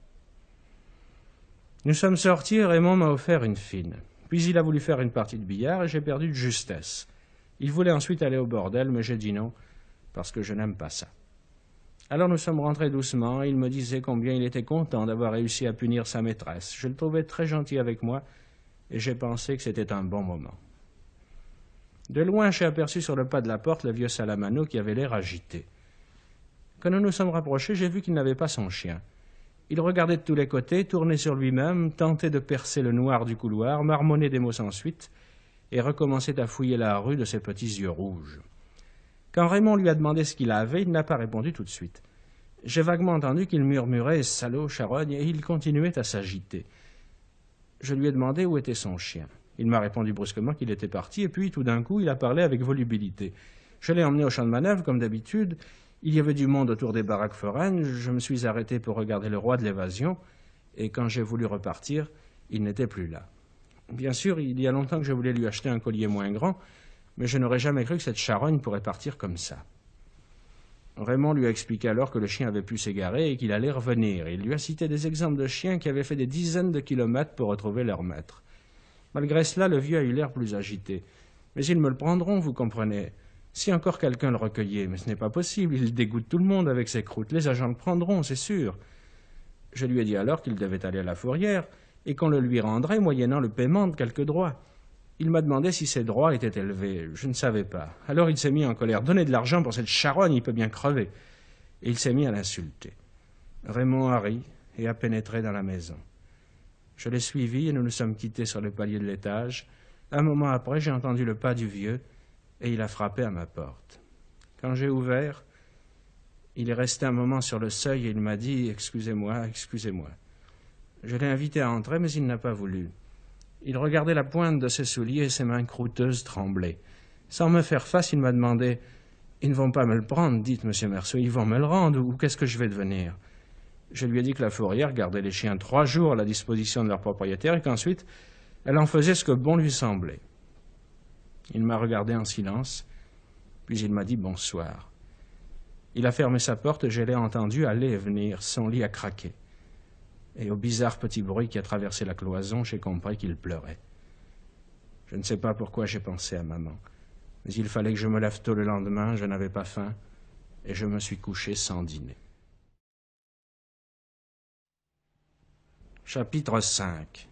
B: Nous sommes sortis et Raymond m'a offert une fine. Puis il a voulu faire une partie de billard et j'ai perdu de justesse. Il voulait ensuite aller au bordel, mais j'ai dit non, parce que je n'aime pas ça. Alors nous sommes rentrés doucement et il me disait combien il était content d'avoir réussi à punir sa maîtresse. Je le trouvais très gentil avec moi et j'ai pensé que c'était un bon moment. De loin, j'ai aperçu sur le pas de la porte le vieux Salamano qui avait l'air agité. Quand nous nous sommes rapprochés, j'ai vu qu'il n'avait pas son chien. Il regardait de tous les côtés, tournait sur lui-même, tentait de percer le noir du couloir, marmonnait des mots sans suite et recommençait à fouiller la rue de ses petits yeux rouges. Quand Raymond lui a demandé ce qu'il avait, il n'a pas répondu tout de suite. J'ai vaguement entendu qu'il murmurait « salaud, charogne » et il continuait à s'agiter. Je lui ai demandé où était son chien. Il m'a répondu brusquement qu'il était parti et puis, tout d'un coup, il a parlé avec volubilité. Je l'ai emmené au champ de manœuvre, comme d'habitude. Il y avait du monde autour des baraques foraines. Je me suis arrêté pour regarder le roi de l'évasion et quand j'ai voulu repartir, il n'était plus là. Bien sûr, il y a longtemps que je voulais lui acheter un collier moins grand, mais je n'aurais jamais cru que cette charogne pourrait partir comme ça. Raymond lui a expliqué alors que le chien avait pu s'égarer et qu'il allait revenir. Il lui a cité des exemples de chiens qui avaient fait des dizaines de kilomètres pour retrouver leur maître. Malgré cela, le vieux a eu l'air plus agité. Mais ils me le prendront, vous comprenez. Si encore quelqu'un le recueillait, mais ce n'est pas possible, il dégoûte tout le monde avec ses croûtes. Les agents le prendront, c'est sûr. Je lui ai dit alors qu'il devait aller à la fourrière et qu'on le lui rendrait moyennant le paiement de quelques droits. Il m'a demandé si ses droits étaient élevés. Je ne savais pas. Alors il s'est mis en colère. « Donnez de l'argent pour cette charogne, il peut bien crever. » Et il s'est mis à l'insulter. Raymond a ri et a pénétré dans la maison. Je l'ai suivi et nous nous sommes quittés sur le palier de l'étage. Un moment après, j'ai entendu le pas du vieux et il a frappé à ma porte. Quand j'ai ouvert, il est resté un moment sur le seuil et il m'a dit « Excusez-moi, excusez-moi ». Je l'ai invité à entrer, mais il n'a pas voulu. Il regardait la pointe de ses souliers et ses mains croûteuses tremblaient. Sans me faire face, il m'a demandé « Ils ne vont pas me le prendre, dites, monsieur Merceau, ils vont me le rendre, ou qu'est-ce que je vais devenir ?» Je lui ai dit que la fourrière gardait les chiens 3 jours à la disposition de leur propriétaire et qu'ensuite, elle en faisait ce que bon lui semblait. Il m'a regardé en silence, puis il m'a dit bonsoir. Il a fermé sa porte et je l'ai entendu aller et venir, son lit a craqué. Et au bizarre petit bruit qui a traversé la cloison, j'ai compris qu'il pleurait. Je ne sais pas pourquoi j'ai pensé à maman, mais il fallait que je me lève tôt le lendemain, je n'avais pas faim, et je me suis couché sans dîner. Chapitre 5.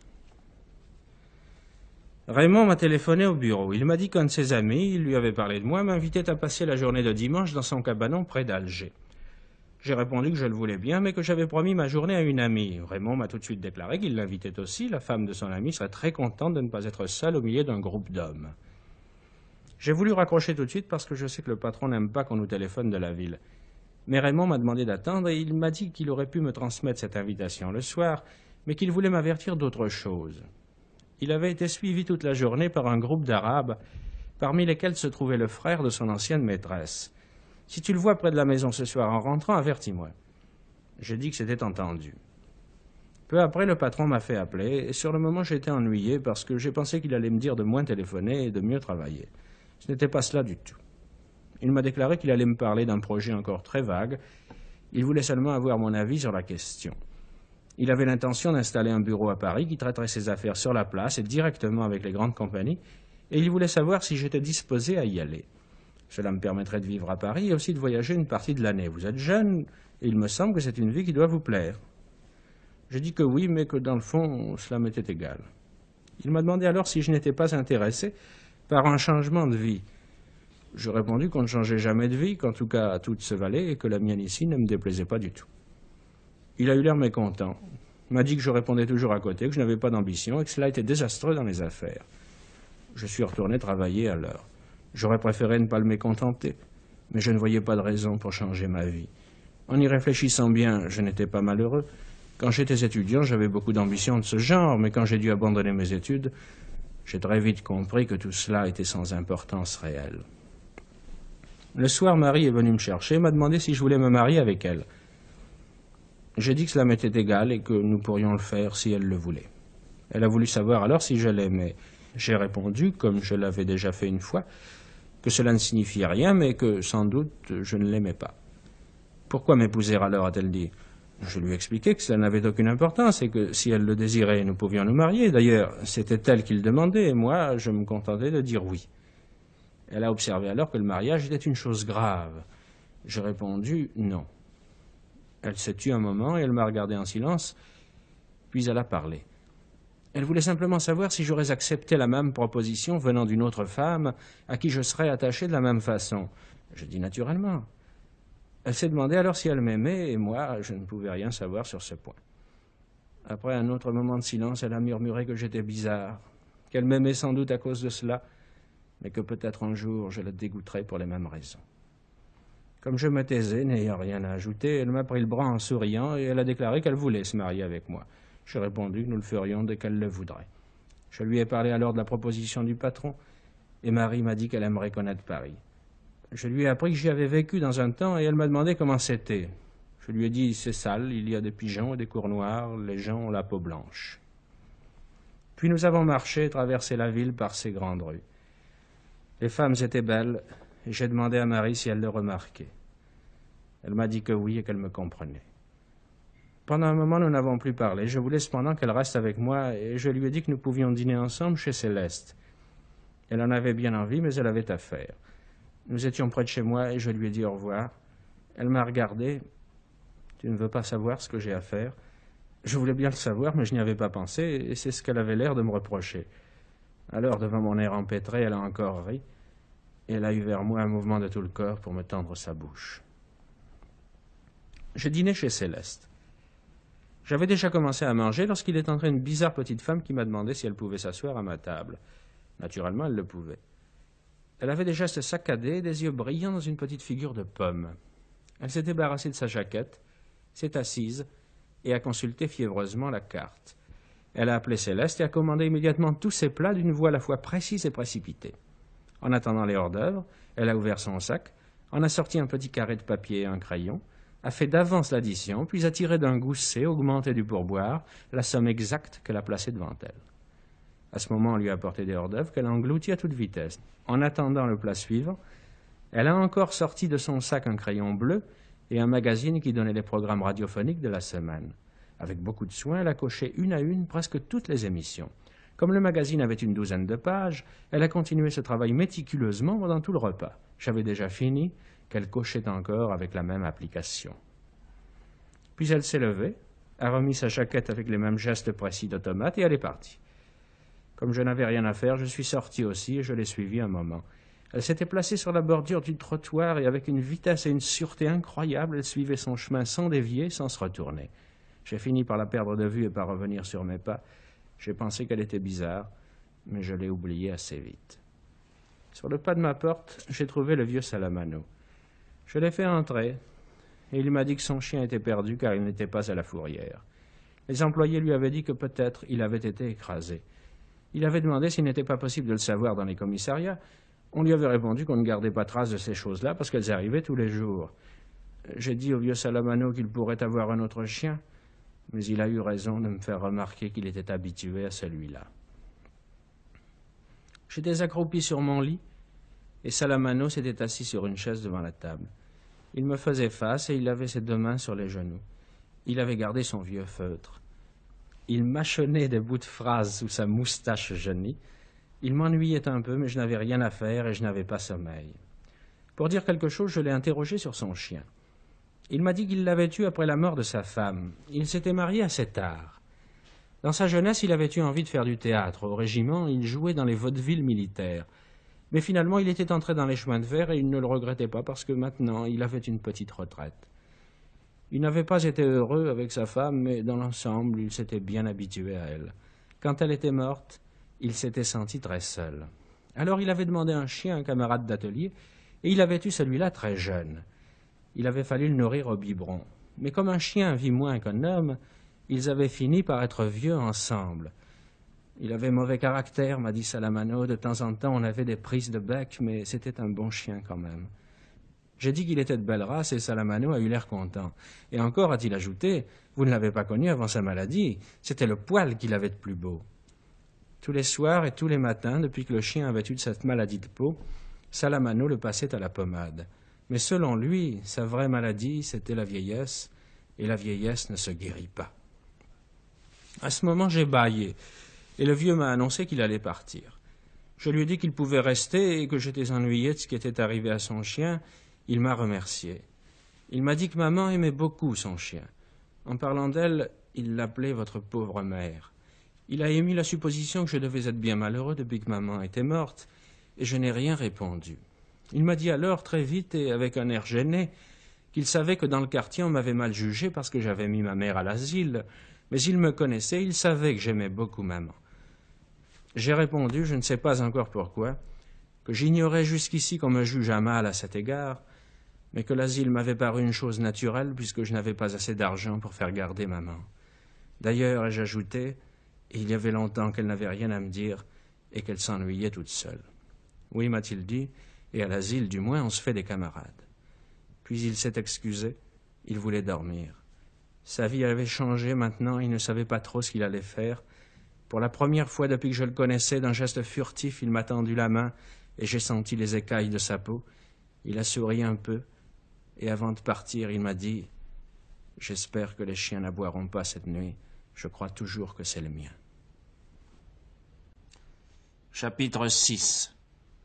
B: Raymond m'a téléphoné au bureau. Il m'a dit qu'un de ses amis, il lui avait parlé de moi, m'invitait à passer la journée de dimanche dans son cabanon près d'Alger. J'ai répondu que je le voulais bien, mais que j'avais promis ma journée à une amie. Raymond m'a tout de suite déclaré qu'il l'invitait aussi. La femme de son ami serait très contente de ne pas être seule au milieu d'un groupe d'hommes. J'ai voulu raccrocher tout de suite parce que je sais que le patron n'aime pas qu'on nous téléphone de la ville. Mais Raymond m'a demandé d'attendre et il m'a dit qu'il aurait pu me transmettre cette invitation le soir, mais qu'il voulait m'avertir d'autre chose. Il avait été suivi toute la journée par un groupe d'Arabes, parmi lesquels se trouvait le frère de son ancienne maîtresse. « Si tu le vois près de la maison ce soir en rentrant, avertis-moi. » J'ai dit que c'était entendu. Peu après, le patron m'a fait appeler, et sur le moment, j'ai été ennuyé parce que j'ai pensé qu'il allait me dire de moins téléphoner et de mieux travailler. Ce n'était pas cela du tout. Il m'a déclaré qu'il allait me parler d'un projet encore très vague. Il voulait seulement avoir mon avis sur la question. Il avait l'intention d'installer un bureau à Paris qui traiterait ses affaires sur la place et directement avec les grandes compagnies, et il voulait savoir si j'étais disposé à y aller. Cela me permettrait de vivre à Paris et aussi de voyager une partie de l'année. Vous êtes jeune, et il me semble que c'est une vie qui doit vous plaire. J'ai dit que oui, mais que dans le fond, cela m'était égal. Il m'a demandé alors si je n'étais pas intéressé par un changement de vie. J'ai répondu qu'on ne changeait jamais de vie, qu'en tout cas toute se valait et que la mienne ici ne me déplaisait pas du tout. Il a eu l'air mécontent. Il m'a dit que je répondais toujours à côté, que je n'avais pas d'ambition et que cela était désastreux dans les affaires. Je suis retourné travailler alors. J'aurais préféré ne pas le mécontenter, mais je ne voyais pas de raison pour changer ma vie. En y réfléchissant bien, je n'étais pas malheureux. Quand j'étais étudiant, j'avais beaucoup d'ambition de ce genre, mais quand j'ai dû abandonner mes études, j'ai très vite compris que tout cela était sans importance réelle. Le soir, Marie est venue me chercher et m'a demandé si je voulais me marier avec elle. J'ai dit que cela m'était égal et que nous pourrions le faire si elle le voulait. Elle a voulu savoir alors si je l'aimais. J'ai répondu, comme je l'avais déjà fait une fois, que cela ne signifiait rien, mais que, sans doute, je ne l'aimais pas. « Pourquoi m'épouser alors ?» a-t-elle dit. Je lui ai expliqué que cela n'avait aucune importance et que, si elle le désirait, nous pouvions nous marier. D'ailleurs, c'était elle qui le demandait et moi, je me contentais de dire oui. Elle a observé alors que le mariage était une chose grave. J'ai répondu non. Elle s'est tue un moment et elle m'a regardé en silence, puis elle a parlé. Elle voulait simplement savoir si j'aurais accepté la même proposition venant d'une autre femme à qui je serais attaché de la même façon. J'ai dit naturellement. Elle s'est demandé alors si elle m'aimait et moi, je ne pouvais rien savoir sur ce point. Après un autre moment de silence, elle a murmuré que j'étais bizarre, qu'elle m'aimait sans doute à cause de cela, mais que peut-être un jour je la dégoûterais pour les mêmes raisons. Comme je me taisais, n'ayant rien à ajouter, elle m'a pris le bras en souriant et elle a déclaré qu'elle voulait se marier avec moi. J'ai répondu que nous le ferions dès qu'elle le voudrait. Je lui ai parlé alors de la proposition du patron et Marie m'a dit qu'elle aimerait connaître Paris. Je lui ai appris que j'y avais vécu dans un temps et elle m'a demandé comment c'était. Je lui ai dit « c'est sale, il y a des pigeons et des cours noirs, les gens ont la peau blanche ». Puis nous avons marché et traversé la ville par ses grandes rues. Les femmes étaient belles et j'ai demandé à Marie si elle le remarquait. Elle m'a dit que oui et qu'elle me comprenait. Pendant un moment, nous n'avons plus parlé. Je voulais cependant qu'elle reste avec moi et je lui ai dit que nous pouvions dîner ensemble chez Céleste. Elle en avait bien envie, mais elle avait affaire. Nous étions près de chez moi et je lui ai dit au revoir. Elle m'a regardé. « Tu ne veux pas savoir ce que j'ai à faire ?» Je voulais bien le savoir, mais je n'y avais pas pensé et c'est ce qu'elle avait l'air de me reprocher. Alors, devant mon air empêtré, elle a encore ri et elle a eu vers moi un mouvement de tout le corps pour me tendre sa bouche. Je dînais chez Céleste. J'avais déjà commencé à manger lorsqu'il est entré une bizarre petite femme qui m'a demandé si elle pouvait s'asseoir à ma table. Naturellement, elle le pouvait. Elle avait des gestes saccadés, des yeux brillants dans une petite figure de pomme. Elle s'est débarrassée de sa jaquette, s'est assise et a consulté fiévreusement la carte. Elle a appelé Céleste et a commandé immédiatement tous ses plats d'une voix à la fois précise et précipitée. En attendant les hors-d'œuvre, elle a ouvert son sac, en a sorti un petit carré de papier et un crayon, a fait d'avance l'addition, puis a tiré d'un gousset augmenté du pourboire la somme exacte qu'elle a placée devant elle. À ce moment, on lui a apporté des hors-d'œuvre qu'elle a engloutis à toute vitesse. En attendant le plat suivant, elle a encore sorti de son sac un crayon bleu et un magazine qui donnait les programmes radiophoniques de la semaine. Avec beaucoup de soin, elle a coché une à une presque toutes les émissions. Comme le magazine avait une douzaine de pages, elle a continué ce travail méticuleusement pendant tout le repas. J'avais déjà fini, qu'elle cochait encore avec la même application. Puis elle s'est levée, a remis sa jaquette avec les mêmes gestes précis d'automate et elle est partie. Comme je n'avais rien à faire, je suis sorti aussi et je l'ai suivie un moment. Elle s'était placée sur la bordure du trottoir et avec une vitesse et une sûreté incroyables, elle suivait son chemin sans dévier, sans se retourner. J'ai fini par la perdre de vue et par revenir sur mes pas. J'ai pensé qu'elle était bizarre, mais je l'ai oubliée assez vite. Sur le pas de ma porte, j'ai trouvé le vieux Salamano. Je l'ai fait entrer, et il m'a dit que son chien était perdu car il n'était pas à la fourrière. Les employés lui avaient dit que peut-être il avait été écrasé. Il avait demandé s'il n'était pas possible de le savoir dans les commissariats. On lui avait répondu qu'on ne gardait pas trace de ces choses-là parce qu'elles arrivaient tous les jours. J'ai dit au vieux Salamano qu'il pourrait avoir un autre chien, mais il a eu raison de me faire remarquer qu'il était habitué à celui-là. J'étais accroupi sur mon lit, et Salamano s'était assis sur une chaise devant la table. Il me faisait face et il avait ses 2 mains sur les genoux. Il avait gardé son vieux feutre. Il mâchonnait des bouts de phrases sous sa moustache jaunie. Il m'ennuyait un peu, mais je n'avais rien à faire et je n'avais pas sommeil. Pour dire quelque chose, je l'ai interrogé sur son chien. Il m'a dit qu'il l'avait eu après la mort de sa femme. Il s'était marié assez tard. Dans sa jeunesse, il avait eu envie de faire du théâtre. Au régiment, il jouait dans les vaudevilles militaires. Mais finalement, il était entré dans les chemins de fer et il ne le regrettait pas parce que maintenant, il avait une petite retraite. Il n'avait pas été heureux avec sa femme, mais dans l'ensemble, il s'était bien habitué à elle. Quand elle était morte, il s'était senti très seul. Alors il avait demandé un chien à un camarade d'atelier, et il avait eu celui-là très jeune. Il avait fallu le nourrir au biberon. Mais comme un chien vit moins qu'un homme, ils avaient fini par être vieux ensemble. Il avait mauvais caractère, m'a dit Salamano. De temps en temps, on avait des prises de bec, mais c'était un bon chien quand même. J'ai dit qu'il était de belle race et Salamano a eu l'air content. Et encore, a-t-il ajouté, vous ne l'avez pas connu avant sa maladie. C'était le poil qu'il avait de plus beau. Tous les soirs et tous les matins, depuis que le chien avait eu cette maladie de peau, Salamano le passait à la pommade. Mais selon lui, sa vraie maladie, c'était la vieillesse, et la vieillesse ne se guérit pas. À ce moment, j'ai bâillé, et le vieux m'a annoncé qu'il allait partir. Je lui ai dit qu'il pouvait rester et que j'étais ennuyé de ce qui était arrivé à son chien. Il m'a remercié. Il m'a dit que maman aimait beaucoup son chien. En parlant d'elle, il l'appelait votre pauvre mère. Il a émis la supposition que je devais être bien malheureux depuis que maman était morte, et je n'ai rien répondu. Il m'a dit alors, très vite et avec un air gêné, qu'il savait que dans le quartier on m'avait mal jugé parce que j'avais mis ma mère à l'asile, mais il me connaissait, il savait que j'aimais beaucoup maman. J'ai répondu, je ne sais pas encore pourquoi, que j'ignorais jusqu'ici qu'on me juge à mal à cet égard, mais que l'asile m'avait paru une chose naturelle puisque je n'avais pas assez d'argent pour faire garder maman. D'ailleurs, j'ajoutais, il y avait longtemps qu'elle n'avait rien à me dire et qu'elle s'ennuyait toute seule. Oui, m'a-t-il dit, et à l'asile, du moins, on se fait des camarades. Puis il s'est excusé, il voulait dormir. Sa vie avait changé maintenant, il ne savait pas trop ce qu'il allait faire. Pour la première fois depuis que je le connaissais, d'un geste furtif, il m'a tendu la main et j'ai senti les écailles de sa peau. Il a souri un peu et avant de partir, il m'a dit « J'espère que les chiens n'aboieront pas cette nuit. Je crois toujours que c'est le mien. »
C: Chapitre 6.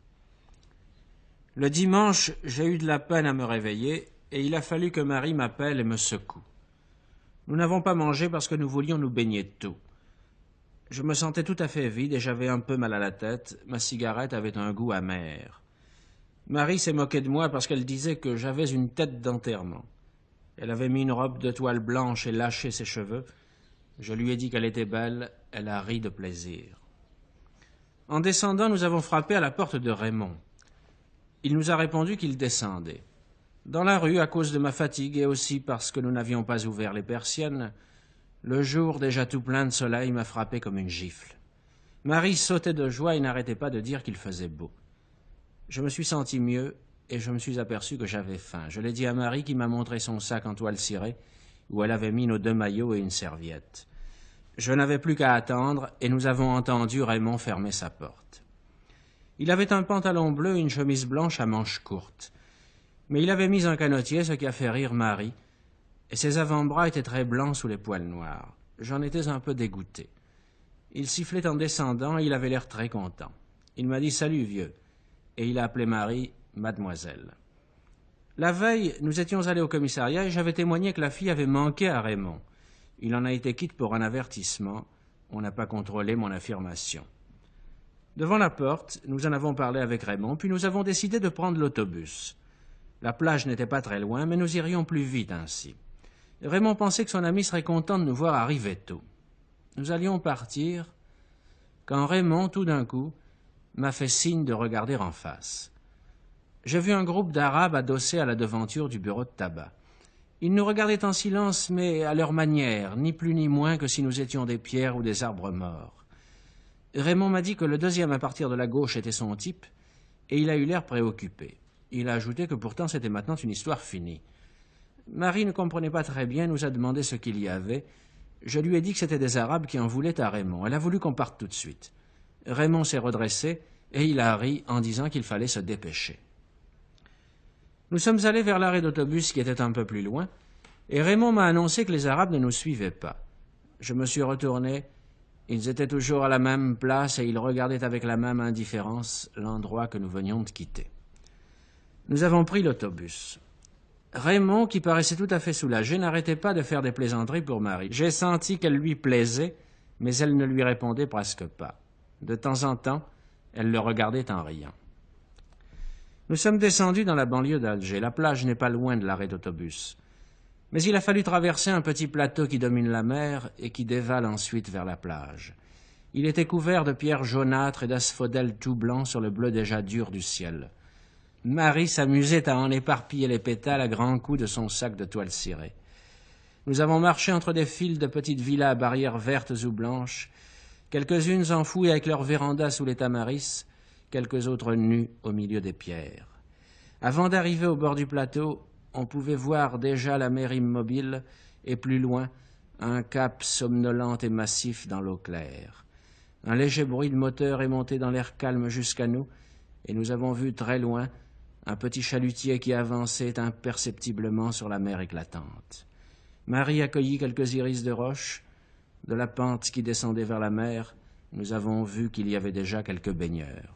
C: Le dimanche, j'ai eu de la peine à me réveiller et il a fallu que Marie m'appelle et me secoue. Nous n'avons pas mangé parce que nous voulions nous baigner de tout. Je me sentais tout à fait vide et j'avais un peu mal à la tête. Ma cigarette avait un goût amer. Marie s'est moquée de moi parce qu'elle disait que j'avais une tête d'enterrement. Elle avait mis une robe de toile blanche et lâché ses cheveux. Je lui ai dit qu'elle était belle. Elle a ri de plaisir. En descendant, nous avons frappé à la porte de Raymond. Il nous a répondu qu'il descendait. Dans la rue, à cause de ma fatigue et aussi parce que nous n'avions pas ouvert les persiennes, le jour déjà tout plein de soleil m'a frappé comme une gifle. Marie sautait de joie et n'arrêtait pas de dire qu'il faisait beau. Je me suis senti mieux et je me suis aperçu que j'avais faim. Je l'ai dit à Marie qui m'a montré son sac en toile cirée où elle avait mis nos 2 maillots et une serviette. Je n'avais plus qu'à attendre et nous avons entendu Raymond fermer sa porte. Il avait un pantalon bleu et une chemise blanche à manches courtes. Mais il avait mis un canotier, ce qui a fait rire Marie, et ses avant-bras étaient très blancs sous les poils noirs. J'en étais un peu dégoûté. Il sifflait en descendant et il avait l'air très content. Il m'a dit « Salut, vieux », et il a appelé Marie « Mademoiselle ». La veille, nous étions allés au commissariat et j'avais témoigné que la fille avait manqué à Raymond. Il en a été quitte pour un avertissement. On n'a pas contrôlé mon affirmation. Devant la porte, nous en avons parlé avec Raymond, puis nous avons décidé de prendre l'autobus. La plage n'était pas très loin, mais nous irions plus vite ainsi. Raymond pensait que son ami serait content de nous voir arriver tôt. Nous allions partir, quand Raymond, tout d'un coup, m'a fait signe de regarder en face. J'ai vu un groupe d'Arabes adossés à la devanture du bureau de tabac. Ils nous regardaient en silence, mais à leur manière, ni plus ni moins que si nous étions des pierres ou des arbres morts. Raymond m'a dit que le deuxième à partir de la gauche était son type, et il a eu l'air préoccupé. Il a ajouté que pourtant c'était maintenant une histoire finie. Marie ne comprenait pas très bien, nous a demandé ce qu'il y avait. Je lui ai dit que c'était des Arabes qui en voulaient à Raymond. Elle a voulu qu'on parte tout de suite. Raymond s'est redressé, et il a ri en disant qu'il fallait se dépêcher. Nous sommes allés vers l'arrêt d'autobus qui était un peu plus loin, et Raymond m'a annoncé que les Arabes ne nous suivaient pas. Je me suis retourné. Ils étaient toujours à la même place et ils regardaient avec la même indifférence l'endroit que nous venions de quitter. Nous avons pris l'autobus. Raymond, qui paraissait tout à fait soulagé, n'arrêtait pas de faire des plaisanteries pour Marie. J'ai senti qu'elle lui plaisait, mais elle ne lui répondait presque pas. De temps en temps, elle le regardait en riant. Nous sommes descendus dans la banlieue d'Alger. La plage n'est pas loin de l'arrêt d'autobus. Mais il a fallu traverser un petit plateau qui domine la mer et qui dévale ensuite vers la plage. Il était couvert de pierres jaunâtres et d'asphodèles tout blancs sur le bleu déjà dur du ciel. Marie s'amusait à en éparpiller les pétales à grands coups de son sac de toile cirée. Nous avons marché entre des files de petites villas à barrières vertes ou blanches, quelques-unes enfouies avec leurs vérandas sous les tamaris, quelques autres nues au milieu des pierres. Avant d'arriver au bord du plateau, on pouvait voir déjà la mer immobile et plus loin, un cap somnolent et massif dans l'eau claire. Un léger bruit de moteur est monté dans l'air calme jusqu'à nous et nous avons vu très loin un petit chalutier qui avançait imperceptiblement sur la mer éclatante. Marie a cueilli quelques iris de roche. De la pente qui descendait vers la mer, nous avons vu qu'il y avait déjà quelques baigneurs.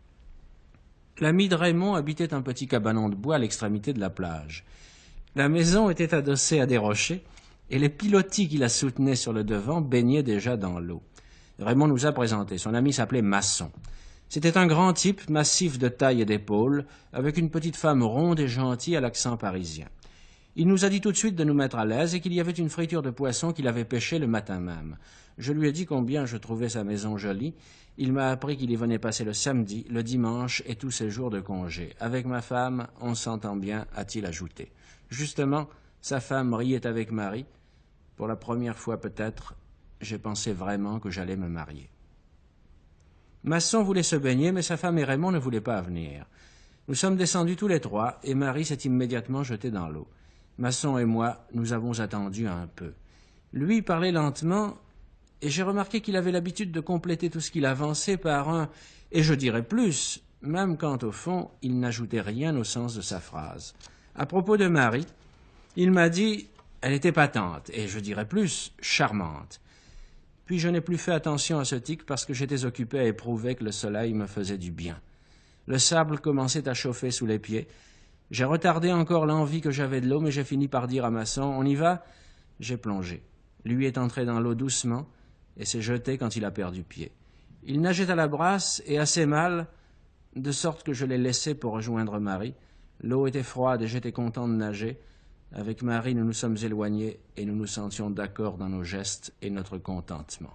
C: L'ami de Raymond habitait un petit cabanon de bois à l'extrémité de la plage. La maison était adossée à des rochers, et les pilotis qui la soutenaient sur le devant baignaient déjà dans l'eau. Raymond nous a présenté. Son ami s'appelait Masson. C'était un grand type, massif de taille et d'épaules, avec une petite femme ronde et gentille à l'accent parisien. Il nous a dit tout de suite de nous mettre à l'aise et qu'il y avait une friture de poisson qu'il avait pêchée le matin même. Je lui ai dit combien je trouvais sa maison jolie. Il m'a appris qu'il y venait passer le samedi, le dimanche et tous ses jours de congé. Avec ma femme, on s'entend bien, a-t-il ajouté. Justement, sa femme riait avec Marie. Pour la première fois peut-être, j'ai pensé vraiment que j'allais me marier. Masson voulait se baigner, mais sa femme et Raymond ne voulaient pas venir. Nous sommes descendus tous les trois, et Marie s'est immédiatement jetée dans l'eau. Masson et moi, nous avons attendu un peu. Lui parlait lentement, et j'ai remarqué qu'il avait l'habitude de compléter tout ce qu'il avançait par un « et je dirais plus », même quand, au fond, il n'ajoutait rien au sens de sa phrase. À propos de Marie, il m'a dit « elle était patente, et je dirais plus, charmante ». Puis je n'ai plus fait attention à ce tic parce que j'étais occupé à éprouver que le soleil me faisait du bien. Le sable commençait à chauffer sous les pieds. J'ai retardé encore l'envie que j'avais de l'eau, mais j'ai fini par dire à Masson « on y va ?» J'ai plongé. Lui est entré dans l'eau doucement et s'est jeté quand il a perdu pied. Il nageait à la brasse et assez mal, de sorte que je l'ai laissé pour rejoindre Marie. L'eau était froide et j'étais content de nager. Avec Marie, nous nous sommes éloignés et nous nous sentions d'accord dans nos gestes et notre contentement.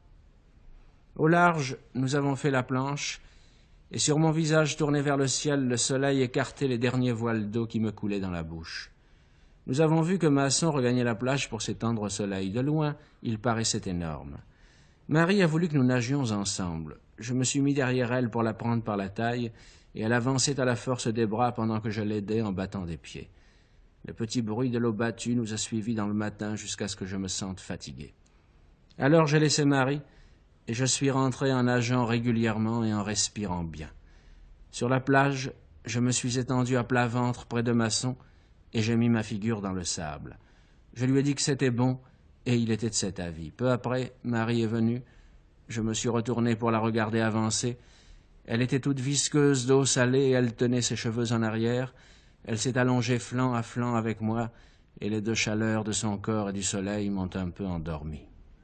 C: Au large, nous avons fait la planche, et sur mon visage tourné vers le ciel, le soleil écartait les derniers voiles d'eau qui me coulaient dans la bouche. Nous avons vu que Masson regagnait la plage pour s'étendre au soleil. De loin, il paraissait énorme. Marie a voulu que nous nagions ensemble. Je me suis mis derrière elle pour la prendre par la taille, et elle avançait à la force des bras pendant que je l'aidais en battant des pieds. Le petit bruit de l'eau battue nous a suivis dans le matin jusqu'à ce que je me sente fatigué. Alors j'ai laissé Marie, et je suis rentré en nageant régulièrement et en respirant bien. Sur la plage, je me suis étendu à plat ventre près de Masson, et j'ai mis ma figure dans le sable. Je lui ai dit que c'était bon, et il était de cet avis. Peu après, Marie est venue. Je me suis retourné pour la regarder avancer. Elle était toute visqueuse d'eau salée et elle tenait ses cheveux en arrière. Elle s'est allongée flanc à flanc avec moi, et les deux chaleurs de son corps et du soleil m'ont un peu endormi.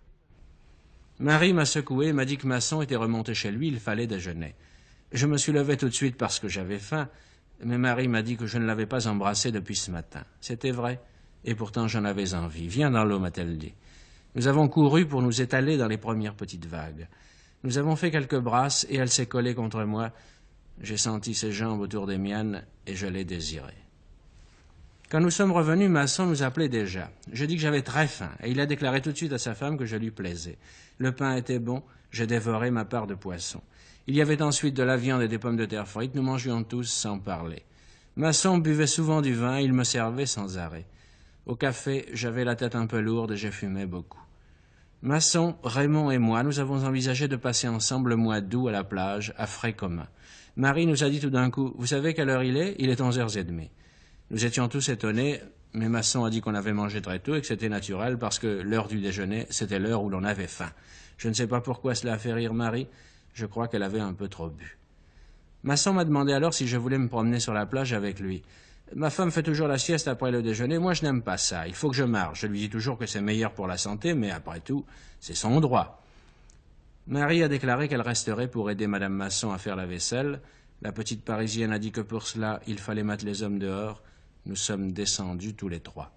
C: Marie m'a secoué et m'a dit que Masson était remonté chez lui, il fallait déjeuner. Je me suis levé tout de suite parce que j'avais faim, mais Marie m'a dit que je ne l'avais pas embrassé depuis ce matin. C'était vrai, et pourtant j'en avais envie. Viens dans l'eau, m'a-t-elle dit. Nous avons couru pour nous étaler dans les premières petites vagues. Nous avons fait quelques brasses et elle s'est collée contre moi. J'ai senti ses jambes autour des miennes et je l'ai désirée. Quand nous sommes revenus, Masson nous appelait déjà. Je dis que j'avais très faim et il a déclaré tout de suite à sa femme que je lui plaisais. Le pain était bon, j'ai dévoré ma part de poisson. Il y avait ensuite de la viande et des pommes de terre frites, nous mangions tous sans parler. Masson buvait souvent du vin, il me servait sans arrêt. Au café, j'avais la tête un peu lourde et je fumais beaucoup. Masson, Raymond et moi, nous avons envisagé de passer ensemble le mois d'août à la plage, à frais communs. Marie nous a dit tout d'un coup, « Vous savez quelle heure il est ? Il est 11h30. » Nous étions tous étonnés, mais Masson a dit qu'on avait mangé très tôt et que c'était naturel parce que l'heure du déjeuner, c'était l'heure où l'on avait faim. Je ne sais pas pourquoi cela a fait rire Marie, je crois qu'elle avait un peu trop bu. Masson m'a demandé alors si je voulais me promener sur la plage avec lui. Ma femme fait toujours la sieste après le déjeuner, moi je n'aime pas ça, il faut que je marche. Je lui dis toujours que c'est meilleur pour la santé, mais après tout, c'est son droit. Marie a déclaré qu'elle resterait pour aider Madame Masson à faire la vaisselle. La petite Parisienne a dit que pour cela, il fallait mettre les hommes dehors. Nous sommes descendus tous les trois.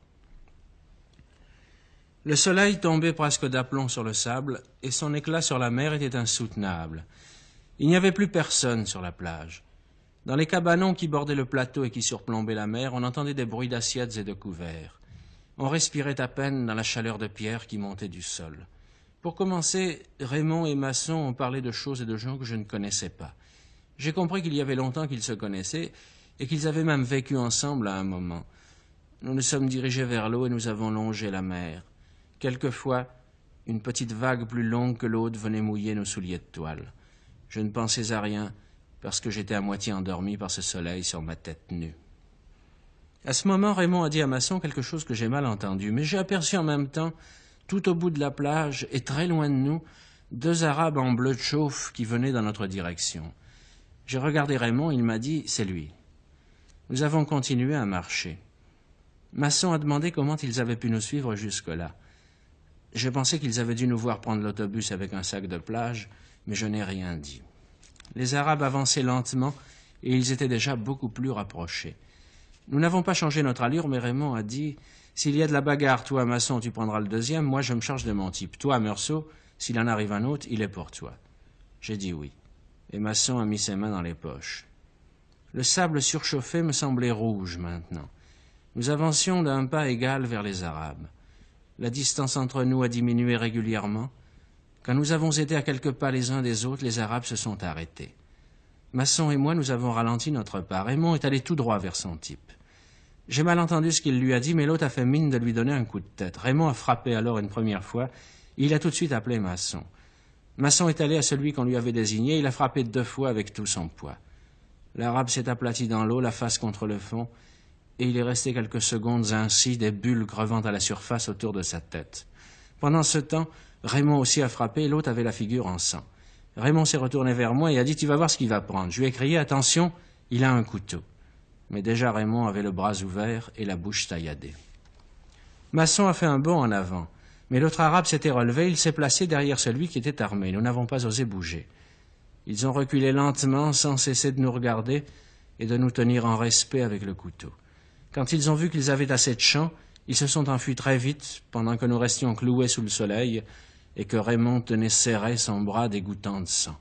C: Le soleil tombait presque d'aplomb sur le sable, et son éclat sur la mer était insoutenable. Il n'y avait plus personne sur la plage. Dans les cabanons qui bordaient le plateau et qui surplombaient la mer, on entendait des bruits d'assiettes et de couverts. On respirait à peine dans la chaleur de pierre qui montait du sol. Pour commencer, Raymond et Masson ont parlé de choses et de gens que je ne connaissais pas. J'ai compris qu'il y avait longtemps qu'ils se connaissaient et qu'ils avaient même vécu ensemble à un moment. Nous nous sommes dirigés vers l'eau et nous avons longé la mer. Quelquefois, une petite vague plus longue que l'autre venait mouiller nos souliers de toile. Je ne pensais à rien parce que j'étais à moitié endormi par ce soleil sur ma tête nue. À ce moment, Raymond a dit à Masson quelque chose que j'ai mal entendu, mais j'ai aperçu en même temps, tout au bout de la plage et très loin de nous, 2 Arabes en bleu de chauffe qui venaient dans notre direction. J'ai regardé Raymond, il m'a dit « c'est lui ». Nous avons continué à marcher. Masson a demandé comment ils avaient pu nous suivre jusque-là. J'ai pensé qu'ils avaient dû nous voir prendre l'autobus avec un sac de plage, mais je n'ai rien dit. Les Arabes avançaient lentement et ils étaient déjà beaucoup plus rapprochés. Nous n'avons pas changé notre allure, mais Raymond a dit « S'il y a de la bagarre, toi, Masson, tu prendras le deuxième, moi je me charge de mon type. Toi, Meursault, s'il en arrive un autre, il est pour toi. » J'ai dit oui, et Masson a mis ses mains dans les poches. Le sable surchauffé me semblait rouge maintenant. Nous avancions d'un pas égal vers les Arabes. La distance entre nous a diminué régulièrement. Quand nous avons été à quelques pas les uns des autres, les Arabes se sont arrêtés. Masson et moi, nous avons ralenti notre pas. Raymond est allé tout droit vers son type. J'ai mal entendu ce qu'il lui a dit, mais l'autre a fait mine de lui donner un coup de tête. Raymond a frappé alors une première fois, et il a tout de suite appelé Masson. Masson est allé à celui qu'on lui avait désigné, il a frappé 2 fois avec tout son poids. L'Arabe s'est aplati dans l'eau, la face contre le fond, et il est resté quelques secondes ainsi, des bulles crevant à la surface autour de sa tête. Pendant ce temps, Raymond aussi a frappé, et l'autre avait la figure en sang. Raymond s'est retourné vers moi et a dit « Tu vas voir ce qu'il va prendre ». Je lui ai crié « Attention, il a un couteau ». Mais déjà Raymond avait le bras ouvert et la bouche tailladée. Masson a fait un bond en avant, mais l'autre Arabe s'était relevé, il s'est placé derrière celui qui était armé. Nous n'avons pas osé bouger. Ils ont reculé lentement, sans cesser de nous regarder et de nous tenir en respect avec le couteau. Quand ils ont vu qu'ils avaient assez de champ, ils se sont enfuis très vite, pendant que nous restions cloués sous le soleil, et que Raymond tenait serré son bras dégouttant de sang.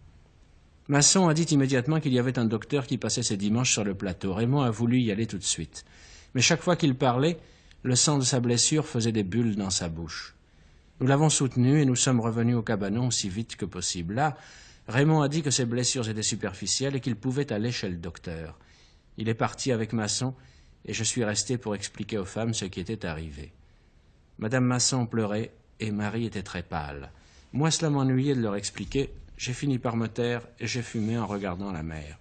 C: Masson a dit immédiatement qu'il y avait un docteur qui passait ses dimanches sur le plateau. Raymond a voulu y aller tout de suite. Mais chaque fois qu'il parlait, le sang de sa blessure faisait des bulles dans sa bouche. Nous l'avons soutenu et nous sommes revenus au cabanon aussi vite que possible. Là, Raymond a dit que ses blessures étaient superficielles et qu'il pouvait aller chez le docteur. Il est parti avec Masson et je suis resté pour expliquer aux femmes ce qui était arrivé. Madame Masson pleurait et Marie était très pâle. Moi, cela m'ennuyait de leur expliquer. J'ai fini par me taire et j'ai fumé en regardant la mer.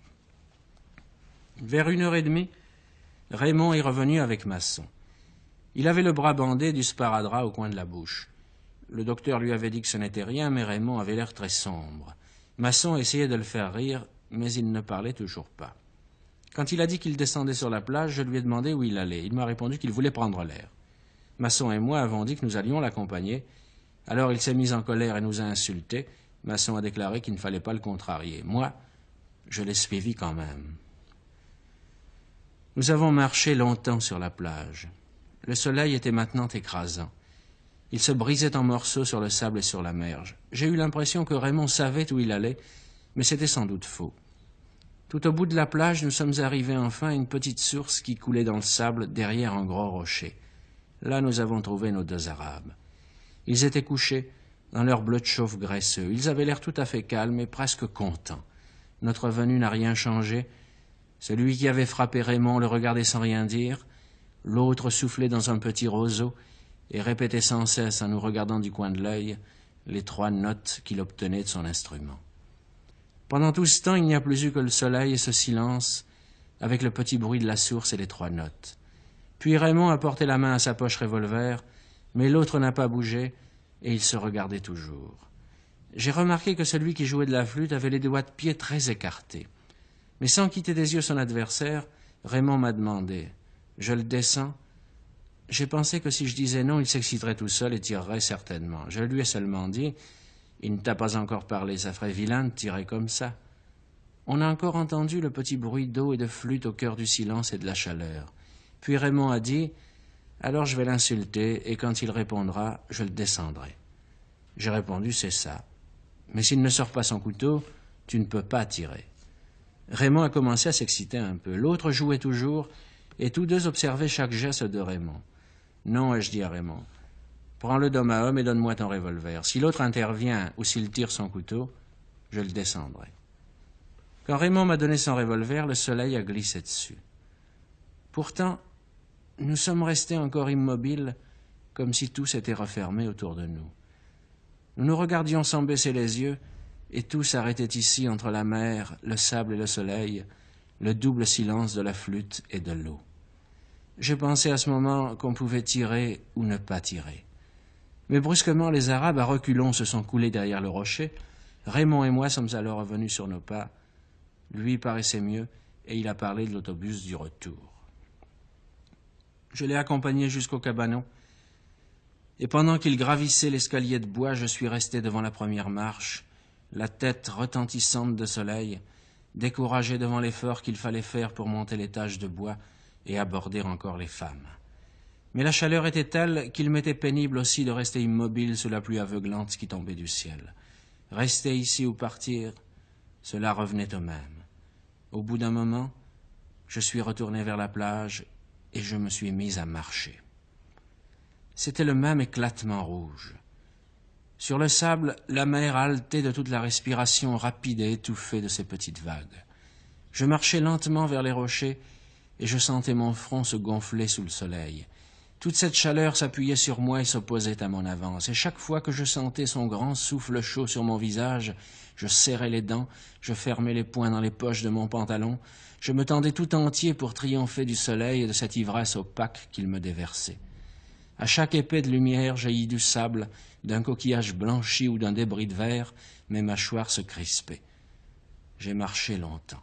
C: Vers 1h30, Raymond est revenu avec Masson. Il avait le bras bandé du sparadrap au coin de la bouche. Le docteur lui avait dit que ce n'était rien, mais Raymond avait l'air très sombre. Masson essayait de le faire rire, mais il ne parlait toujours pas. Quand il a dit qu'il descendait sur la plage, je lui ai demandé où il allait. Il m'a répondu qu'il voulait prendre l'air. Masson et moi avons dit que nous allions l'accompagner. Alors il s'est mis en colère et nous a insultés. Masson a déclaré qu'il ne fallait pas le contrarier. Moi, je l'ai suivi quand même. Nous avons marché longtemps sur la plage. Le soleil était maintenant écrasant. Il se brisait en morceaux sur le sable et sur la mer. J'ai eu l'impression que Raymond savait où il allait, mais c'était sans doute faux. Tout au bout de la plage, nous sommes arrivés enfin à une petite source qui coulait dans le sable derrière un gros rocher. Là, nous avons trouvé nos 2 Arabes. Ils étaient couchés dans leur bleu de chauffe graisseux. Ils avaient l'air tout à fait calmes et presque contents. Notre venue n'a rien changé. Celui qui avait frappé Raymond le regardait sans rien dire. L'autre soufflait dans un petit roseau et répétait sans cesse en nous regardant du coin de l'œil les 3 notes qu'il obtenait de son instrument. Pendant tout ce temps, il n'y a plus eu que le soleil et ce silence, avec le petit bruit de la source et les 3 notes. Puis Raymond a porté la main à sa poche revolver, mais l'autre n'a pas bougé, et il se regardait toujours. J'ai remarqué que celui qui jouait de la flûte avait les doigts de pied très écartés. Mais sans quitter des yeux son adversaire, Raymond m'a demandé « Je le descends ?» J'ai pensé que si je disais non, il s'exciterait tout seul et tirerait certainement. Je lui ai seulement dit « Il ne t'a pas encore parlé, ça ferait vilain de tirer comme ça. » On a encore entendu le petit bruit d'eau et de flûte au cœur du silence et de la chaleur. Puis Raymond a dit « Alors je vais l'insulter, et quand il répondra, je le descendrai. » J'ai répondu « C'est ça. Mais s'il ne sort pas son couteau, tu ne peux pas tirer. » Raymond a commencé à s'exciter un peu. L'autre jouait toujours, et tous 2 observaient chaque geste de Raymond. « Non, ai-je dit à Raymond. Prends-le d'homme à homme et donne-moi ton revolver. Si l'autre intervient ou s'il tire son couteau, je le descendrai. » Quand Raymond m'a donné son revolver, le soleil a glissé dessus. Pourtant, nous sommes restés encore immobiles, comme si tout s'était refermé autour de nous. Nous nous regardions sans baisser les yeux, et tout s'arrêtait ici entre la mer, le sable et le soleil, le double silence de la flûte et de l'eau. J'ai pensé à ce moment qu'on pouvait tirer ou ne pas tirer. Mais brusquement, les Arabes à reculons se sont coulés derrière le rocher. Raymond et moi sommes alors revenus sur nos pas. Lui paraissait mieux, et il a parlé de l'autobus du retour. Je l'ai accompagné jusqu'au cabanon, et pendant qu'il gravissait l'escalier de bois, je suis resté devant la première marche, la tête retentissante de soleil, découragé devant l'effort qu'il fallait faire pour monter l'étage de bois et aborder encore les femmes. Mais la chaleur était telle qu'il m'était pénible aussi de rester immobile sous la pluie aveuglante qui tombait du ciel. Rester ici ou partir, cela revenait au même. Au bout d'un moment, je suis retourné vers la plage et je me suis mis à marcher. C'était le même éclatement rouge. Sur le sable, la mer haletait de toute la respiration rapide et étouffée de ces petites vagues. Je marchais lentement vers les rochers et je sentais mon front se gonfler sous le soleil. Toute cette chaleur s'appuyait sur moi et s'opposait à mon avance, et chaque fois que je sentais son grand souffle chaud sur mon visage, je serrais les dents, je fermais les poings dans les poches de mon pantalon, je me tendais tout entier pour triompher du soleil et de cette ivresse opaque qu'il me déversait. À chaque épée de lumière jaillit du sable, d'un coquillage blanchi ou d'un débris de verre, mes mâchoires se crispaient. J'ai marché longtemps.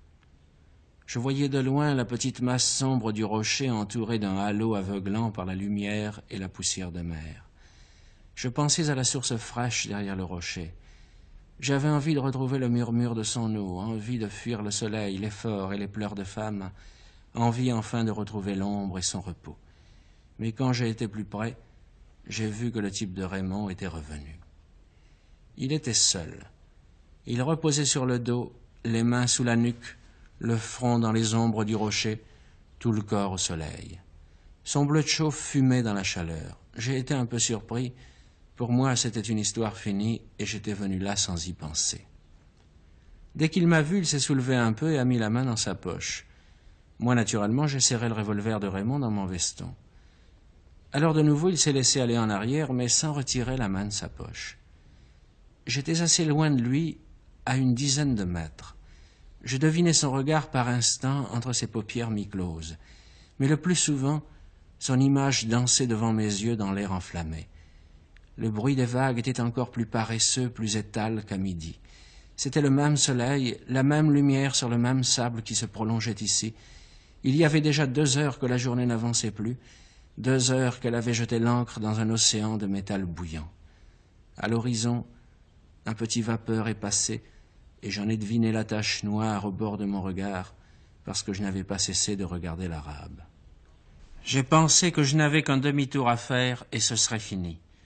C: Je voyais de loin la petite masse sombre du rocher entourée d'un halo aveuglant par la lumière et la poussière de mer. Je pensais à la source fraîche derrière le rocher. J'avais envie de retrouver le murmure de son eau, envie de fuir le soleil, l'effort et les pleurs de femme, envie enfin de retrouver l'ombre et son repos. Mais quand j'ai été plus près, j'ai vu que le type de Raymond était revenu. Il était seul. Il reposait sur le dos, les mains sous la nuque, le front dans les ombres du rocher, tout le corps au soleil. Son bleu de chauffe fumait dans la chaleur. J'ai été un peu surpris. Pour moi, c'était une histoire finie et j'étais venu là sans y penser. Dès qu'il m'a vu, il s'est soulevé un peu et a mis la main dans sa poche. Moi, naturellement, j'ai serré le revolver de Raymond dans mon veston. Alors de nouveau, il s'est laissé aller en arrière, mais sans retirer la main de sa poche. J'étais assez loin de lui, à une dizaine de mètres. Je devinais son regard par instants entre ses paupières mi-closes. Mais le plus souvent, son image dansait devant mes yeux dans l'air enflammé. Le bruit des vagues était encore plus paresseux, plus étal qu'à midi. C'était le même soleil, la même lumière sur le même sable qui se prolongeait ici. Il y avait déjà 2 heures que la journée n'avançait plus, 2 heures qu'elle avait jeté l'ancre dans un océan de métal bouillant. À l'horizon, un petit vapeur est passé, et j'en ai deviné la tache noire au bord de mon regard, parce que je n'avais pas cessé de regarder l'Arabe. J'ai pensé que je n'avais qu'un demi-tour à faire, et ce serait fini.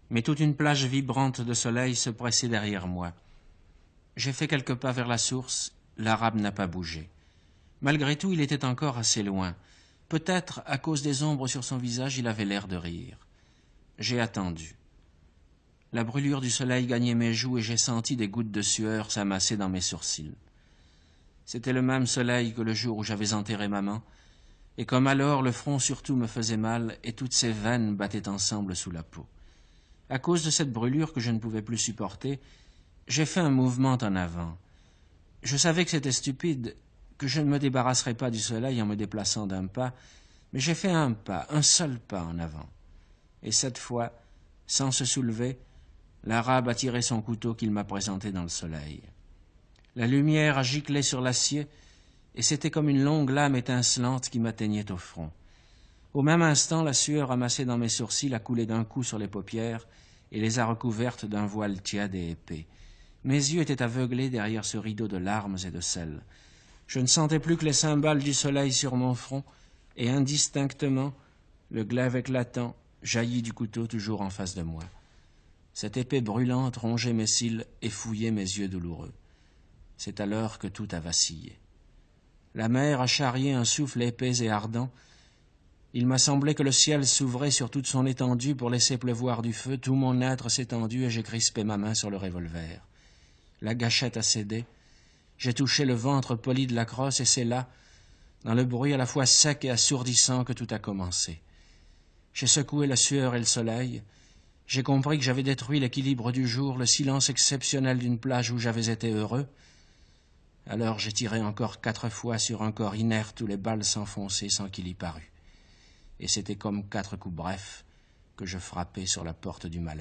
C: mais toute une plage vibrante de soleil se pressait derrière moi. J'ai fait quelques pas vers la source, l'Arabe n'a pas bougé. Malgré tout, il était encore assez loin. Peut-être, à cause des ombres sur son visage, il avait l'air de rire. J'ai attendu. La brûlure du soleil gagnait mes joues et j'ai senti des gouttes de sueur s'amasser dans mes sourcils. C'était le même soleil que le jour où j'avais enterré maman, et comme alors le front surtout me faisait mal et toutes ses veines battaient ensemble sous la peau. À cause de cette brûlure que je ne pouvais plus supporter, j'ai fait un mouvement en avant. Je savais que c'était stupide, que je ne me débarrasserais pas du soleil en me déplaçant d'un pas, mais j'ai fait un pas, un seul pas en avant. Et cette fois, sans se soulever, l'Arabe a tiré son couteau qu'il m'a présenté dans le soleil. La lumière a giclé sur l'acier, et c'était comme une longue lame étincelante qui m'atteignait au front. Au même instant, la sueur amassée dans mes sourcils a coulé d'un coup sur les paupières et les a recouvertes d'un voile tiède et épais. Mes yeux étaient aveuglés derrière ce rideau de larmes et de sel. Je ne sentais plus que les cymbales du soleil sur mon front, et indistinctement, le glaive éclatant jaillit du couteau toujours en face de moi. Cette épée brûlante rongeait mes cils et fouillait mes yeux douloureux. C'est alors que tout a vacillé. La mer a charrié un souffle épais et ardent. Il m'a semblé que le ciel s'ouvrait sur toute son étendue pour laisser pleuvoir du feu. Tout mon être s'est tendu et j'ai crispé ma main sur le revolver. La gâchette a cédé. J'ai touché le ventre poli de la crosse et c'est là, dans le bruit à la fois sec et assourdissant, que tout a commencé. J'ai secoué la sueur et le soleil. J'ai compris que j'avais détruit l'équilibre du jour, le silence exceptionnel d'une plage où j'avais été heureux. Alors j'ai tiré encore 4 fois sur un corps inerte où les balles s'enfonçaient sans qu'il y parût. Et c'était comme 4 coups brefs que je frappais sur la porte du malheur.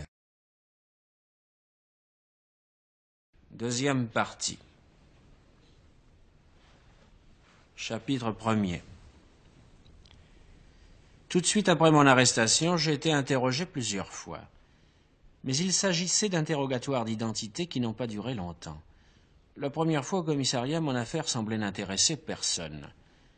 C: Deuxième partie. Chapitre 1er. Tout de suite après mon arrestation, j'ai été interrogé plusieurs fois. Mais il s'agissait d'interrogatoires d'identité qui n'ont pas duré longtemps. La première fois au commissariat, mon affaire semblait n'intéresser personne.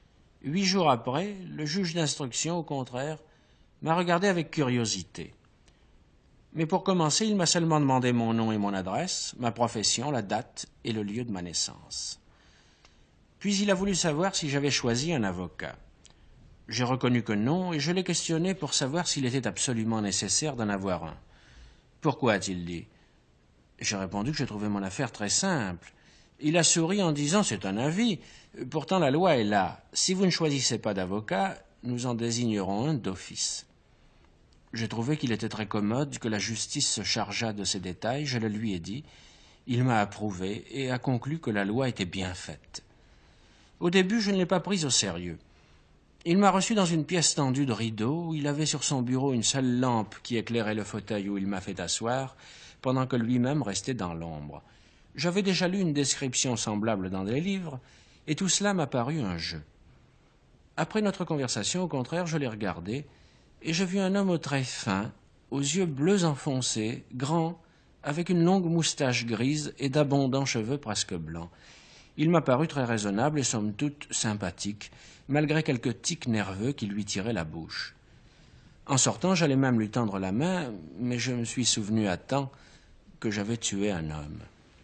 C: 8 jours après, le juge d'instruction, au contraire, m'a regardé avec curiosité. Mais pour commencer, il m'a seulement demandé mon nom et mon adresse, ma profession, la date et le lieu de ma naissance. Puis il a voulu savoir si j'avais choisi un avocat. J'ai reconnu que non, et je l'ai questionné pour savoir s'il était absolument nécessaire d'en avoir un. « Pourquoi » a-t-il dit. J'ai répondu que je trouvais mon affaire très simple. Il a souri en disant « C'est un avis. Pourtant la loi est là. Si vous ne choisissez pas d'avocat, nous en désignerons un d'office. » J'ai trouvé qu'il était très commode que la justice se chargeât de ces détails. Je le lui ai dit. Il m'a approuvé et a conclu que la loi était bien faite. Au début, je ne l'ai pas prise au sérieux. Il m'a reçu dans une pièce tendue de rideaux où il avait sur son bureau une seule lampe qui éclairait le fauteuil où il m'a fait asseoir, pendant que lui-même restait dans l'ombre. J'avais déjà lu une description semblable dans des livres, et tout cela m'a paru un jeu. Après notre conversation, au contraire, je l'ai regardé, et je vis un homme aux traits fins, aux yeux bleus enfoncés, grand, avec une longue moustache grise et d'abondants cheveux presque blancs. Il m'a paru très raisonnable et somme toute sympathique, malgré quelques tics nerveux qui lui tiraient la bouche. En sortant, j'allais même lui tendre la main, mais je me suis souvenu à temps que j'avais tué un homme.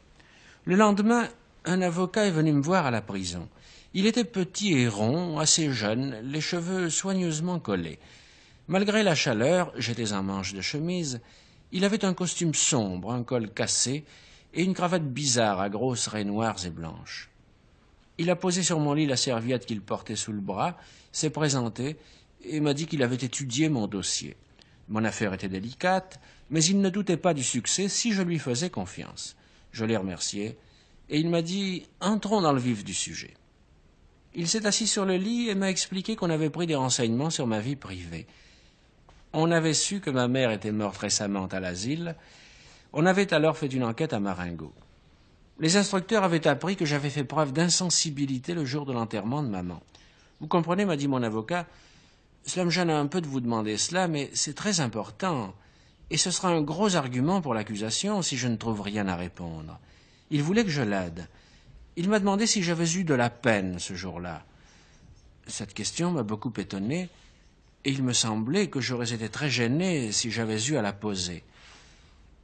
C: Le lendemain, un avocat est venu me voir à la prison. Il était petit et rond, assez jeune, les cheveux soigneusement collés. Malgré la chaleur, j'étais en manche de chemise, il avait un costume sombre, un col cassé et une cravate bizarre à grosses raies noires et blanches. Il a posé sur mon lit la serviette qu'il portait sous le bras, s'est présenté et m'a dit qu'il avait étudié mon dossier. Mon affaire était délicate, mais il ne doutait pas du succès si je lui faisais confiance. Je l'ai remercié et il m'a dit « Entrons dans le vif du sujet ». Il s'est assis sur le lit et m'a expliqué qu'on avait pris des renseignements sur ma vie privée. On avait su que ma mère était morte récemment à l'asile. On avait alors fait une enquête à Marengo. Les instructeurs avaient appris que j'avais fait preuve d'insensibilité le jour de l'enterrement de maman. Vous comprenez, m'a dit mon avocat, cela me gêne un peu de vous demander cela, mais c'est très important, et ce sera un gros argument pour l'accusation si je ne trouve rien à répondre. Il voulait que je l'aide. Il m'a demandé si j'avais eu de la peine ce jour-là. Cette question m'a beaucoup étonné, et il me semblait que j'aurais été très gêné si j'avais eu à la poser.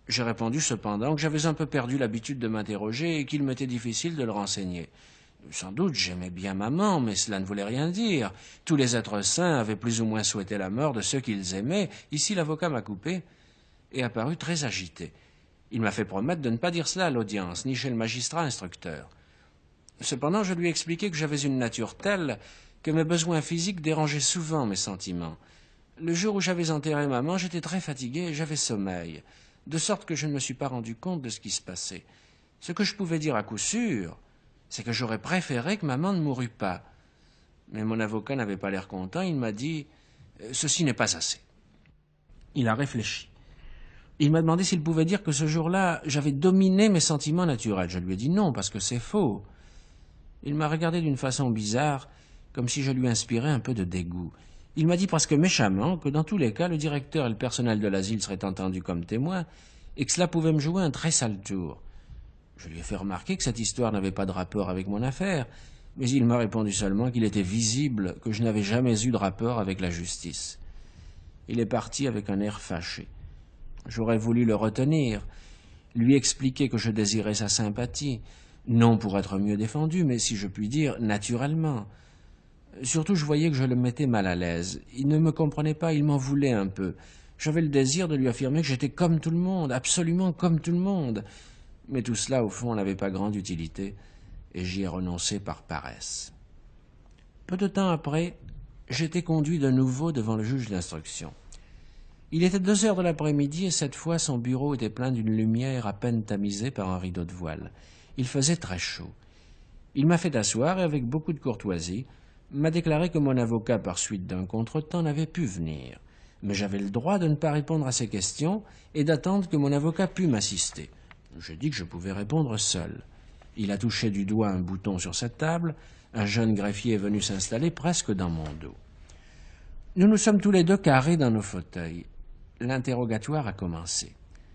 C: J'ai répondu cependant que j'avais un peu perdu l'habitude de m'interroger et qu'il m'était difficile de le renseigner. Sans doute j'aimais bien maman, mais cela ne voulait rien dire. Tous les êtres saints avaient plus ou moins souhaité la mort de ceux qu'ils aimaient. Ici l'avocat m'a coupé et apparut très agité. Il m'a fait promettre de ne pas dire cela à l'audience, ni chez le magistrat instructeur. Cependant, je lui ai expliqué que j'avais une nature telle que mes besoins physiques dérangeaient souvent mes sentiments. Le jour où j'avais enterré maman, j'étais très fatigué et j'avais sommeil, de sorte que je ne me suis pas rendu compte de ce qui se passait. Ce que je pouvais dire à coup sûr, c'est que j'aurais préféré que maman ne mourût pas. Mais mon avocat n'avait pas l'air content, il m'a dit « Ceci n'est pas assez ». Il a réfléchi. Il m'a demandé s'il pouvait dire que ce jour-là, j'avais dominé mes sentiments naturels. Je lui ai dit non, parce que c'est faux. Il m'a regardé d'une façon bizarre, comme si je lui inspirais un peu de dégoût. Il m'a dit presque méchamment que dans tous les cas, le directeur et le personnel de l'asile seraient entendus comme témoins, et que cela pouvait me jouer un très sale tour. Je lui ai fait remarquer que cette histoire n'avait pas de rapport avec mon affaire, mais il m'a répondu seulement qu'il était visible que je n'avais jamais eu de rapport avec la justice. Il est parti avec un air fâché. J'aurais voulu le retenir, lui expliquer que je désirais sa sympathie, non pour être mieux défendu, mais si je puis dire, naturellement. Surtout, je voyais que je le mettais mal à l'aise. Il ne me comprenait pas, il m'en voulait un peu. J'avais le désir de lui affirmer que j'étais comme tout le monde, absolument comme tout le monde. Mais tout cela, au fond, n'avait pas grande utilité, et j'y ai renoncé par paresse. Peu de temps après, j'étais conduit de nouveau devant le juge d'instruction. Il était 2 heures de l'après-midi et cette fois son bureau était plein d'une lumière à peine tamisée par un rideau de voile. Il faisait très chaud. Il m'a fait asseoir et avec beaucoup de courtoisie m'a déclaré que mon avocat, par suite d'un contretemps, n'avait pu venir. Mais j'avais le droit de ne pas répondre à ses questions et d'attendre que mon avocat pût m'assister. Je dis que je pouvais répondre seul. Il a touché du doigt un bouton sur cette table. Un jeune greffier est venu s'installer presque dans mon dos. Nous nous sommes tous les deux carrés dans nos fauteuils. L'interrogatoire a commencé.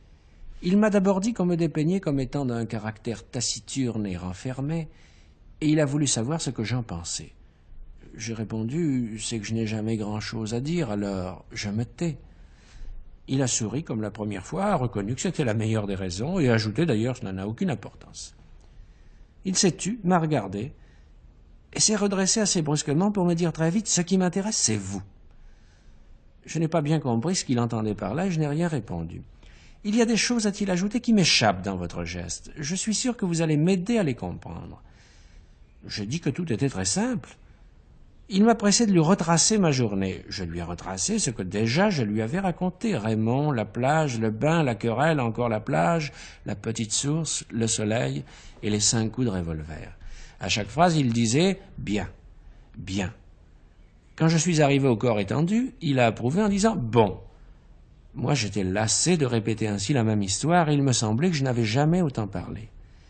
C: Il m'a d'abord dit qu'on me dépeignait comme étant d'un caractère taciturne et renfermé, et il a voulu savoir ce que j'en pensais. J'ai répondu, c'est que je n'ai jamais grand-chose à dire, alors je me tais. Il a souri comme la première fois, a reconnu que c'était la meilleure des raisons, et a ajouté d'ailleurs, cela n'a aucune importance. Il s'est tu, m'a regardé, et s'est redressé assez brusquement pour me dire très vite, ce qui m'intéresse, c'est vous. Je n'ai pas bien compris ce qu'il entendait par là et je n'ai rien répondu. Il y a des choses, a-t-il ajouté, qui m'échappent dans votre geste. Je suis sûr que vous allez m'aider à les comprendre. Je dis que tout était très simple. Il m'a pressé de lui retracer ma journée. Je lui ai retracé ce que déjà je lui avais raconté. Raymond, la plage, le bain, la querelle, encore la plage, la petite source, le soleil et les 5 coups de revolver. À chaque phrase, il disait « bien, bien ». Quand je suis arrivé au corps étendu, il a approuvé en disant « bon ». Moi, j'étais lassé de répéter ainsi la même histoire et il me semblait que je n'avais jamais autant parlé.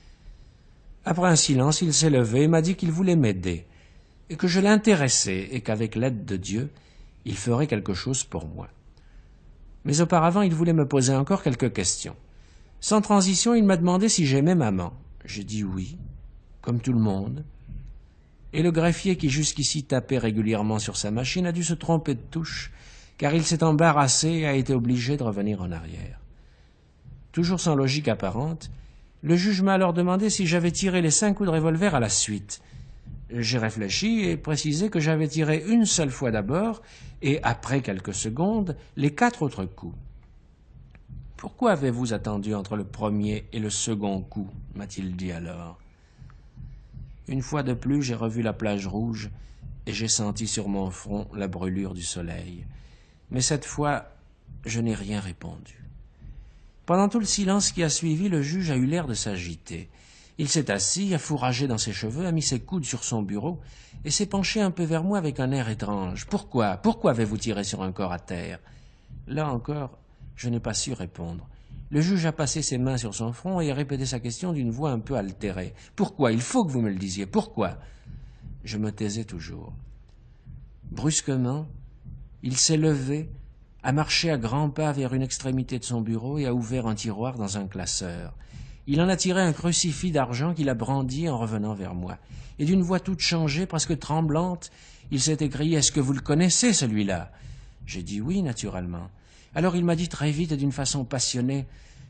C: Après un silence, il s'est levé et m'a dit qu'il voulait m'aider et que je l'intéressais et qu'avec l'aide de Dieu, il ferait quelque chose pour moi. Mais auparavant, il voulait me poser encore quelques questions. Sans transition, il m'a demandé si j'aimais maman. J'ai dit oui, comme tout le monde. Et le greffier qui jusqu'ici tapait régulièrement sur sa machine a dû se tromper de touche, car il s'est embarrassé et a été obligé de revenir en arrière. Toujours sans logique apparente, le juge m'a alors demandé si j'avais tiré les 5 coups de revolver à la suite. J'ai réfléchi et précisé que j'avais tiré une seule fois d'abord, et après quelques secondes, les 4 autres coups. « Pourquoi avez-vous attendu entre le premier et le second coup ?» m'a-t-il dit alors. Une fois de plus, j'ai revu la plage rouge et j'ai senti sur mon front la brûlure du soleil. Mais cette fois, je n'ai rien répondu. Pendant tout le silence qui a suivi, le juge a eu l'air de s'agiter. Il s'est assis, a fourragé dans ses cheveux, a mis ses coudes sur son bureau et s'est penché un peu vers moi avec un air étrange. « Pourquoi avez-vous tiré sur un corps à terre ?» Là encore, je n'ai pas su répondre. Le juge a passé ses mains sur son front et a répété sa question d'une voix un peu altérée. « Pourquoi ? Il faut que vous me le disiez. Pourquoi ?» Je me taisais toujours. Brusquement, il s'est levé, a marché à grands pas vers une extrémité de son bureau et a ouvert un tiroir dans un classeur. Il en a tiré un crucifix d'argent qu'il a brandi en revenant vers moi. Et d'une voix toute changée, presque tremblante, il s'est écrié « Est-ce que vous le connaissez, celui-là » J'ai dit « Oui, naturellement ». Alors il m'a dit très vite et d'une façon passionnée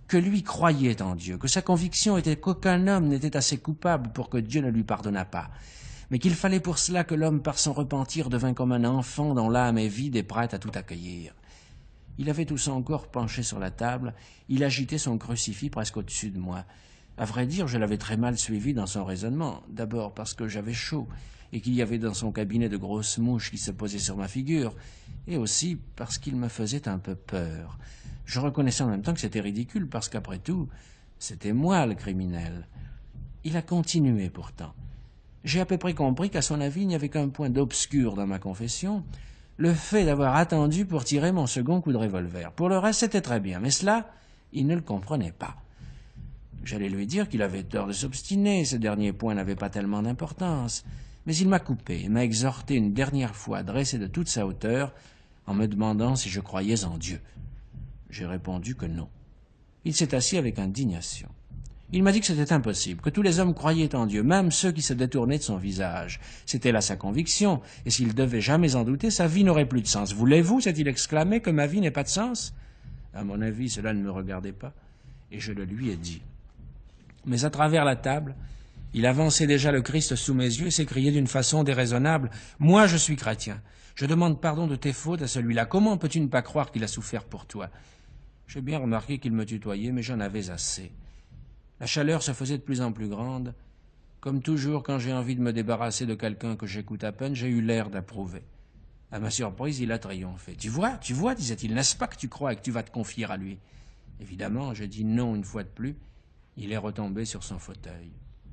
C: que lui croyait en Dieu, que sa conviction était qu'aucun homme n'était assez coupable pour que Dieu ne lui pardonnât pas, mais qu'il fallait pour cela que l'homme par son repentir devint comme un enfant dont l'âme est vide et prête à tout accueillir. Il avait tout son corps penché sur la table, il agitait son crucifix presque au-dessus de moi. À vrai dire, je l'avais très mal suivi dans son raisonnement, d'abord parce que j'avais chaud, et qu'il y avait dans son cabinet de grosses mouches qui se posaient sur ma figure, et aussi parce qu'il me faisait un peu peur. Je reconnaissais en même temps que c'était ridicule, parce qu'après tout, c'était moi le criminel. Il a continué pourtant. J'ai à peu près compris qu'à son avis, il n'y avait qu'un point d'obscur dans ma confession, le fait d'avoir attendu pour tirer mon second coup de revolver. Pour le reste, c'était très bien, mais cela, il ne le comprenait pas. J'allais lui dire qu'il avait tort de s'obstiner, ce dernier point n'avait pas tellement d'importance, mais il m'a coupé et m'a exhorté une dernière fois à dresser de toute sa hauteur en me demandant si je croyais en Dieu. J'ai répondu que non. Il s'est assis avec indignation. Il m'a dit que c'était impossible, que tous les hommes croyaient en Dieu, même ceux qui se détournaient de son visage. C'était là sa conviction, et s'il devait jamais en douter, sa vie n'aurait plus de sens. « Voulez-vous, s'est-il exclamé, que ma vie n'ait pas de sens ?» À mon avis, cela ne me regardait pas, et je le lui ai dit. Mais à travers la table, il avançait déjà le Christ sous mes yeux et s'écriait d'une façon déraisonnable « Moi, je suis chrétien. Je demande pardon de tes fautes à celui-là. Comment peux-tu ne pas croire qu'il a souffert pour toi ?» J'ai bien remarqué qu'il me tutoyait, mais j'en avais assez. La chaleur se faisait de plus en plus grande. Comme toujours, quand j'ai envie de me débarrasser de quelqu'un que j'écoute à peine, j'ai eu l'air d'approuver. À ma surprise, il a triomphé. Tu vois, disait-il, n'est-ce pas que tu crois et que tu vas te confier à lui ?» Évidemment, j'ai dit non une fois de plus. Il est retombé sur son fauteuil.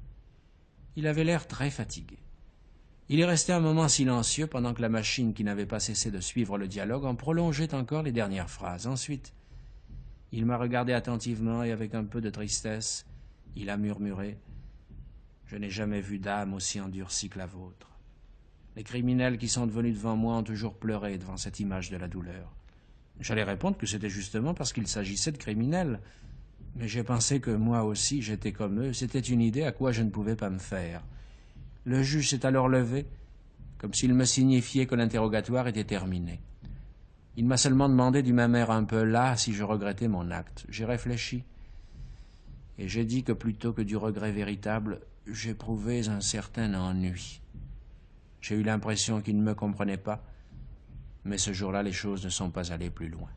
C: Il avait l'air très fatigué. Il est resté un moment silencieux pendant que la machine, qui n'avait pas cessé de suivre le dialogue, en prolongeait encore les dernières phrases. Ensuite, il m'a regardé attentivement et avec un peu de tristesse, il a murmuré « Je n'ai jamais vu d'âme aussi endurcie que la vôtre. Les criminels qui sont venus devant moi ont toujours pleuré devant cette image de la douleur. » J'allais répondre que c'était justement parce qu'il s'agissait de criminels, mais j'ai pensé que moi aussi j'étais comme eux, c'était une idée à quoi je ne pouvais pas me faire. Le juge s'est alors levé, comme s'il me signifiait que l'interrogatoire était terminé. Il m'a seulement demandé du même air un peu las si je regrettais mon acte. J'ai réfléchi, et j'ai dit que plutôt que du regret véritable, j'éprouvais un certain ennui. J'ai eu l'impression qu'il ne me comprenait pas, mais ce jour-là, les choses ne sont pas allées plus loin.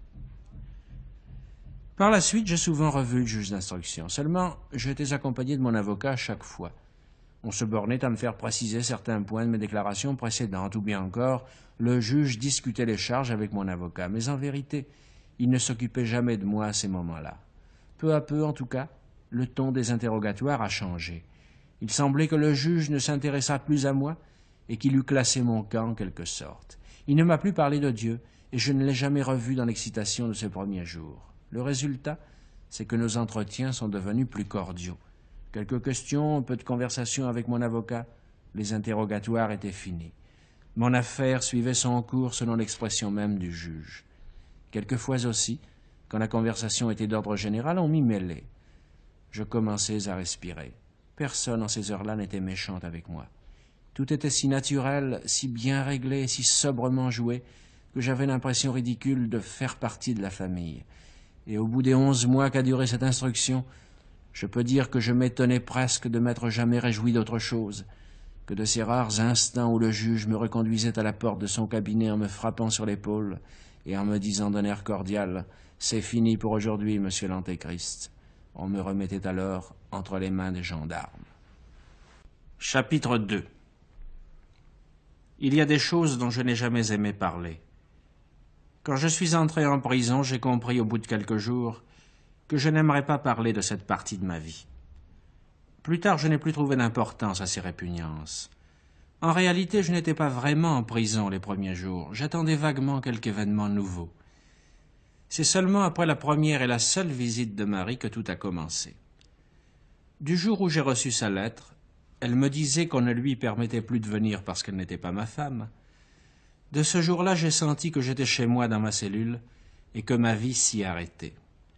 C: Par la suite, j'ai souvent revu le juge d'instruction. Seulement, j'étais accompagné de mon avocat à chaque fois. On se bornait à me faire préciser certains points de mes déclarations précédentes, ou bien encore, le juge discutait les charges avec mon avocat. Mais en vérité, il ne s'occupait jamais de moi à ces moments-là. Peu à peu, en tout cas, le ton des interrogatoires a changé. Il semblait que le juge ne s'intéressât plus à moi et qu'il eût classé mon cas en quelque sorte. Il ne m'a plus parlé de Dieu et je ne l'ai jamais revu dans l'excitation de ces premiers jours. Le résultat, c'est que nos entretiens sont devenus plus cordiaux. Quelques questions, un peu de conversation avec mon avocat, les interrogatoires étaient finis. Mon affaire suivait son cours selon l'expression même du juge. Quelquefois aussi, quand la conversation était d'ordre général, on m'y mêlait. Je commençais à respirer. Personne en ces heures-là n'était méchante avec moi. Tout était si naturel, si bien réglé, si sobrement joué, que j'avais l'impression ridicule de faire partie de la famille. Et au bout des 11 mois qu'a duré cette instruction, je peux dire que je m'étonnais presque de m'être jamais réjoui d'autre chose, que de ces rares instants où le juge me reconduisait à la porte de son cabinet en me frappant sur l'épaule et en me disant d'un air cordial « C'est fini pour aujourd'hui, monsieur l'Antéchrist ». On me remettait alors entre les mains des gendarmes.
B: Chapitre 2. Il y a des choses dont je n'ai jamais aimé parler. Quand je suis entré en prison, j'ai compris au bout de quelques jours que je n'aimerais pas parler de cette partie de ma vie. Plus tard, je n'ai plus trouvé d'importance à ces répugnances. En réalité, je n'étais pas vraiment en prison les premiers jours. J'attendais vaguement quelque événement nouveau. C'est seulement après la première et la seule visite de Marie que tout a commencé. Du jour où j'ai reçu sa lettre, elle me disait qu'on ne lui permettait plus de venir parce qu'elle n'était pas ma femme. De ce jour-là, j'ai senti que j'étais chez moi dans ma cellule et que ma vie s'y arrêtait.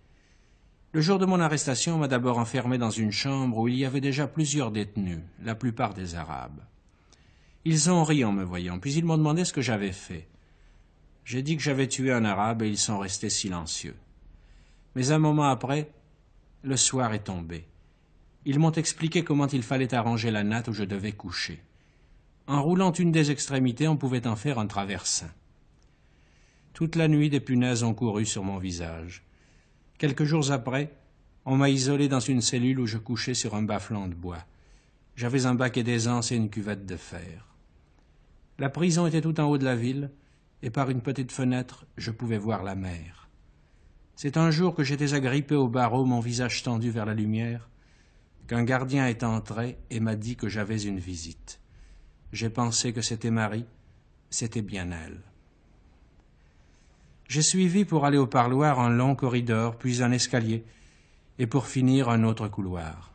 B: Le jour de mon arrestation, on m'a d'abord enfermé dans une chambre où il y avait déjà plusieurs détenus, la plupart des Arabes. Ils ont ri en me voyant, puis ils m'ont demandé ce que j'avais fait. J'ai dit que j'avais tué un Arabe et ils sont restés silencieux. Mais un moment après,
C: Le soir est tombé. Ils m'ont expliqué comment il fallait arranger la natte où je devais coucher. En roulant une des extrémités, on pouvait en faire un traversin. Toute la nuit, des punaises ont couru sur mon visage. Quelques jours après, on m'a isolé dans une cellule où je couchais sur un bas-flanc de bois. J'avais un baquet d'aisance et une cuvette de fer. La prison était tout en haut de la ville, et par une petite fenêtre, je pouvais voir la mer. C'est un jour que j'étais agrippé au barreau, mon visage tendu vers la lumière, qu'un gardien est entré et m'a dit que j'avais une visite. J'ai pensé que c'était Marie, c'était bien elle. J'ai suivi pour aller au parloir un long corridor, puis un escalier, et pour finir un autre couloir.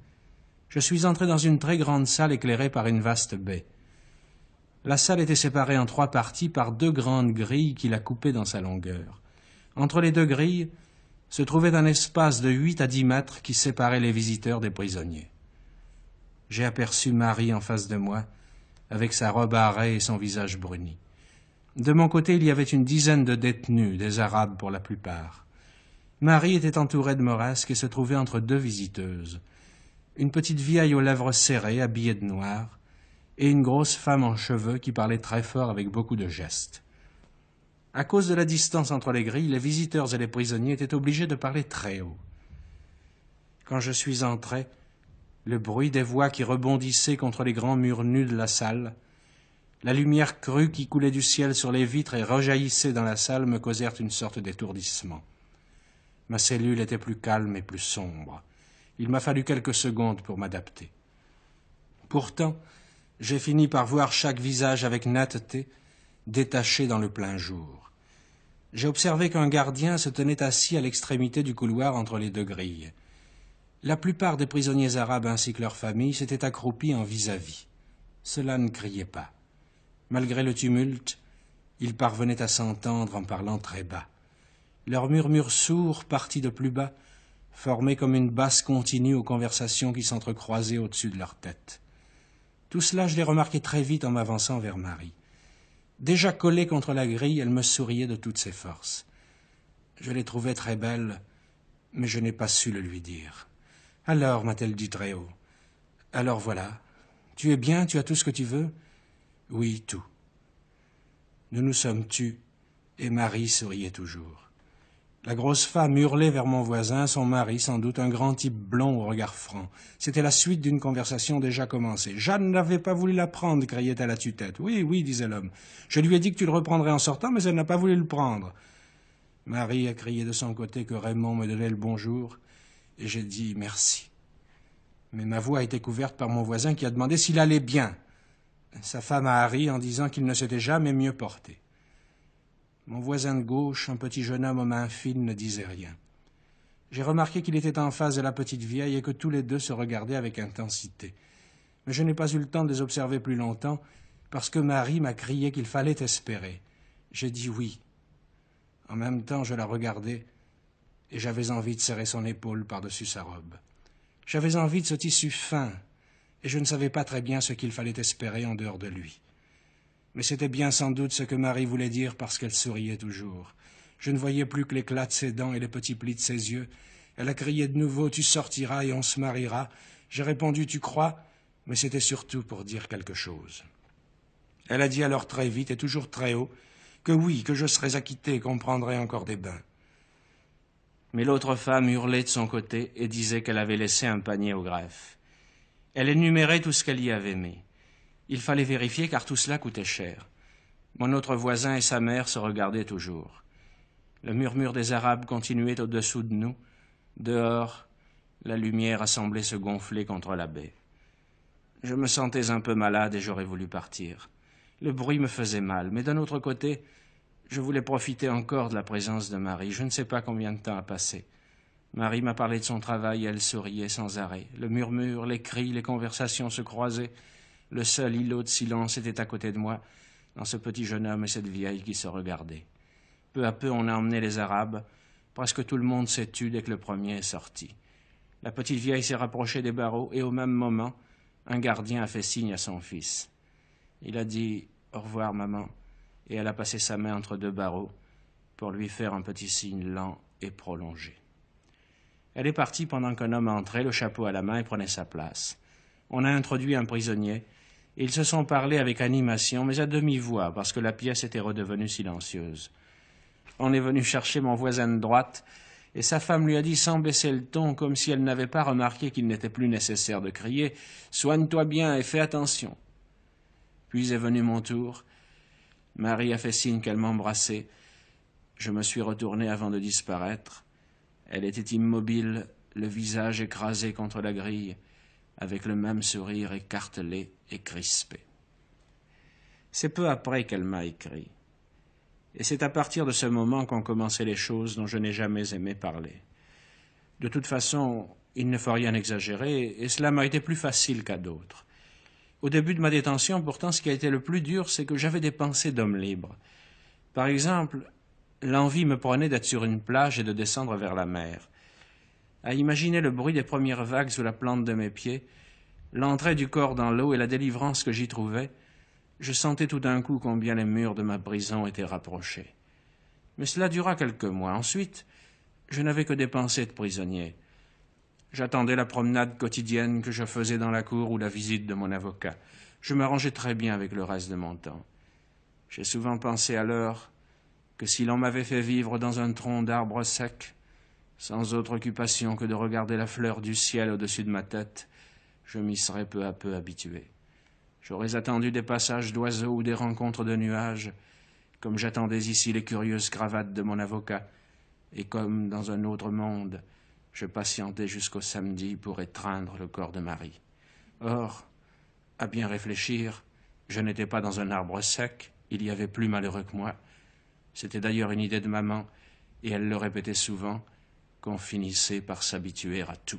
C: Je suis entré dans une très grande salle éclairée par une vaste baie. La salle était séparée en 3 parties par 2 grandes grilles qui la coupaient dans sa longueur. Entre les 2 grilles se trouvait un espace de 8 à 10 mètres qui séparait les visiteurs des prisonniers. J'ai aperçu Marie en face de moi, avec sa robe à raies et son visage bruni. De mon côté, il y avait une dizaine de détenus, des Arabes pour la plupart. Marie était entourée de moresques et se trouvait entre 2 visiteuses. Une petite vieille aux lèvres serrées, habillée de noir, et une grosse femme en cheveux qui parlait très fort avec beaucoup de gestes. À cause de la distance entre les grilles, les visiteurs et les prisonniers étaient obligés de parler très haut. Quand je suis entré, le bruit des voix qui rebondissaient contre les grands murs nus de la salle, la lumière crue qui coulait du ciel sur les vitres et rejaillissait dans la salle me causèrent une sorte d'étourdissement. Ma cellule était plus calme et plus sombre. Il m'a fallu quelques secondes pour m'adapter. Pourtant, j'ai fini par voir chaque visage avec netteté, détaché dans le plein jour. J'ai observé qu'un gardien se tenait assis à l'extrémité du couloir entre les 2 grilles. La plupart des prisonniers arabes ainsi que leurs familles s'étaient accroupis en vis-à-vis. Cela ne criait pas. Malgré le tumulte, ils parvenaient à s'entendre en parlant très bas. Leurs murmures sourds, partis de plus bas, formaient comme une basse continue aux conversations qui s'entrecroisaient au-dessus de leur tête. Tout cela, je l'ai remarqué très vite en m'avançant vers Marie. Déjà collée contre la grille, elle me souriait de toutes ses forces. Je l'ai trouvée très belle, mais je n'ai pas su le lui dire. « Alors, m'a-t-elle dit très haut. « Alors voilà. Tu es bien, tu as tout ce que tu veux ?»« Oui, tout. » Nous nous sommes tus, et Marie souriait toujours. La grosse femme hurlait vers mon voisin, son mari, sans doute, un grand type blond au regard franc. C'était la suite d'une conversation déjà commencée. « Jeanne n'avait pas voulu la prendre, criait-elle à tue-tête. « Oui, oui, disait l'homme. Je lui ai dit que tu le reprendrais en sortant, mais elle n'a pas voulu le prendre. » Marie a crié de son côté que Raymond me donnait le bonjour, et j'ai dit merci. Mais ma voix a été couverte par mon voisin qui a demandé s'il allait bien. Sa femme a ri en disant qu'il ne s'était jamais mieux porté. Mon voisin de gauche, un petit jeune homme aux mains fines, ne disait rien. J'ai remarqué qu'il était en face de la petite vieille et que tous les 2 se regardaient avec intensité. Mais je n'ai pas eu le temps de les observer plus longtemps parce que Marie m'a crié qu'il fallait espérer. J'ai dit oui. En même temps, je la regardais et j'avais envie de serrer son épaule par-dessus sa robe. J'avais envie de ce tissu fin et je ne savais pas très bien ce qu'il fallait espérer en dehors de lui. Mais c'était bien sans doute ce que Marie voulait dire parce qu'elle souriait toujours. Je ne voyais plus que l'éclat de ses dents et les petits plis de ses yeux. Elle a crié de nouveau « Tu sortiras et on se mariera ». J'ai répondu « Tu crois ?» mais c'était surtout pour dire quelque chose. Elle a dit alors très vite et toujours très haut que oui, que je serais acquitté et qu'on prendrait encore des bains. Mais l'autre femme hurlait de son côté et disait qu'elle avait laissé un panier au greffe. Elle énumérait tout ce qu'elle y avait mis. Il fallait vérifier car tout cela coûtait cher. Mon autre voisin et sa mère se regardaient toujours. Le murmure des Arabes continuait au-dessous de nous. Dehors, la lumière a semblé se gonfler contre la baie. Je me sentais un peu malade et j'aurais voulu partir. Le bruit me faisait mal, mais d'un autre côté, je voulais profiter encore de la présence de Marie. Je ne sais pas combien de temps a passé. Marie m'a parlé de son travail et elle souriait sans arrêt. Le murmure, les cris, les conversations se croisaient. Le seul îlot de silence était à côté de moi, dans ce petit jeune homme et cette vieille qui se regardaient. Peu à peu, on a emmené les Arabes. Presque tout le monde s'est tu dès que le premier est sorti. La petite vieille s'est rapprochée des barreaux et au même moment, un gardien a fait signe à son fils. Il a dit « Au revoir, maman », et elle a passé sa main entre 2 barreaux pour lui faire un petit signe lent et prolongé. Elle est partie pendant qu'un homme entrait, le chapeau à la main, et prenait sa place. On a introduit un prisonnier, et ils se sont parlé avec animation, mais à demi-voix, parce que la pièce était redevenue silencieuse. On est venu chercher mon voisin de droite, et sa femme lui a dit sans baisser le ton, comme si elle n'avait pas remarqué qu'il n'était plus nécessaire de crier « Soigne-toi bien et fais attention !» Puis est venu mon tour. Marie a fait signe qu'elle m'embrassait. Je me suis retourné avant de disparaître. Elle était immobile, le visage écrasé contre la grille, avec le même sourire écartelé et crispé. C'est peu après qu'elle m'a écrit. Et c'est à partir de ce moment qu'ont commencé les choses dont je n'ai jamais aimé parler. De toute façon, il ne faut rien exagérer, et cela m'a été plus facile qu'à d'autres. Au début de ma détention, pourtant, ce qui a été le plus dur, c'est que j'avais des pensées d'homme libre. Par exemple, l'envie me prenait d'être sur une plage et de descendre vers la mer. À imaginer le bruit des premières vagues sous la plante de mes pieds, l'entrée du corps dans l'eau et la délivrance que j'y trouvais, je sentais tout d'un coup combien les murs de ma prison étaient rapprochés. Mais cela dura quelques mois. Ensuite, je n'avais que des pensées de prisonnier. J'attendais la promenade quotidienne que je faisais dans la cour ou la visite de mon avocat. Je m'arrangeais très bien avec le reste de mon temps. J'ai souvent pensé alors que si l'on m'avait fait vivre dans un tronc d'arbre sec, sans autre occupation que de regarder la fleur du ciel au-dessus de ma tête, je m'y serais peu à peu habitué. J'aurais attendu des passages d'oiseaux ou des rencontres de nuages, comme j'attendais ici les curieuses cravates de mon avocat, et comme, dans un autre monde, je patientais jusqu'au samedi pour étreindre le corps de Marie. Or, à bien réfléchir, je n'étais pas dans un arbre sec, il y avait plus malheureux que moi. C'était d'ailleurs une idée de maman, et elle le répétait souvent, qu'on finissait par s'habituer à tout.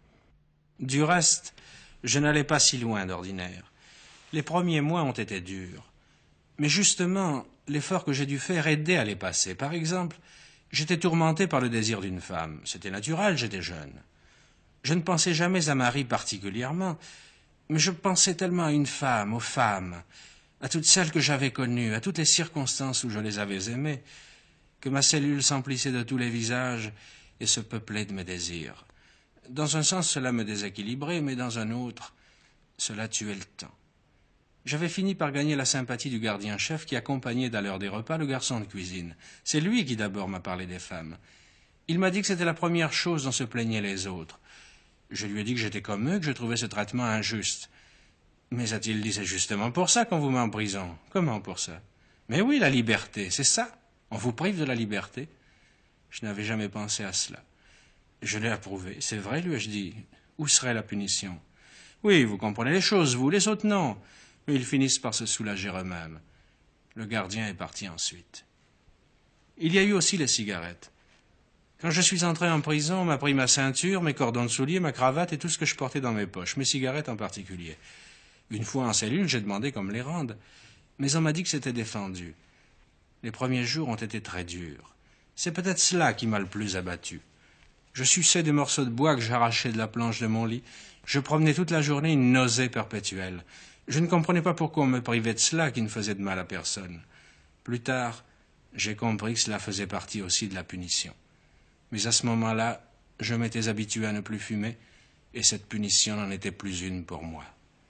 C: Du reste, je n'allais pas si loin d'ordinaire. Les premiers mois ont été durs. Mais justement, l'effort que j'ai dû faire aidait à les passer. Par exemple, j'étais tourmenté par le désir d'une femme. C'était naturel, j'étais jeune. Je ne pensais jamais à Marie particulièrement, mais je pensais tellement à une femme, aux femmes, à toutes celles que j'avais connues, à toutes les circonstances où je les avais aimées, que ma cellule s'emplissait de tous les visages et se peuplait de mes désirs. Dans un sens, cela me déséquilibrait, mais dans un autre, cela tuait le temps. J'avais fini par gagner la sympathie du gardien-chef qui accompagnait à l'heure des repas le garçon de cuisine. C'est lui qui d'abord m'a parlé des femmes. Il m'a dit que c'était la première chose dont se plaignaient les autres. Je lui ai dit que j'étais comme eux, que je trouvais ce traitement injuste. Mais a-t-il dit, c'est justement pour ça qu'on vous met en prison. Comment pour ça? Mais oui, la liberté, c'est ça. On vous prive de la liberté. Je n'avais jamais pensé à cela. Je l'ai approuvé. C'est vrai, lui ai-je dit. Où serait la punition? Oui, vous comprenez les choses, vous, les autres non. Mais ils finissent par se soulager eux-mêmes. Le gardien est parti ensuite. Il y a eu aussi les cigarettes. Quand je suis entré en prison, on m'a pris ma ceinture, mes cordons de souliers, ma cravate et tout ce que je portais dans mes poches, mes cigarettes en particulier. Une fois en cellule, j'ai demandé qu'on me les rende, mais on m'a dit que c'était défendu. Les premiers jours ont été très durs. C'est peut-être cela qui m'a le plus abattu. Je suçais des morceaux de bois que j'arrachais de la planche de mon lit. Je promenais toute la journée une nausée perpétuelle. Je ne comprenais pas pourquoi on me privait de cela qui ne faisait de mal à personne. Plus tard, j'ai compris que cela faisait partie aussi de la punition. Mais à ce moment-là, je m'étais habitué à ne plus fumer, et cette punition n'en était plus une pour moi.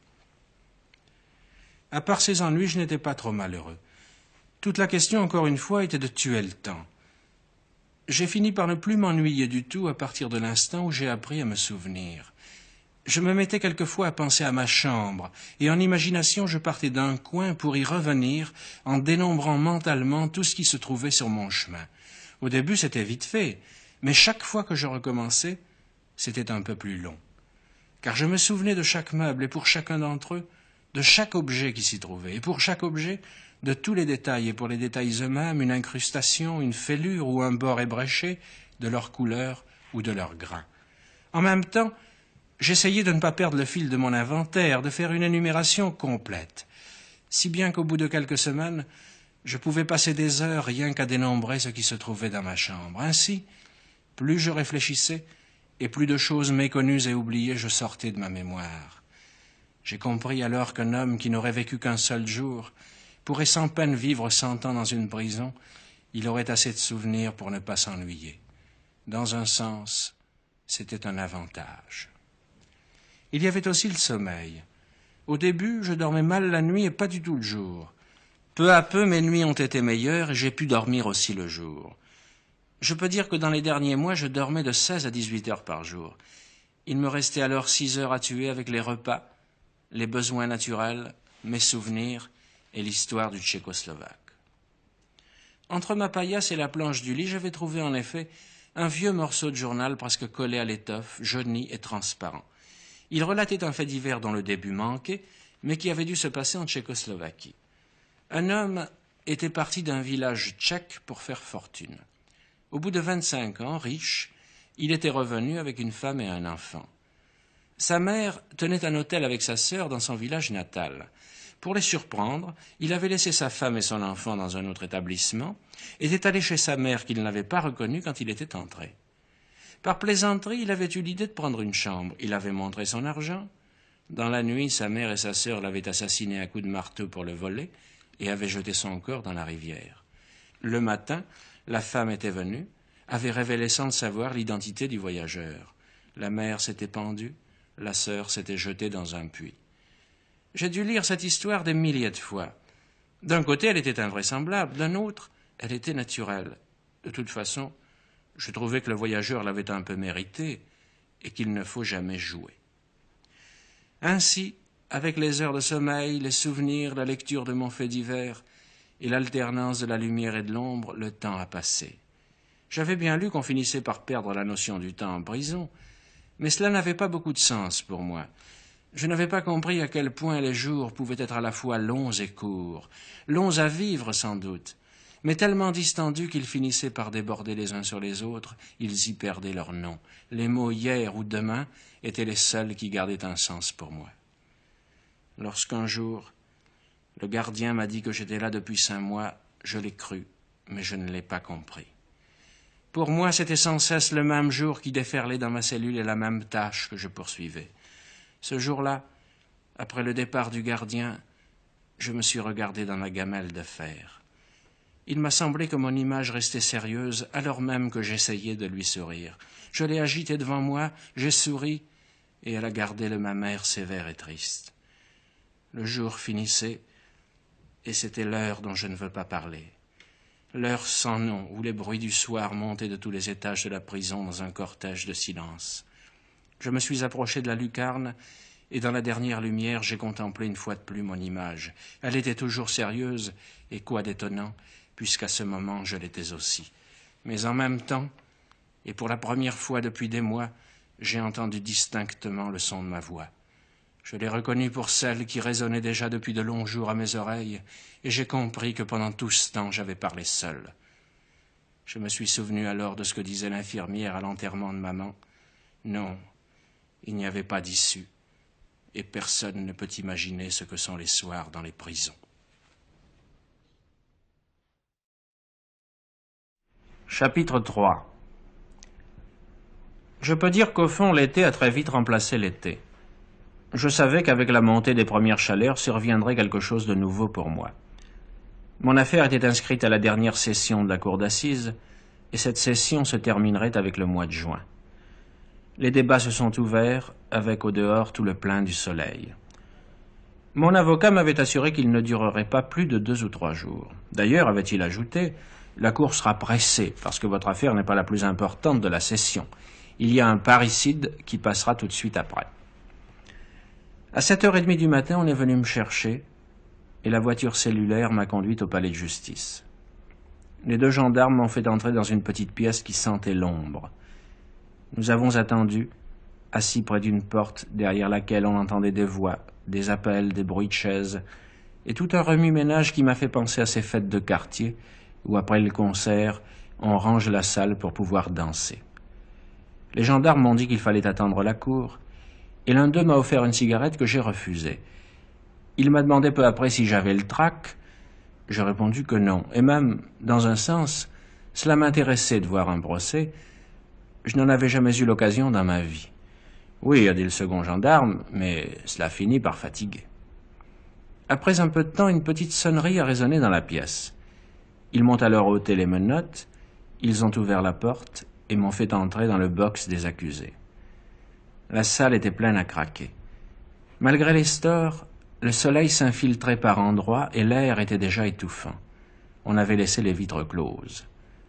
C: À part ces ennuis, je n'étais pas trop malheureux. Toute la question, encore une fois, était de tuer le temps. J'ai fini par ne plus m'ennuyer du tout à partir de l'instant où j'ai appris à me souvenir. Je me mettais quelquefois à penser à ma chambre, et en imagination je partais d'un coin pour y revenir en dénombrant mentalement tout ce qui se trouvait sur mon chemin. Au début c'était vite fait, mais chaque fois que je recommençais, c'était un peu plus long. Car je me souvenais de chaque meuble et pour chacun d'entre eux, de chaque objet qui s'y trouvait, et pour chaque objet, de tous les détails, et pour les détails eux-mêmes, une incrustation, une fêlure ou un bord ébréché, de leur couleur ou de leur grain. En même temps, j'essayais de ne pas perdre le fil de mon inventaire, de faire une énumération complète, si bien qu'au bout de quelques semaines, je pouvais passer des heures rien qu'à dénombrer ce qui se trouvait dans ma chambre. Ainsi, plus je réfléchissais, et plus de choses méconnues et oubliées je sortais de ma mémoire. J'ai compris alors qu'un homme qui n'aurait vécu qu'un seul jour pourrait sans peine vivre 100 ans dans une prison, il aurait assez de souvenirs pour ne pas s'ennuyer. Dans un sens, C'était un avantage. Il y avait aussi le sommeil. Au début, je dormais mal la nuit et pas du tout le jour. Peu à peu, mes nuits ont été meilleures et j'ai pu dormir aussi le jour. Je peux dire que dans les derniers mois, je dormais de 16 à 18 heures par jour. Il me restait alors 6 heures à tuer avec les repas, les besoins naturels, mes souvenirs et l'histoire du Tchécoslovaque. Entre ma paillasse et la planche du lit, j'avais trouvé en effet un vieux morceau de journal presque collé à l'étoffe, jauni et transparent. Il relatait un fait divers dont le début manquait, mais qui avait dû se passer en Tchécoslovaquie. Un homme était parti d'un village tchèque pour faire fortune. Au bout de 25 ans, riche, il était revenu avec une femme et un enfant. Sa mère tenait un hôtel avec sa sœur dans son village natal. Pour les surprendre, il avait laissé sa femme et son enfant dans un autre établissement et était allé chez sa mère qu'il n'avait pas reconnue quand il était entré. Par plaisanterie, il avait eu l'idée de prendre une chambre. Il avait montré son argent. Dans la nuit, sa mère et sa sœur l'avaient assassiné à coups de marteau pour le voler et avaient jeté son corps dans la rivière. Le matin, la femme était venue, avait révélé sans le savoir l'identité du voyageur. La mère s'était pendue, la sœur s'était jetée dans un puits. J'ai dû lire cette histoire des milliers de fois. D'un côté, elle était invraisemblable, d'un autre, elle était naturelle. De toute façon, je trouvais que le voyageur l'avait un peu mérité et qu'il ne faut jamais jouer. Ainsi, avec les heures de sommeil, les souvenirs, la lecture de mon fait divers et l'alternance de la lumière et de l'ombre, le temps a passé. J'avais bien lu qu'on finissait par perdre la notion du temps en prison, mais cela n'avait pas beaucoup de sens pour moi. Je n'avais pas compris à quel point les jours pouvaient être à la fois longs et courts, longs à vivre sans doute, mais tellement distendus qu'ils finissaient par déborder les uns sur les autres, ils y perdaient leur nom. Les mots hier ou demain étaient les seuls qui gardaient un sens pour moi. Lorsqu'un jour, le gardien m'a dit que j'étais là depuis 5 mois, je l'ai cru, mais je ne l'ai pas compris. Pour moi, c'était sans cesse le même jour qui déferlait dans ma cellule et la même tâche que je poursuivais. Ce jour-là, après le départ du gardien, je me suis regardé dans ma gamelle de fer. Il m'a semblé que mon image restait sérieuse alors même que j'essayais de lui sourire. Je l'ai agitée devant moi, j'ai souri, et elle a gardé le même air sévère et triste. Le jour finissait, et c'était l'heure dont je ne veux pas parler. L'heure sans nom, où les bruits du soir montaient de tous les étages de la prison dans un cortège de silence. Je me suis approché de la lucarne, et dans la dernière lumière, j'ai contemplé une fois de plus mon image. Elle était toujours sérieuse, et quoi d'étonnant, puisqu'à ce moment je l'étais aussi. Mais en même temps, et pour la première fois depuis des mois, j'ai entendu distinctement le son de ma voix. Je l'ai reconnue pour celle qui résonnait déjà depuis de longs jours à mes oreilles, et j'ai compris que pendant tout ce temps j'avais parlé seul. Je me suis souvenu alors de ce que disait l'infirmière à l'enterrement de maman. Non, il n'y avait pas d'issue, et personne ne peut imaginer ce que sont les soirs dans les prisons.
B: Chapitre 3. Je peux dire qu'au fond, l'été a très vite remplacé l'été. Je savais qu'avec la montée des premières chaleurs surviendrait quelque chose de nouveau pour moi. Mon affaire était inscrite à la dernière session de la cour d'assises, et cette session se terminerait avec le mois de juin. Les débats se sont ouverts, avec au dehors tout le plein du soleil. Mon avocat m'avait assuré qu'il ne durerait pas plus de 2 ou 3 jours. D'ailleurs, avait-il ajouté, la cour sera pressée, parce que votre affaire n'est pas la plus importante de la session. Il y a un parricide qui passera tout de suite après. À 7h30 du matin, on est venu me chercher, et la voiture cellulaire m'a conduite au palais de justice. Les 2 gendarmes m'ont fait entrer dans une petite pièce qui sentait l'ombre. Nous avons attendu, assis près d'une porte derrière laquelle on entendait des voix, des appels, des bruits de chaises, et tout un remue-ménage qui m'a fait penser à ces fêtes de quartier où, après le concert, on range la salle pour pouvoir danser. Les gendarmes m'ont dit qu'il fallait attendre la cour, et l'un d'eux m'a offert une cigarette que j'ai refusée. Il m'a demandé peu après si j'avais le trac. J'ai répondu que non, et même, dans un sens, cela m'intéressait de voir un procès. Je n'en avais jamais eu l'occasion dans ma vie. Oui, a dit le second gendarme, mais cela finit par fatiguer. Après un peu de temps, une petite sonnerie a résonné dans la pièce. Ils m'ont alors ôté les menottes, ils ont ouvert la porte et m'ont fait entrer dans le box des accusés.
C: La salle était pleine à craquer. Malgré les stores, le soleil s'infiltrait par endroits et l'air était déjà étouffant. On avait laissé les vitres closes.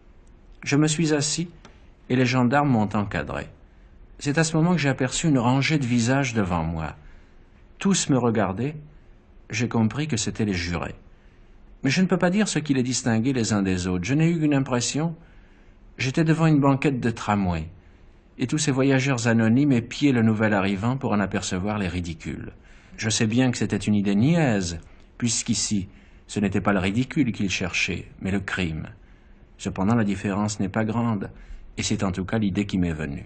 C: Je me suis assis et les gendarmes m'ont encadré. C'est à ce moment que j'ai aperçu une rangée de visages devant moi. Tous me regardaient. J'ai compris que c'étaient les jurés. Mais je ne peux pas dire ce qui les distinguait les uns des autres. Je n'ai eu qu'une impression. J'étais devant une banquette de tramway, et tous ces voyageurs anonymes épiaient le nouvel arrivant pour en apercevoir les ridicules. Je sais bien que c'était une idée niaise, puisqu'ici, ce n'était pas le ridicule qu'ils cherchaient, mais le crime. Cependant, la différence n'est pas grande, et c'est en tout cas l'idée qui m'est venue.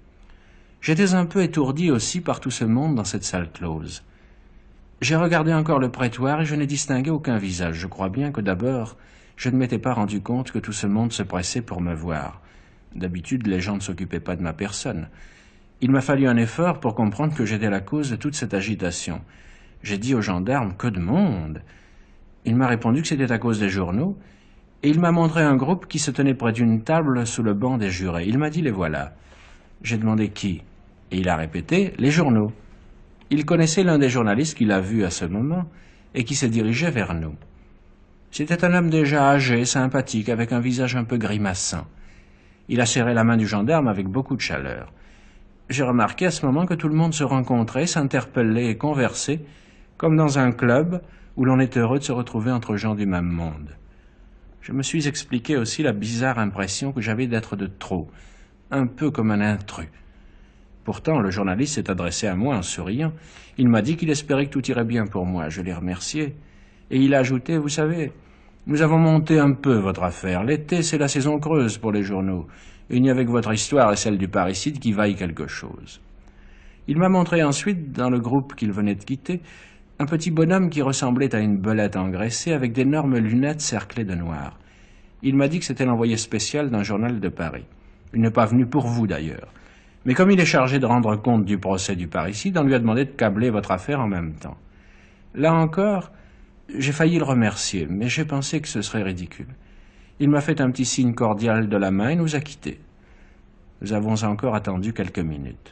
C: J'étais un peu étourdi aussi par tout ce monde dans cette salle close. J'ai regardé encore le prétoire et je n'ai distingué aucun visage. Je crois bien que d'abord, je ne m'étais pas rendu compte que tout ce monde se pressait pour me voir. D'habitude, les gens ne s'occupaient pas de ma personne. Il m'a fallu un effort pour comprendre que j'étais la cause de toute cette agitation. J'ai dit au gendarme « Que de monde !» Il m'a répondu que c'était à cause des journaux, et il m'a montré un groupe qui se tenait près d'une table sous le banc des jurés. Il m'a dit « Les voilà ». J'ai demandé qui, et il a répété « Les journaux ». Il connaissait l'un des journalistes qu'il a vu à ce moment et qui se dirigeait vers nous. C'était un homme déjà âgé, sympathique, avec un visage un peu grimaçant. Il a serré la main du gendarme avec beaucoup de chaleur. J'ai remarqué à ce moment que tout le monde se rencontrait, s'interpellait et conversait, comme dans un club où l'on est heureux de se retrouver entre gens du même monde. Je me suis expliqué aussi la bizarre impression que j'avais d'être de trop, un peu comme un intrus. Pourtant, le journaliste s'est adressé à moi en souriant. Il m'a dit qu'il espérait que tout irait bien pour moi. Je l'ai remercié. Et il a ajouté, vous savez, nous avons monté un peu votre affaire. L'été, c'est la saison creuse pour les journaux. Il n'y a avec votre histoire et celle du parricide qui vaille quelque chose. Il m'a montré ensuite, dans le groupe qu'il venait de quitter, un petit bonhomme qui ressemblait à une belette engraissée avec d'énormes lunettes cerclées de noir. Il m'a dit que c'était l'envoyé spécial d'un journal de Paris. Il n'est pas venu pour vous, d'ailleurs. Mais comme il est chargé de rendre compte du procès du parricide, on lui a demandé de câbler votre affaire en même temps. Là encore, j'ai failli le remercier, mais j'ai pensé que ce serait ridicule. Il m'a fait un petit signe cordial de la main et nous a quittés. Nous avons encore attendu quelques minutes.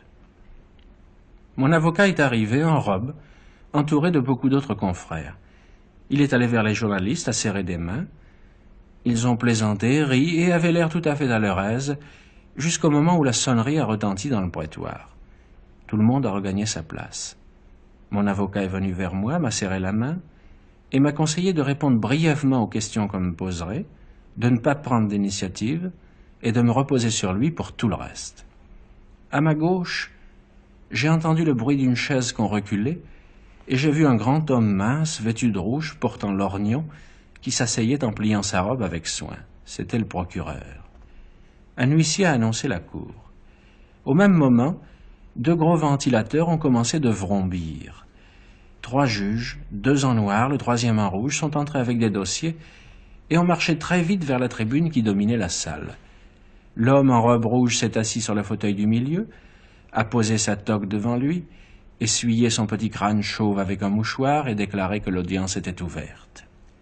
C: Mon avocat est arrivé en robe, entouré de beaucoup d'autres confrères. Il est allé vers les journalistes à serrer des mains. Ils ont plaisanté, ri et avaient l'air tout à fait à leur aise, jusqu'au moment où la sonnerie a retenti dans le prétoire. Tout le monde a regagné sa place. Mon avocat est venu vers moi, m'a serré la main et m'a conseillé de répondre brièvement aux questions qu'on me poserait, de ne pas prendre d'initiative et de me reposer sur lui pour tout le reste. À ma gauche, j'ai entendu le bruit d'une chaise qu'on reculait et j'ai vu un grand homme mince, vêtu de rouge, portant lorgnon, qui s'asseyait en pliant sa robe avec soin. C'était le procureur. Un huissier a annoncé la cour. Au même moment, 2 gros ventilateurs ont commencé de vrombir. 3 juges, 2 en noir, le 3e en rouge, sont entrés avec des dossiers et ont marché très vite vers la tribune qui dominait la salle. L'homme en robe rouge s'est assis sur le fauteuil du milieu, a posé sa toque devant lui, essuyé son petit crâne chauve avec un mouchoir et déclaré que l'audience était ouverte.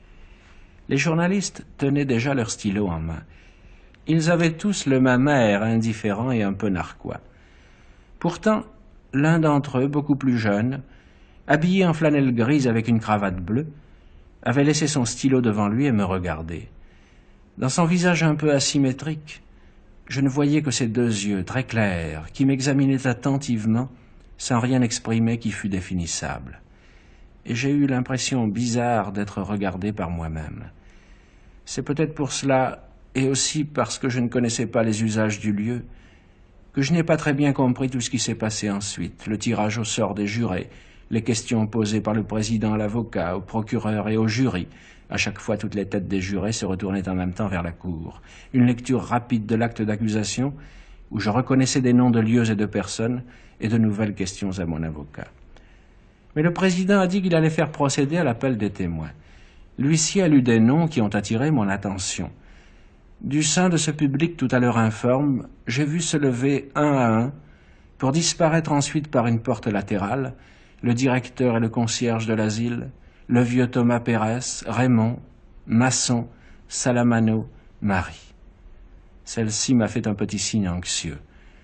C: Les journalistes tenaient déjà leur stylo en main. Ils avaient tous le même air, indifférent et un peu narquois. Pourtant, l'un d'entre eux, beaucoup plus jeune, habillé en flanelle grise avec une cravate bleue, avait laissé son stylo devant lui et me regardait. Dans son visage un peu asymétrique, je ne voyais que ses 2 yeux très clairs qui m'examinaient attentivement sans rien exprimer qui fût définissable. Et j'ai eu l'impression bizarre d'être regardé par moi-même. C'est peut-être pour cela, et aussi parce que je ne connaissais pas les usages du lieu, que je n'ai pas très bien compris tout ce qui s'est passé ensuite, le tirage au sort des jurés, les questions posées par le président à l'avocat, au procureur et au jury. À chaque fois, toutes les têtes des jurés se retournaient en même temps vers la cour. Une lecture rapide de l'acte d'accusation, où je reconnaissais des noms de lieux et de personnes, et de nouvelles questions à mon avocat. Mais le président a dit qu'il allait faire procéder à l'appel des témoins. L'huissier a lu des noms qui ont attiré mon attention. Du sein de ce public tout à l'heure informe, j'ai vu se lever un à un, pour disparaître ensuite par une porte latérale, le directeur et le concierge de l'asile, le vieux Thomas Pérez, Raymond, Masson, Salamano, Marie. Celle-ci m'a fait un petit signe anxieux.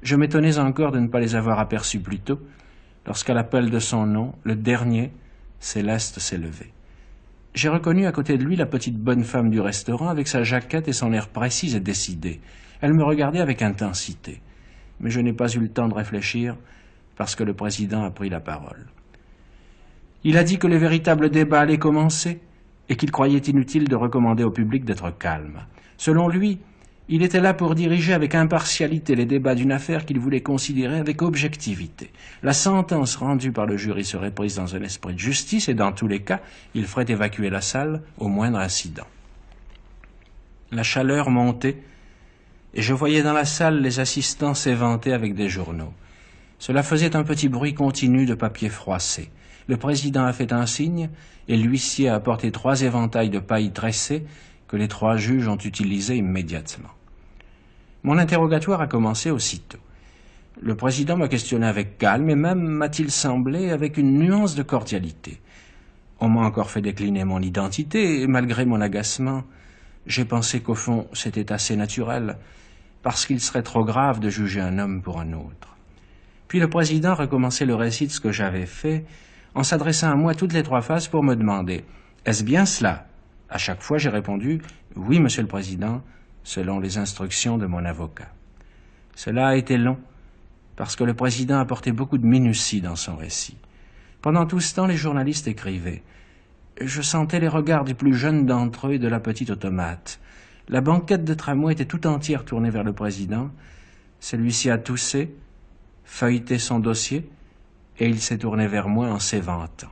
C: Je m'étonnais encore de ne pas les avoir aperçus plus tôt, lorsqu'à l'appel de son nom, le dernier, Céleste, s'est levé. J'ai reconnu à côté de lui la petite bonne femme du restaurant avec sa jaquette et son air précis et décidé. Elle me regardait avec intensité. Mais je n'ai pas eu le temps de réfléchir parce que le président a pris la parole. Il a dit que le véritable débat allait commencer et qu'il croyait inutile de recommander au public d'être calme. Selon lui, il était là pour diriger avec impartialité les débats d'une affaire qu'il voulait considérer avec objectivité. La sentence rendue par le jury serait prise dans un esprit de justice et dans tous les cas, il ferait évacuer la salle au moindre incident. La chaleur montait et je voyais dans la salle les assistants s'éventer avec des journaux. Cela faisait un petit bruit continu de papier froissé. Le président a fait un signe et l'huissier a apporté 3 éventails de paille tressée que les 3 juges ont utilisés immédiatement. Mon interrogatoire a commencé aussitôt. Le président m'a questionné avec calme et même, m'a-t-il semblé, avec une nuance de cordialité. On m'a encore fait décliner mon identité et malgré mon agacement, j'ai pensé qu'au fond c'était assez naturel parce qu'il serait trop grave de juger un homme pour un autre. Puis le président recommençait le récit de ce que j'avais fait en s'adressant à moi toutes les 3 phases pour me demander « Est-ce bien cela ?» À chaque fois, j'ai répondu « Oui, Monsieur le Président », selon les instructions de mon avocat. Cela a été long, parce que le Président apportait beaucoup de minutie dans son récit. Pendant tout ce temps, les journalistes écrivaient. Je sentais les regards des plus jeunes d'entre eux et de la petite automate. La banquette de tramway était tout entière tournée vers le Président. Celui-ci a toussé, feuilleté son dossier, et il s'est tourné vers moi en s'éventant.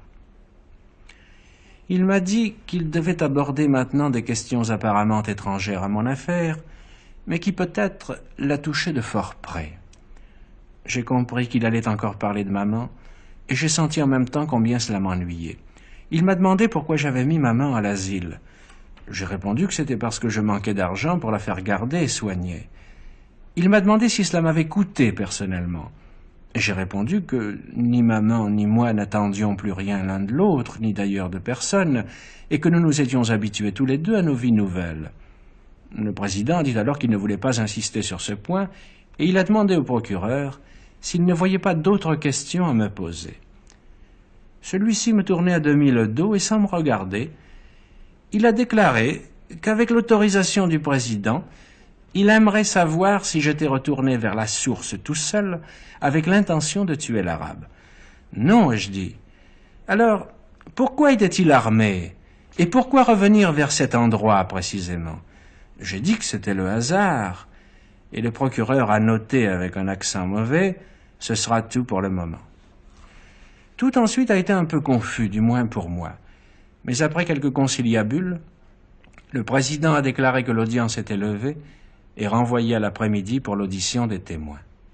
C: Il m'a dit qu'il devait aborder maintenant des questions apparemment étrangères à mon affaire, mais qui peut-être la touchaient de fort près. J'ai compris qu'il allait encore parler de maman, et j'ai senti en même temps combien cela m'ennuyait. Il m'a demandé pourquoi j'avais mis maman à l'asile. J'ai répondu que c'était parce que je manquais d'argent pour la faire garder et soigner. Il m'a demandé si cela m'avait coûté personnellement. J'ai répondu que ni maman ni moi n'attendions plus rien l'un de l'autre, ni d'ailleurs de personne, et que nous nous étions habitués tous les deux à nos vies nouvelles. Le président dit alors qu'il ne voulait pas insister sur ce point, et il a demandé au procureur s'il ne voyait pas d'autres questions à me poser. Celui-ci me tournait à demi le dos et sans me regarder, il a déclaré qu'avec l'autorisation du président, il aimerait savoir si j'étais retourné vers la source tout seul avec l'intention de tuer l'Arabe. Non, ai-je dit. Alors, pourquoi était-il armé? Et pourquoi revenir vers cet endroit précisément? J'ai dit que c'était le hasard. Et le procureur a noté avec un accent mauvais, ce sera tout pour le moment. Tout ensuite a été un peu confus, du moins pour moi. Mais après quelques conciliabules, le président a déclaré que l'audience était levée et renvoyé à l'après-midi pour l'audition des témoins.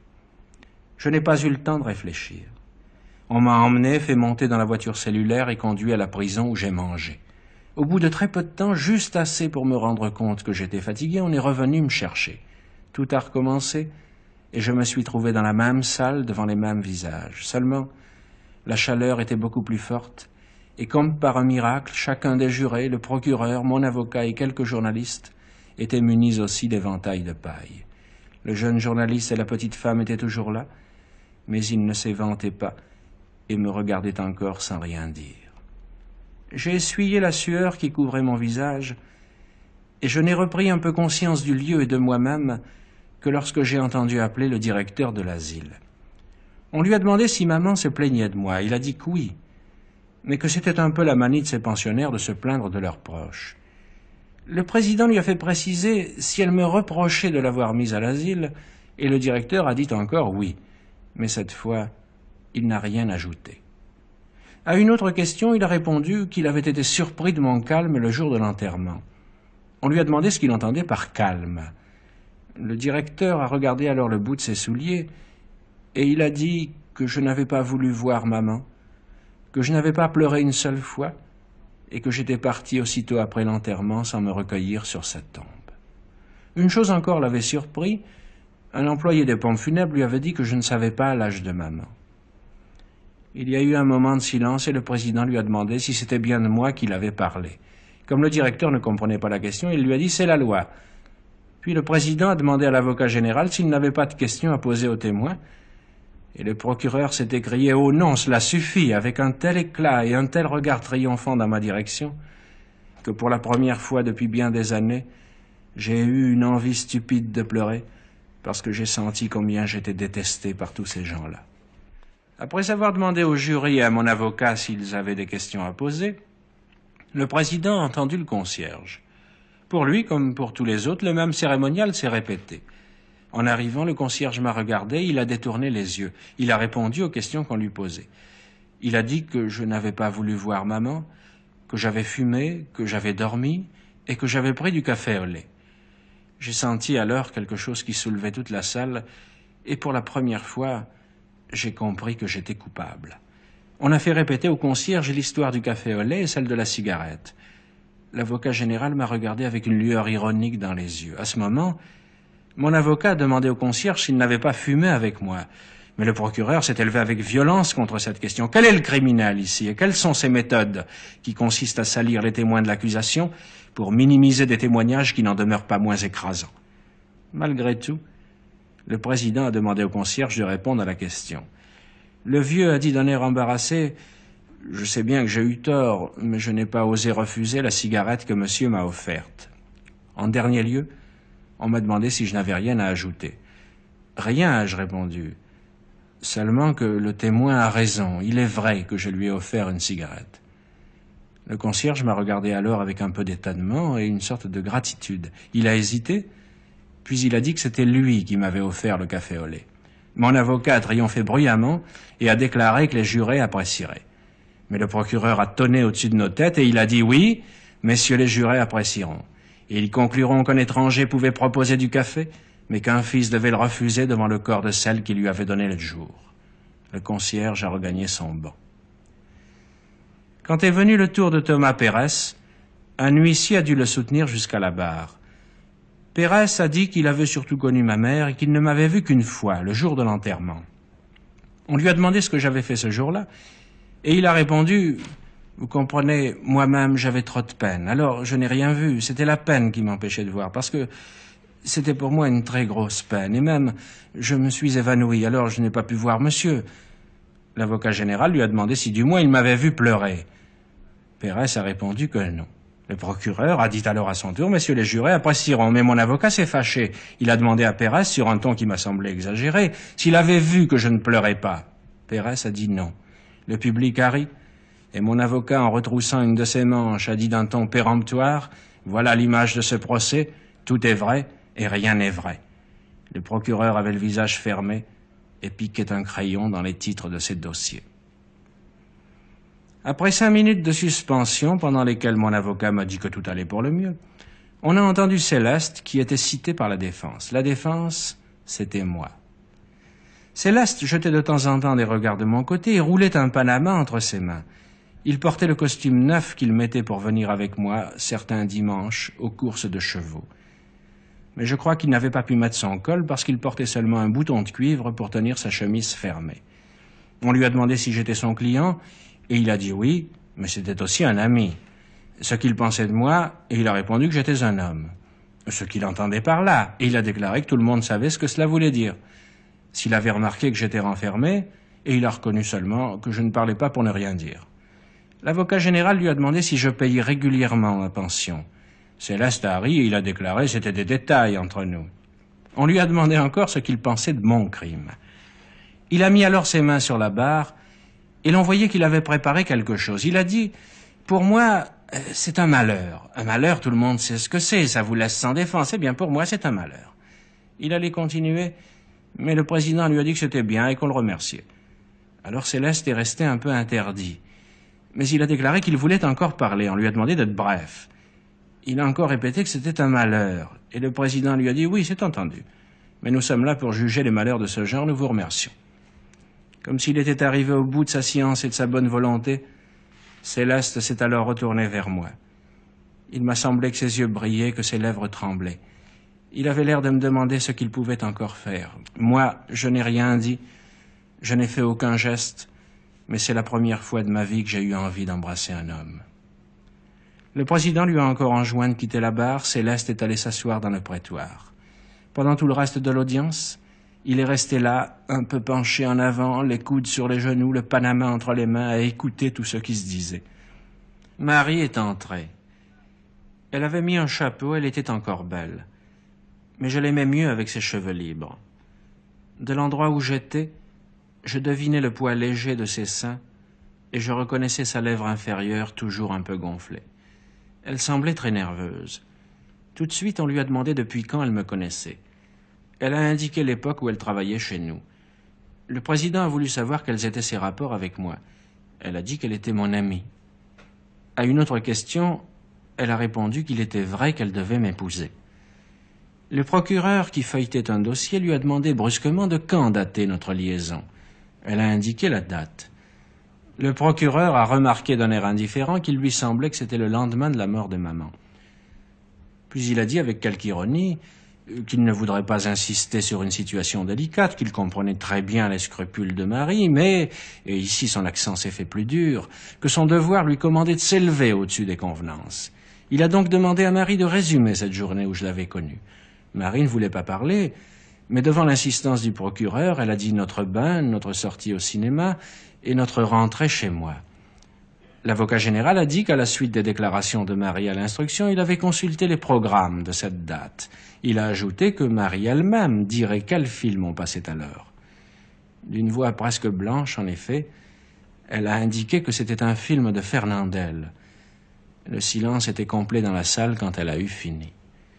C: Je n'ai pas eu le temps de réfléchir. On m'a emmené, fait monter dans la voiture cellulaire et conduit à la prison où j'ai mangé. Au bout de très peu de temps, juste assez pour me rendre compte que j'étais fatigué, on est revenu me chercher. Tout a recommencé et je me suis trouvé dans la même salle devant les mêmes visages. Seulement, la chaleur était beaucoup plus forte et comme par un miracle, chacun des jurés, le procureur, mon avocat et quelques journalistes étaient munis aussi d'éventails de paille. Le jeune journaliste et la petite femme étaient toujours là, mais ils ne s'éventaient pas et me regardaient encore sans rien dire. J'ai essuyé la sueur qui couvrait mon visage et je n'ai repris un peu conscience du lieu et de moi-même que lorsque j'ai entendu appeler le directeur de l'asile. On lui a demandé si maman se plaignait de moi. Il a dit que oui, mais que c'était un peu la manie de ces pensionnaires de se plaindre de leurs proches. Le président lui a fait préciser si elle me reprochait de l'avoir mise à l'asile, et le directeur a dit encore oui, mais cette fois, il n'a rien ajouté. À une autre question, il a répondu qu'il avait été surpris de mon calme le jour de l'enterrement. On lui a demandé ce qu'il entendait par calme. Le directeur a regardé alors le bout de ses souliers, et il a dit que je n'avais pas voulu voir maman, que je n'avais pas pleuré une seule fois, et que j'étais parti aussitôt après l'enterrement sans me recueillir sur sa tombe. Une chose encore l'avait surpris, un employé des pompes funèbres lui avait dit que je ne savais pas l'âge de maman. Il y a eu un moment de silence et le président lui a demandé si c'était bien de moi qu'il avait parlé. Comme le directeur ne comprenait pas la question, il lui a dit « c'est la loi ». Puis le président a demandé à l'avocat général s'il n'avait pas de questions à poser aux témoins. Et le procureur s'est écrié « Oh non, cela suffit !» avec un tel éclat et un tel regard triomphant dans ma direction que pour la première fois depuis bien des années, j'ai eu une envie stupide de pleurer parce que j'ai senti combien j'étais détesté par tous ces gens-là. Après avoir demandé au jury et à mon avocat s'ils avaient des questions à poser, le président a entendu le concierge. Pour lui, comme pour tous les autres, le même cérémonial s'est répété. En arrivant, le concierge m'a regardé, il a détourné les yeux. Il a répondu aux questions qu'on lui posait. Il a dit que je n'avais pas voulu voir maman, que j'avais fumé, que j'avais dormi et que j'avais pris du café au lait. J'ai senti alors quelque chose qui soulevait toute la salle et pour la première fois, j'ai compris que j'étais coupable. On a fait répéter au concierge l'histoire du café au lait et celle de la cigarette. L'avocat général m'a regardé avec une lueur ironique dans les yeux. À ce moment, mon avocat a demandé au concierge s'il n'avait pas fumé avec moi. Mais le procureur s'est élevé avec violence contre cette question. Quel est le criminel ici et quelles sont ses méthodes qui consistent à salir les témoins de l'accusation pour minimiser des témoignages qui n'en demeurent pas moins écrasants? Malgré tout, le président a demandé au concierge de répondre à la question. Le vieux a dit d'un air embarrassé « Je sais bien que j'ai eu tort, mais je n'ai pas osé refuser la cigarette que monsieur m'a offerte. » En dernier lieu, on m'a demandé si je n'avais rien à ajouter. « Rien, ai-je répondu. Seulement que le témoin a raison. Il est vrai que je lui ai offert une cigarette. » Le concierge m'a regardé alors avec un peu d'étonnement et une sorte de gratitude. Il a hésité, puis il a dit que c'était lui qui m'avait offert le café au lait. Mon avocat a triomphé bruyamment et a déclaré que les jurés apprécieraient. Mais le procureur a tonné au-dessus de nos têtes et il a dit « Oui, messieurs les jurés apprécieront. Et ils concluront qu'un étranger pouvait proposer du café, mais qu'un fils devait le refuser devant le corps de celle qui lui avait donné le jour. » Le concierge a regagné son banc. Quand est venu le tour de Thomas Pérez, un huissier a dû le soutenir jusqu'à la barre. Pérez a dit qu'il avait surtout connu ma mère et qu'il ne m'avait vu qu'une fois, le jour de l'enterrement. On lui a demandé ce que j'avais fait ce jour-là, et il a répondu « Vous comprenez, moi-même j'avais trop de peine, alors je n'ai rien vu, c'était la peine qui m'empêchait de voir, parce que c'était pour moi une très grosse peine, et même je me suis évanoui, alors je n'ai pas pu voir monsieur. » L'avocat général lui a demandé si du moins il m'avait vu pleurer. Pérez a répondu que non. Le procureur a dit alors à son tour « Messieurs les jurés apprécieront », mais mon avocat s'est fâché. Il a demandé à Pérez, sur un ton qui m'a semblé exagéré, s'il avait vu que je ne pleurais pas. Pérez a dit non. Le public a ri, et mon avocat, en retroussant une de ses manches, a dit d'un ton péremptoire « Voilà l'image de ce procès, tout est vrai et rien n'est vrai. » Le procureur avait le visage fermé et piquait un crayon dans les titres de ses dossiers. Après 5 minutes de suspension, pendant lesquelles mon avocat m'a dit que tout allait pour le mieux, on a entendu Céleste qui était citée par la défense. La défense, c'était moi. Céleste jetait de temps en temps des regards de mon côté et roulait un panama entre ses mains. Il portait le costume neuf qu'il mettait pour venir avec moi certains dimanches aux courses de chevaux. Mais je crois qu'il n'avait pas pu mettre son col parce qu'il portait seulement un bouton de cuivre pour tenir sa chemise fermée. On lui a demandé si j'étais son client et il a dit oui, mais c'était aussi un ami. Ce qu'il pensait de moi, et il a répondu que j'étais un homme. Ce qu'il entendait par là, et il a déclaré que tout le monde savait ce que cela voulait dire. S'il avait remarqué que j'étais renfermé, et il a reconnu seulement que je ne parlais pas pour ne rien dire. L'avocat général lui a demandé si je payais régulièrement ma pension. Céleste a ri et il a déclaré que c'était des détails entre nous. On lui a demandé encore ce qu'il pensait de mon crime. Il a mis alors ses mains sur la barre, et l'on voyait qu'il avait préparé quelque chose. Il a dit « Pour moi, c'est un malheur. Un malheur, tout le monde sait ce que c'est, ça vous laisse sans défense. Eh bien, pour moi, c'est un malheur. » Il allait continuer, mais le président lui a dit que c'était bien et qu'on le remerciait. Alors Céleste est resté un peu interdit. Mais il a déclaré qu'il voulait encore parler. On lui a demandé d'être bref. Il a encore répété que c'était un malheur. Et le président lui a dit « Oui, c'est entendu. Mais nous sommes là pour juger les malheurs de ce genre, nous vous remercions. » Comme s'il était arrivé au bout de sa science et de sa bonne volonté, Céleste s'est alors retourné vers moi. Il m'a semblé que ses yeux brillaient, que ses lèvres tremblaient. Il avait l'air de me demander ce qu'il pouvait encore faire. Moi, je n'ai rien dit, je n'ai fait aucun geste, mais c'est la première fois de ma vie que j'ai eu envie d'embrasser un homme. Le président lui a encore enjoint de quitter la barre. Céleste est allée s'asseoir dans le prétoire. Pendant tout le reste de l'audience, il est resté là, un peu penché en avant, les coudes sur les genoux, le panama entre les mains, à écouter tout ce qui se disait. Marie est entrée. Elle avait mis un chapeau, elle était encore belle. Mais je l'aimais mieux avec ses cheveux libres. De l'endroit où j'étais, je devinais le poids léger de ses seins et je reconnaissais sa lèvre inférieure toujours un peu gonflée. Elle semblait très nerveuse. Tout de suite, on lui a demandé depuis quand elle me connaissait. Elle a indiqué l'époque où elle travaillait chez nous. Le président a voulu savoir quels étaient ses rapports avec moi. Elle a dit qu'elle était mon amie. À une autre question, elle a répondu qu'il était vrai qu'elle devait m'épouser. Le procureur qui feuilletait un dossier lui a demandé brusquement de quand datait notre liaison. Elle a indiqué la date. Le procureur a remarqué d'un air indifférent qu'il lui semblait que c'était le lendemain de la mort de maman. Puis il a dit avec quelque ironie qu'il ne voudrait pas insister sur une situation délicate, qu'il comprenait très bien les scrupules de Marie, mais, et ici son accent s'est fait plus dur, que son devoir lui commandait de s'élever au-dessus des convenances. Il a donc demandé à Marie de résumer cette journée où je l'avais connue. Marie ne voulait pas parler, mais devant l'insistance du procureur, elle a dit notre bain, notre sortie au cinéma et notre rentrée chez moi. L'avocat général a dit qu'à la suite des déclarations de Marie à l'instruction, il avait consulté les programmes de cette date. Il a ajouté que Marie elle-même dirait quel film on passait alors. D'une voix presque blanche, en effet, elle a indiqué que c'était un film de Fernandel. Le silence était complet dans la salle quand elle a eu fini.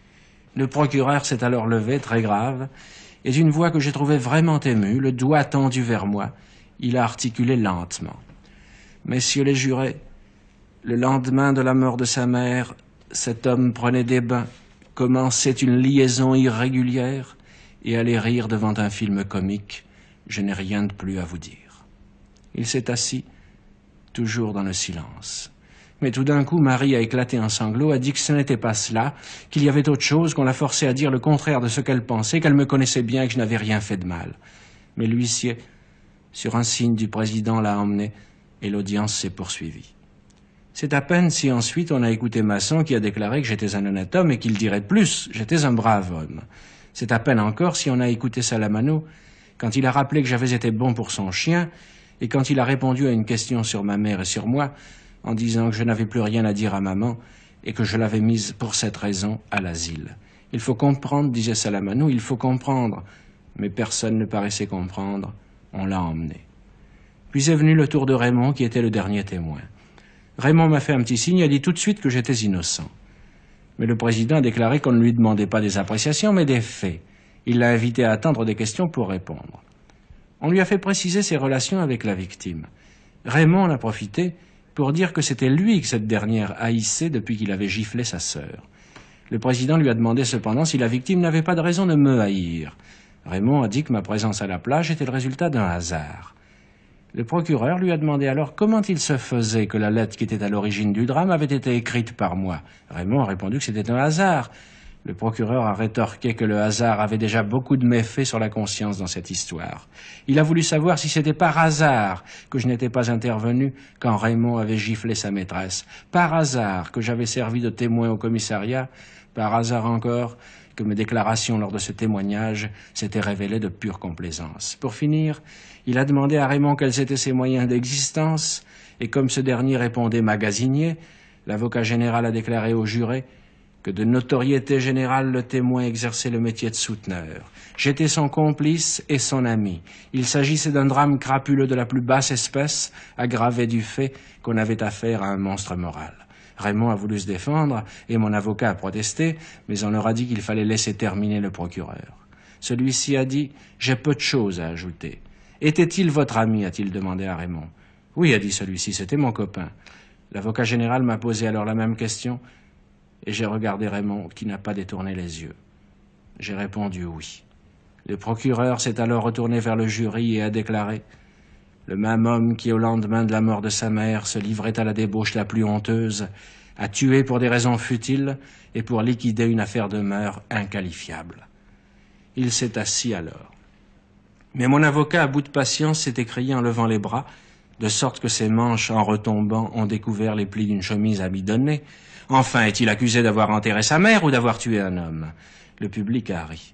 C: Le procureur s'est alors levé, très grave, et d'une voix que j'ai trouvée vraiment émue, le doigt tendu vers moi, il a articulé lentement. Messieurs les jurés, le lendemain de la mort de sa mère, cet homme prenait des bains, commençait une liaison irrégulière et allait rire devant un film comique. Je n'ai rien de plus à vous dire. Il s'est assis, toujours dans le silence. Mais tout d'un coup, Marie a éclaté en sanglots, a dit que ce n'était pas cela, qu'il y avait autre chose, qu'on la forçait à dire le contraire de ce qu'elle pensait, qu'elle me connaissait bien et que je n'avais rien fait de mal. Mais l'huissier, sur un signe du président, l'a emmené et l'audience s'est poursuivie. C'est à peine si ensuite on a écouté Masson qui a déclaré que j'étais un honnête homme et qu'il dirait plus, j'étais un brave homme. C'est à peine encore si on a écouté Salamano quand il a rappelé que j'avais été bon pour son chien et quand il a répondu à une question sur ma mère et sur moi en disant que je n'avais plus rien à dire à maman et que je l'avais mise pour cette raison à l'asile. Il faut comprendre, disait Salamano, il faut comprendre. Mais personne ne paraissait comprendre. On l'a emmené. Puis est venu le tour de Raymond qui était le dernier témoin. Raymond m'a fait un petit signe et a dit tout de suite que j'étais innocent. Mais le président a déclaré qu'on ne lui demandait pas des appréciations, mais des faits. Il l'a invité à attendre des questions pour répondre. On lui a fait préciser ses relations avec la victime. Raymond en a profité pour dire que c'était lui que cette dernière haïssait depuis qu'il avait giflé sa sœur. Le président lui a demandé cependant si la victime n'avait pas de raison de me haïr. Raymond a dit que ma présence à la plage était le résultat d'un hasard. Le procureur lui a demandé alors comment il se faisait que la lettre qui était à l'origine du drame avait été écrite par moi. Raymond a répondu que c'était un hasard. Le procureur a rétorqué que le hasard avait déjà beaucoup de méfaits sur la conscience dans cette histoire. Il a voulu savoir si c'était par hasard que je n'étais pas intervenu quand Raymond avait giflé sa maîtresse, par hasard que j'avais servi de témoin au commissariat, par hasard encore que mes déclarations lors de ce témoignage s'étaient révélées de pure complaisance. Pour finir, il a demandé à Raymond quels étaient ses moyens d'existence, et comme ce dernier répondait magasinier, l'avocat général a déclaré au juré que de notoriété générale, le témoin exerçait le métier de souteneur. J'étais son complice et son ami. Il s'agissait d'un drame crapuleux de la plus basse espèce, aggravé du fait qu'on avait affaire à un monstre moral. Raymond a voulu se défendre, et mon avocat a protesté, mais on leur a dit qu'il fallait laisser terminer le procureur. Celui-ci a dit « J'ai peu de choses à ajouter ». « Était-il votre ami » a-t-il demandé à Raymond. « Oui » a dit celui-ci, « c'était mon copain ». L'avocat général m'a posé alors la même question, et j'ai regardé Raymond qui n'a pas détourné les yeux. J'ai répondu oui. Le procureur s'est alors retourné vers le jury et a déclaré « Le même homme qui, au lendemain de la mort de sa mère, se livrait à la débauche la plus honteuse, a tué pour des raisons futiles et pour liquider une affaire de mœurs inqualifiable. » Il s'est assis alors. Mais mon avocat, à bout de patience, s'est écrié en levant les bras, de sorte que ses manches, en retombant, ont découvert les plis d'une chemise abidonnée. Enfin, est-il accusé d'avoir enterré sa mère ou d'avoir tué un homme? Le public a ri.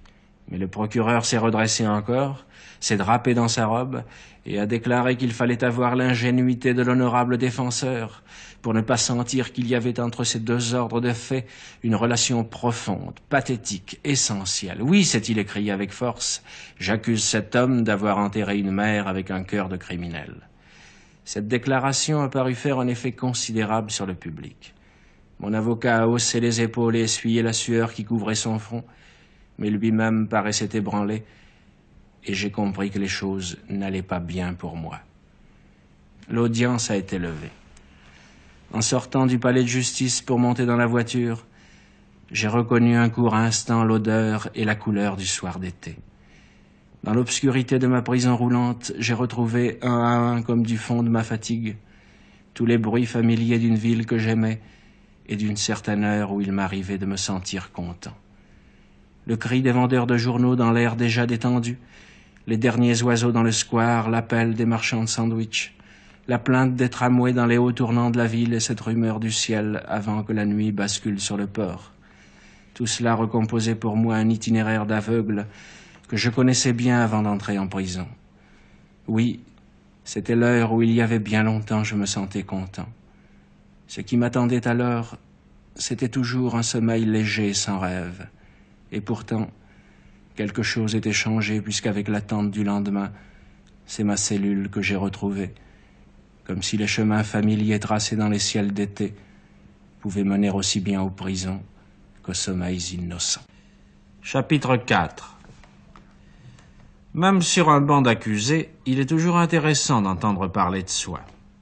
C: Mais le procureur s'est redressé encore, s'est drapé dans sa robe et a déclaré qu'il fallait avoir l'ingénuité de l'honorable défenseur pour ne pas sentir qu'il y avait entre ces deux ordres de faits une relation profonde, pathétique, essentielle. Oui, s'est-il écrié avec force, j'accuse cet homme d'avoir enterré une mère avec un cœur de criminel. Cette déclaration a paru faire un effet considérable sur le public. Mon avocat a haussé les épaules et essuyé la sueur qui couvrait son front, mais lui-même paraissait ébranlé, et j'ai compris que les choses n'allaient pas bien pour moi. L'audience a été levée. En sortant du palais de justice pour monter dans la voiture, j'ai reconnu un court instant l'odeur et la couleur du soir d'été. Dans l'obscurité de ma prison roulante, j'ai retrouvé un à un, comme du fond de ma fatigue, tous les bruits familiers d'une ville que j'aimais et d'une certaine heure où il m'arrivait de me sentir content. Le cri des vendeurs de journaux dans l'air déjà détendu, les derniers oiseaux dans le square, l'appel des marchands de sandwich, la plainte des tramways dans les hauts tournants de la ville et cette rumeur du ciel avant que la nuit bascule sur le port. Tout cela recomposait pour moi un itinéraire d'aveugle que je connaissais bien avant d'entrer en prison. Oui, c'était l'heure où il y avait bien longtemps je me sentais content. Ce qui m'attendait alors, c'était toujours un sommeil léger sans rêve. Et pourtant, quelque chose était changé puisqu'avec l'attente du lendemain, c'est ma cellule que j'ai retrouvée, comme si les chemins familiers tracés dans les ciels d'été pouvaient mener aussi bien aux prisons qu'aux sommeils innocents.
B: Chapitre 4. Même sur un banc d'accusés, il est toujours intéressant d'entendre parler de soi.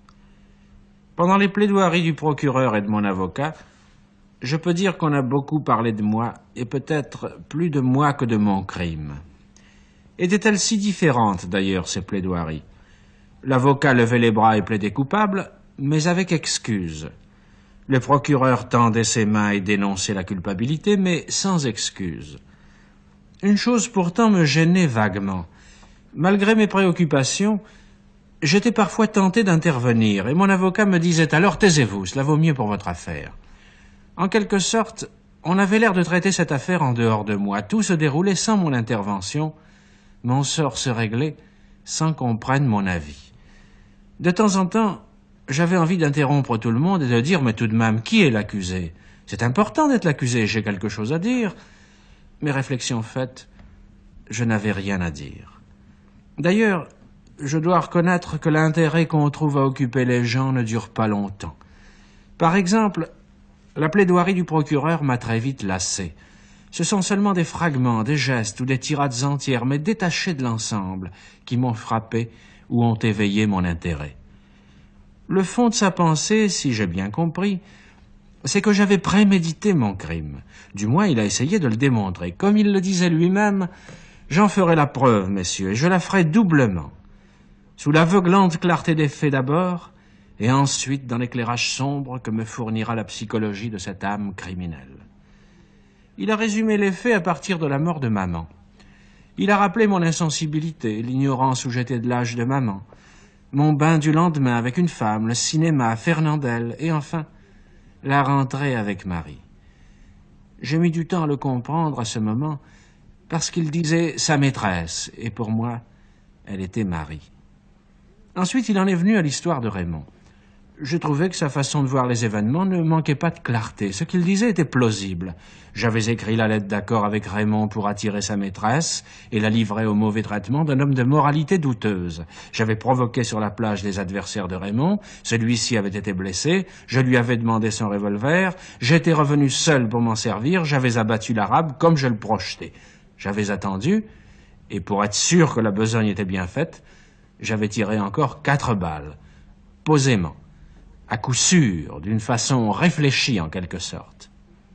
B: Pendant les plaidoiries du procureur et de mon avocat, je peux dire qu'on a beaucoup parlé de moi, et peut-être plus de moi que de mon crime. Étaient-elles si différentes, d'ailleurs, ces plaidoiries? L'avocat levait les bras et plaidait coupable, mais avec excuse. Le procureur tendait ses mains et dénonçait la culpabilité, mais sans excuse. Une chose pourtant me gênait vaguement. Malgré mes préoccupations, j'étais parfois tenté d'intervenir, et mon avocat me disait alors « Taisez-vous, cela vaut mieux pour votre affaire ». En quelque sorte, on avait l'air de traiter cette affaire en dehors de moi. Tout se déroulait sans mon intervention, mon sort se réglait sans qu'on prenne mon avis. De temps en temps, j'avais envie d'interrompre tout le monde et de dire « Mais tout de même, qui est l'accusé? C'est important d'être l'accusé, j'ai quelque chose à dire. » Mes réflexions faites, je n'avais rien à dire. D'ailleurs, je dois reconnaître que l'intérêt qu'on trouve à occuper les gens ne dure pas longtemps. Par exemple, la plaidoirie du procureur m'a très vite lassé. Ce sont seulement des fragments, des gestes ou des tirades entières, mais détachées de l'ensemble, qui m'ont frappé ou ont éveillé mon intérêt. Le fond de sa pensée, si j'ai bien compris, c'est que j'avais prémédité mon crime. Du moins, il a essayé de le démontrer. Comme il le disait lui-même, j'en ferai la preuve, messieurs, et je la ferai doublement. Sous l'aveuglante clarté des faits d'abord, et ensuite dans l'éclairage sombre que me fournira la psychologie de cette âme criminelle. Il a résumé les faits à partir de la mort de maman. Il a rappelé mon insensibilité, l'ignorance où j'étais de l'âge de maman, mon bain du lendemain avec une femme, le cinéma, Fernandel, et enfin, la rentrée avec Marie. J'ai mis du temps à le comprendre à ce moment, parce qu'il disait sa maîtresse, et pour moi, elle était Marie. Ensuite, il en est venu à l'histoire de Raymond. Je trouvais que sa façon de voir les événements ne manquait pas de clarté. Ce qu'il disait était plausible. J'avais écrit la lettre d'accord avec Raymond pour attirer sa maîtresse et la livrer au mauvais traitement d'un homme de moralité douteuse. J'avais provoqué sur la plage les adversaires de Raymond. Celui-ci avait été blessé. Je lui avais demandé son revolver. J'étais revenu seul pour m'en servir. J'avais abattu l'arabe comme je le projetais. J'avais attendu, et pour être sûr que la besogne était bien faite, j'avais tiré encore 4 balles, posément, à coup sûr, d'une façon réfléchie en quelque sorte.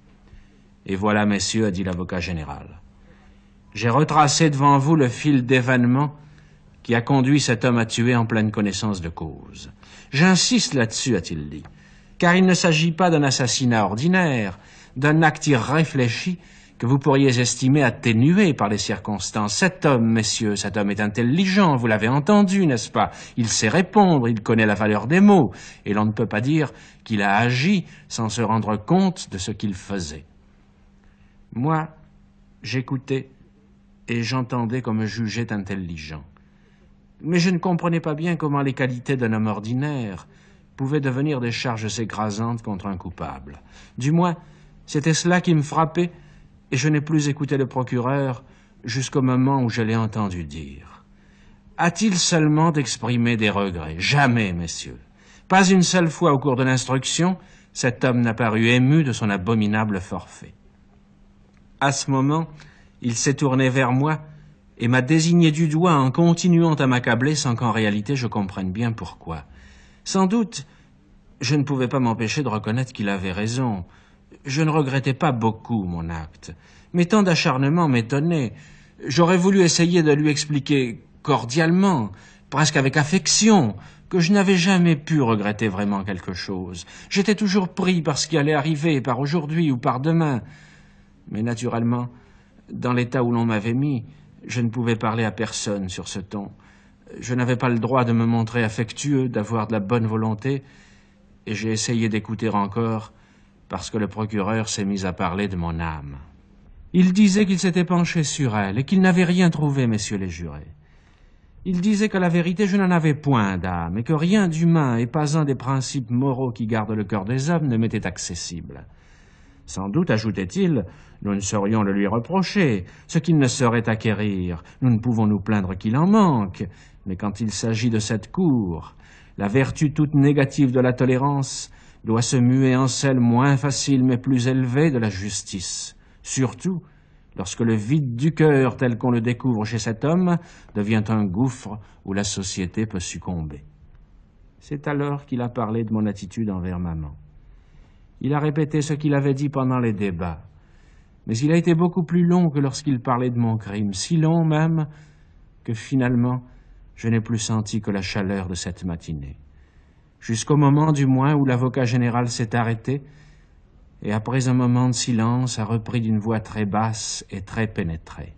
B: Et voilà, messieurs, a dit l'avocat général, j'ai retracé devant vous le fil d'événements qui a conduit cet homme à tuer en pleine connaissance de cause. J'insiste là-dessus, a-t-il dit, car il ne s'agit pas d'un assassinat ordinaire, d'un acte irréfléchi que vous pourriez estimer atténué par les circonstances. Cet homme, messieurs, cet homme est intelligent, vous l'avez entendu, n'est-ce pas? Il sait répondre, il connaît la valeur des mots, et l'on ne peut pas dire qu'il a agi sans se rendre compte de ce qu'il faisait. Moi, j'écoutais,
C: et j'entendais qu'on me jugeait intelligent. Mais je ne comprenais pas bien comment les qualités d'un homme ordinaire pouvaient devenir des charges écrasantes contre un coupable. Du moins, c'était cela qui me frappait, et je n'ai plus écouté le procureur jusqu'au moment où je l'ai entendu dire. A-t-il seulement exprimé des regrets? Jamais, messieurs. Pas une seule fois au cours de l'instruction, cet homme n'a paru ému de son abominable forfait. À ce moment, il s'est tourné vers moi et m'a désigné du doigt en continuant à m'accabler sans qu'en réalité je comprenne bien pourquoi. Sans doute, je ne pouvais pas m'empêcher de reconnaître qu'il avait raison. Je ne regrettais pas beaucoup mon acte, mais tant d'acharnement m'étonnait. J'aurais voulu essayer de lui expliquer cordialement, presque avec affection, que je n'avais jamais pu regretter vraiment quelque chose. J'étais toujours pris par ce qui allait arriver, par aujourd'hui ou par demain. Mais naturellement, dans l'état où l'on m'avait mis, je ne pouvais parler à personne sur ce ton. Je n'avais pas le droit de me montrer affectueux, d'avoir de la bonne volonté, et j'ai essayé d'écouter encore, parce que le procureur s'est mis à parler de mon âme. Il disait qu'il s'était penché sur elle, et qu'il n'avait rien trouvé, messieurs les jurés. Il disait qu'à la vérité, je n'en avais point d'âme, et que rien d'humain et pas un des principes moraux qui gardent le cœur des hommes ne m'était accessible. Sans doute, ajoutait-il, nous ne saurions le lui reprocher, ce qu'il ne saurait acquérir. Nous ne pouvons nous plaindre qu'il en manque, mais quand il s'agit de cette cour, la vertu toute négative de la tolérance doit se muer en celle moins facile mais plus élevée de la justice. Surtout lorsque le vide du cœur tel qu'on le découvre chez cet homme devient un gouffre où la société peut succomber. C'est alors qu'il a parlé de mon attitude envers maman. Il a répété ce qu'il avait dit pendant les débats, mais il a été beaucoup plus long que lorsqu'il parlait de mon crime, si long même que finalement je n'ai plus senti que la chaleur de cette matinée. Jusqu'au moment du moins où l'avocat général s'est arrêté et après un moment de silence a repris d'une voix très basse et très pénétrée.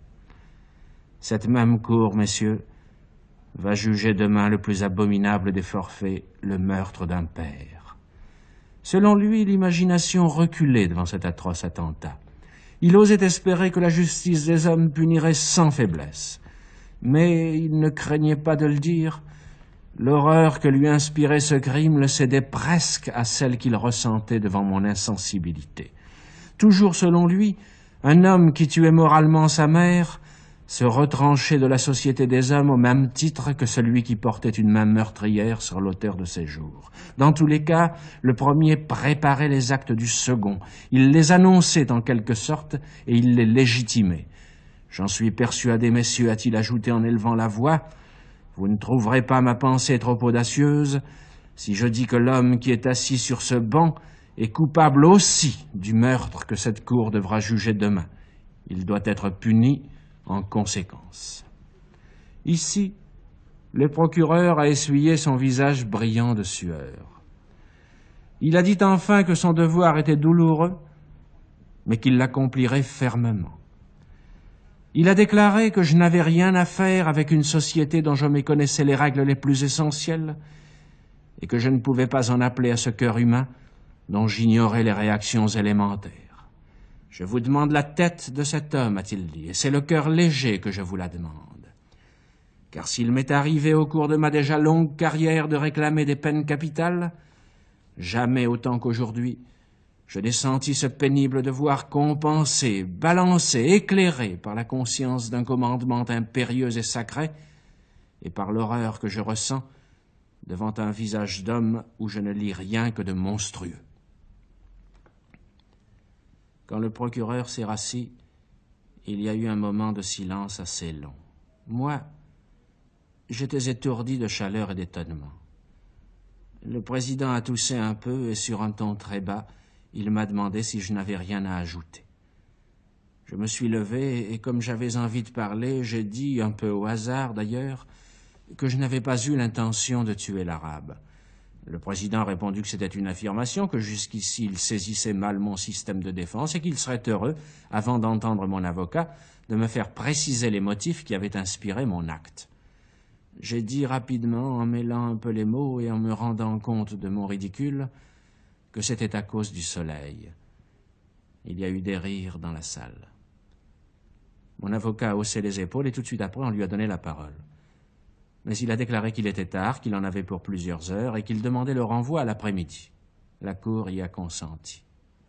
C: Cette même cour, messieurs, va juger demain le plus abominable des forfaits, le meurtre d'un père. Selon lui, l'imagination reculait devant cet atroce attentat. Il osait espérer que la justice des hommes punirait sans faiblesse. Mais il ne craignait pas de le dire. L'horreur que lui inspirait ce crime le cédait presque à celle qu'il ressentait devant mon insensibilité. Toujours selon lui, un homme qui tuait moralement sa mère se retranchait de la société des hommes au même titre que celui qui portait une main meurtrière sur l'auteur de ses jours. Dans tous les cas, le premier préparait les actes du second. Il les annonçait en quelque sorte et il les légitimait. J'en suis persuadé, messieurs, a-t-il ajouté en élevant la voix, vous ne trouverez pas ma pensée trop audacieuse si je dis que l'homme qui est assis sur ce banc est coupable aussi du meurtre que cette cour devra juger demain. Il doit être puni en conséquence. Ici, le procureur a essuyé son visage brillant de sueur. Il a dit enfin que son devoir était douloureux, mais qu'il l'accomplirait fermement. Il a déclaré que je n'avais rien à faire avec une société dont je méconnaissais les règles les plus essentielles et que je ne pouvais pas en appeler à ce cœur humain dont j'ignorais les réactions élémentaires. Je vous demande la tête de cet homme, a-t-il dit, et c'est le cœur léger que je vous la demande. Car s'il m'est arrivé au cours de ma déjà longue carrière de réclamer des peines capitales, jamais autant qu'aujourd'hui, je n'ai senti ce pénible devoir compensé, balancé, éclairé par la conscience d'un commandement impérieux et sacré, et par l'horreur que je ressens devant un visage d'homme où je ne lis rien que de monstrueux. Quand le procureur s'est rassis, il y a eu un moment de silence assez long. Moi, j'étais étourdi de chaleur et d'étonnement. Le président a toussé un peu et sur un ton très bas, il m'a demandé si je n'avais rien à ajouter. Je me suis levé et comme j'avais envie de parler, j'ai dit, un peu au hasard d'ailleurs, que je n'avais pas eu l'intention de tuer l'Arabe. Le président a répondu que c'était une affirmation, que jusqu'ici il saisissait mal mon système de défense et qu'il serait heureux, avant d'entendre mon avocat, de me faire préciser les motifs qui avaient inspiré mon acte. J'ai dit rapidement, en mêlant un peu les mots et en me rendant compte de mon ridicule, que c'était à cause du soleil. Il y a eu des rires dans la salle. Mon avocat a haussé les épaules et tout de suite après, on lui a donné la parole. Mais il a déclaré qu'il était tard, qu'il en avait pour plusieurs heures et qu'il demandait le renvoi à l'après-midi. La cour y a consenti.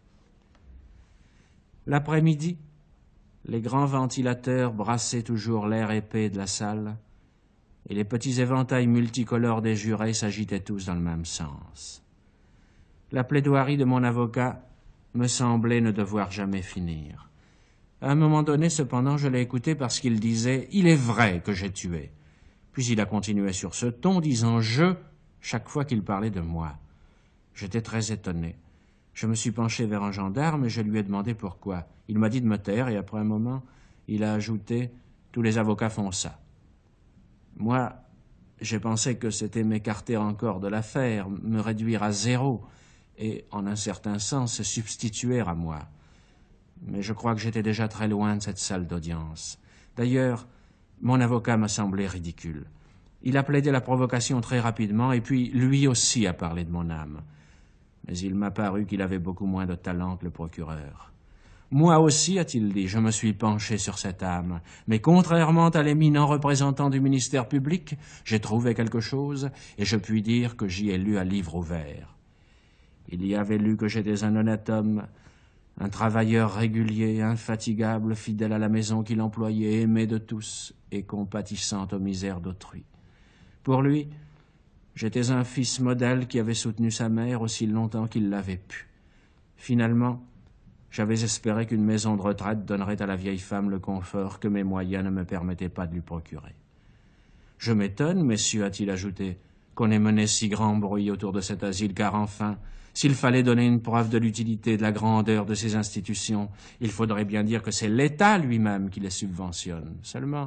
C: L'après-midi, les grands ventilateurs brassaient toujours l'air épais de la salle et les petits éventails multicolores des jurés s'agitaient tous dans le même sens. La plaidoirie de mon avocat me semblait ne devoir jamais finir. À un moment donné, cependant, je l'ai écouté parce qu'il disait « Il est vrai que j'ai tué ». Puis il a continué sur ce ton, disant « je » chaque fois qu'il parlait de moi. J'étais très étonné. Je me suis penché vers un gendarme et je lui ai demandé pourquoi. Il m'a dit de me taire et après un moment, il a ajouté « Tous les avocats font ça ». Moi, j'ai pensé que c'était m'écarter encore de l'affaire, me réduire à zéro et, en un certain sens, se substituer à moi. Mais je crois que j'étais déjà très loin de cette salle d'audience. D'ailleurs, mon avocat m'a semblé ridicule. Il a plaidé la provocation très rapidement et puis lui aussi a parlé de mon âme. Mais il m'a paru qu'il avait beaucoup moins de talent que le procureur. Moi aussi, a-t-il dit, je me suis penché sur cette âme, mais contrairement à l'éminent représentant du ministère public, j'ai trouvé quelque chose et je puis dire que j'y ai lu à livre ouvert. Il y avait lu que j'étais un honnête homme, un travailleur régulier, infatigable, fidèle à la maison qu'il employait, aimé de tous et compatissant aux misères d'autrui. Pour lui, j'étais un fils modèle qui avait soutenu sa mère aussi longtemps qu'il l'avait pu. Finalement, j'avais espéré qu'une maison de retraite donnerait à la vieille femme le confort que mes moyens ne me permettaient pas de lui procurer. Je m'étonne, messieurs, a-t-il ajouté, qu'on ait mené si grand bruit autour de cet asile, car enfin, s'il fallait donner une preuve de l'utilité et de la grandeur de ces institutions, il faudrait bien dire que c'est l'État lui-même qui les subventionne. Seulement,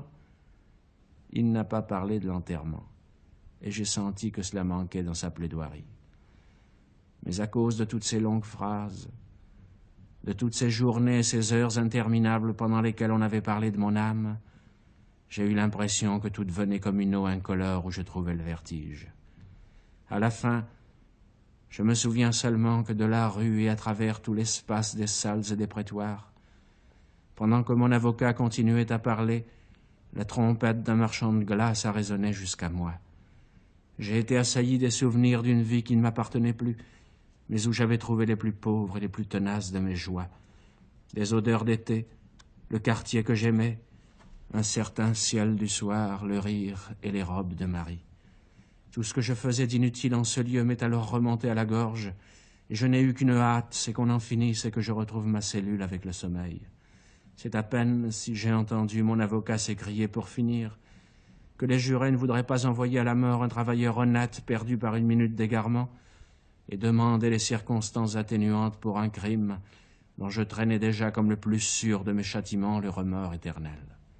C: il n'a pas parlé de l'enterrement, et j'ai senti que cela manquait dans sa plaidoirie. Mais à cause de toutes ces longues phrases, de toutes ces journées et ces heures interminables pendant lesquelles on avait parlé de mon âme, j'ai eu l'impression que tout devenait comme une eau incolore où je trouvais le vertige. À la fin, je me souviens seulement que de la rue et à travers tout l'espace des salles et des prétoires, pendant que mon avocat continuait à parler, la trompette d'un marchand de glace a résonné jusqu'à moi. J'ai été assailli des souvenirs d'une vie qui ne m'appartenait plus, mais où j'avais trouvé les plus pauvres et les plus tenaces de mes joies. Des odeurs d'été, le quartier que j'aimais, un certain ciel du soir, le rire et les robes de Marie. Tout ce que je faisais d'inutile en ce lieu m'est alors remonté à la gorge, et je n'ai eu qu'une hâte, c'est qu'on en finisse et que je retrouve ma cellule avec le sommeil. C'est à peine si j'ai entendu mon avocat s'écrier pour finir que les jurés ne voudraient pas envoyer à la mort un travailleur honnête perdu par une minute d'égarement et demander les circonstances atténuantes pour un crime dont je traînais déjà comme le plus sûr de mes châtiments le remords éternel.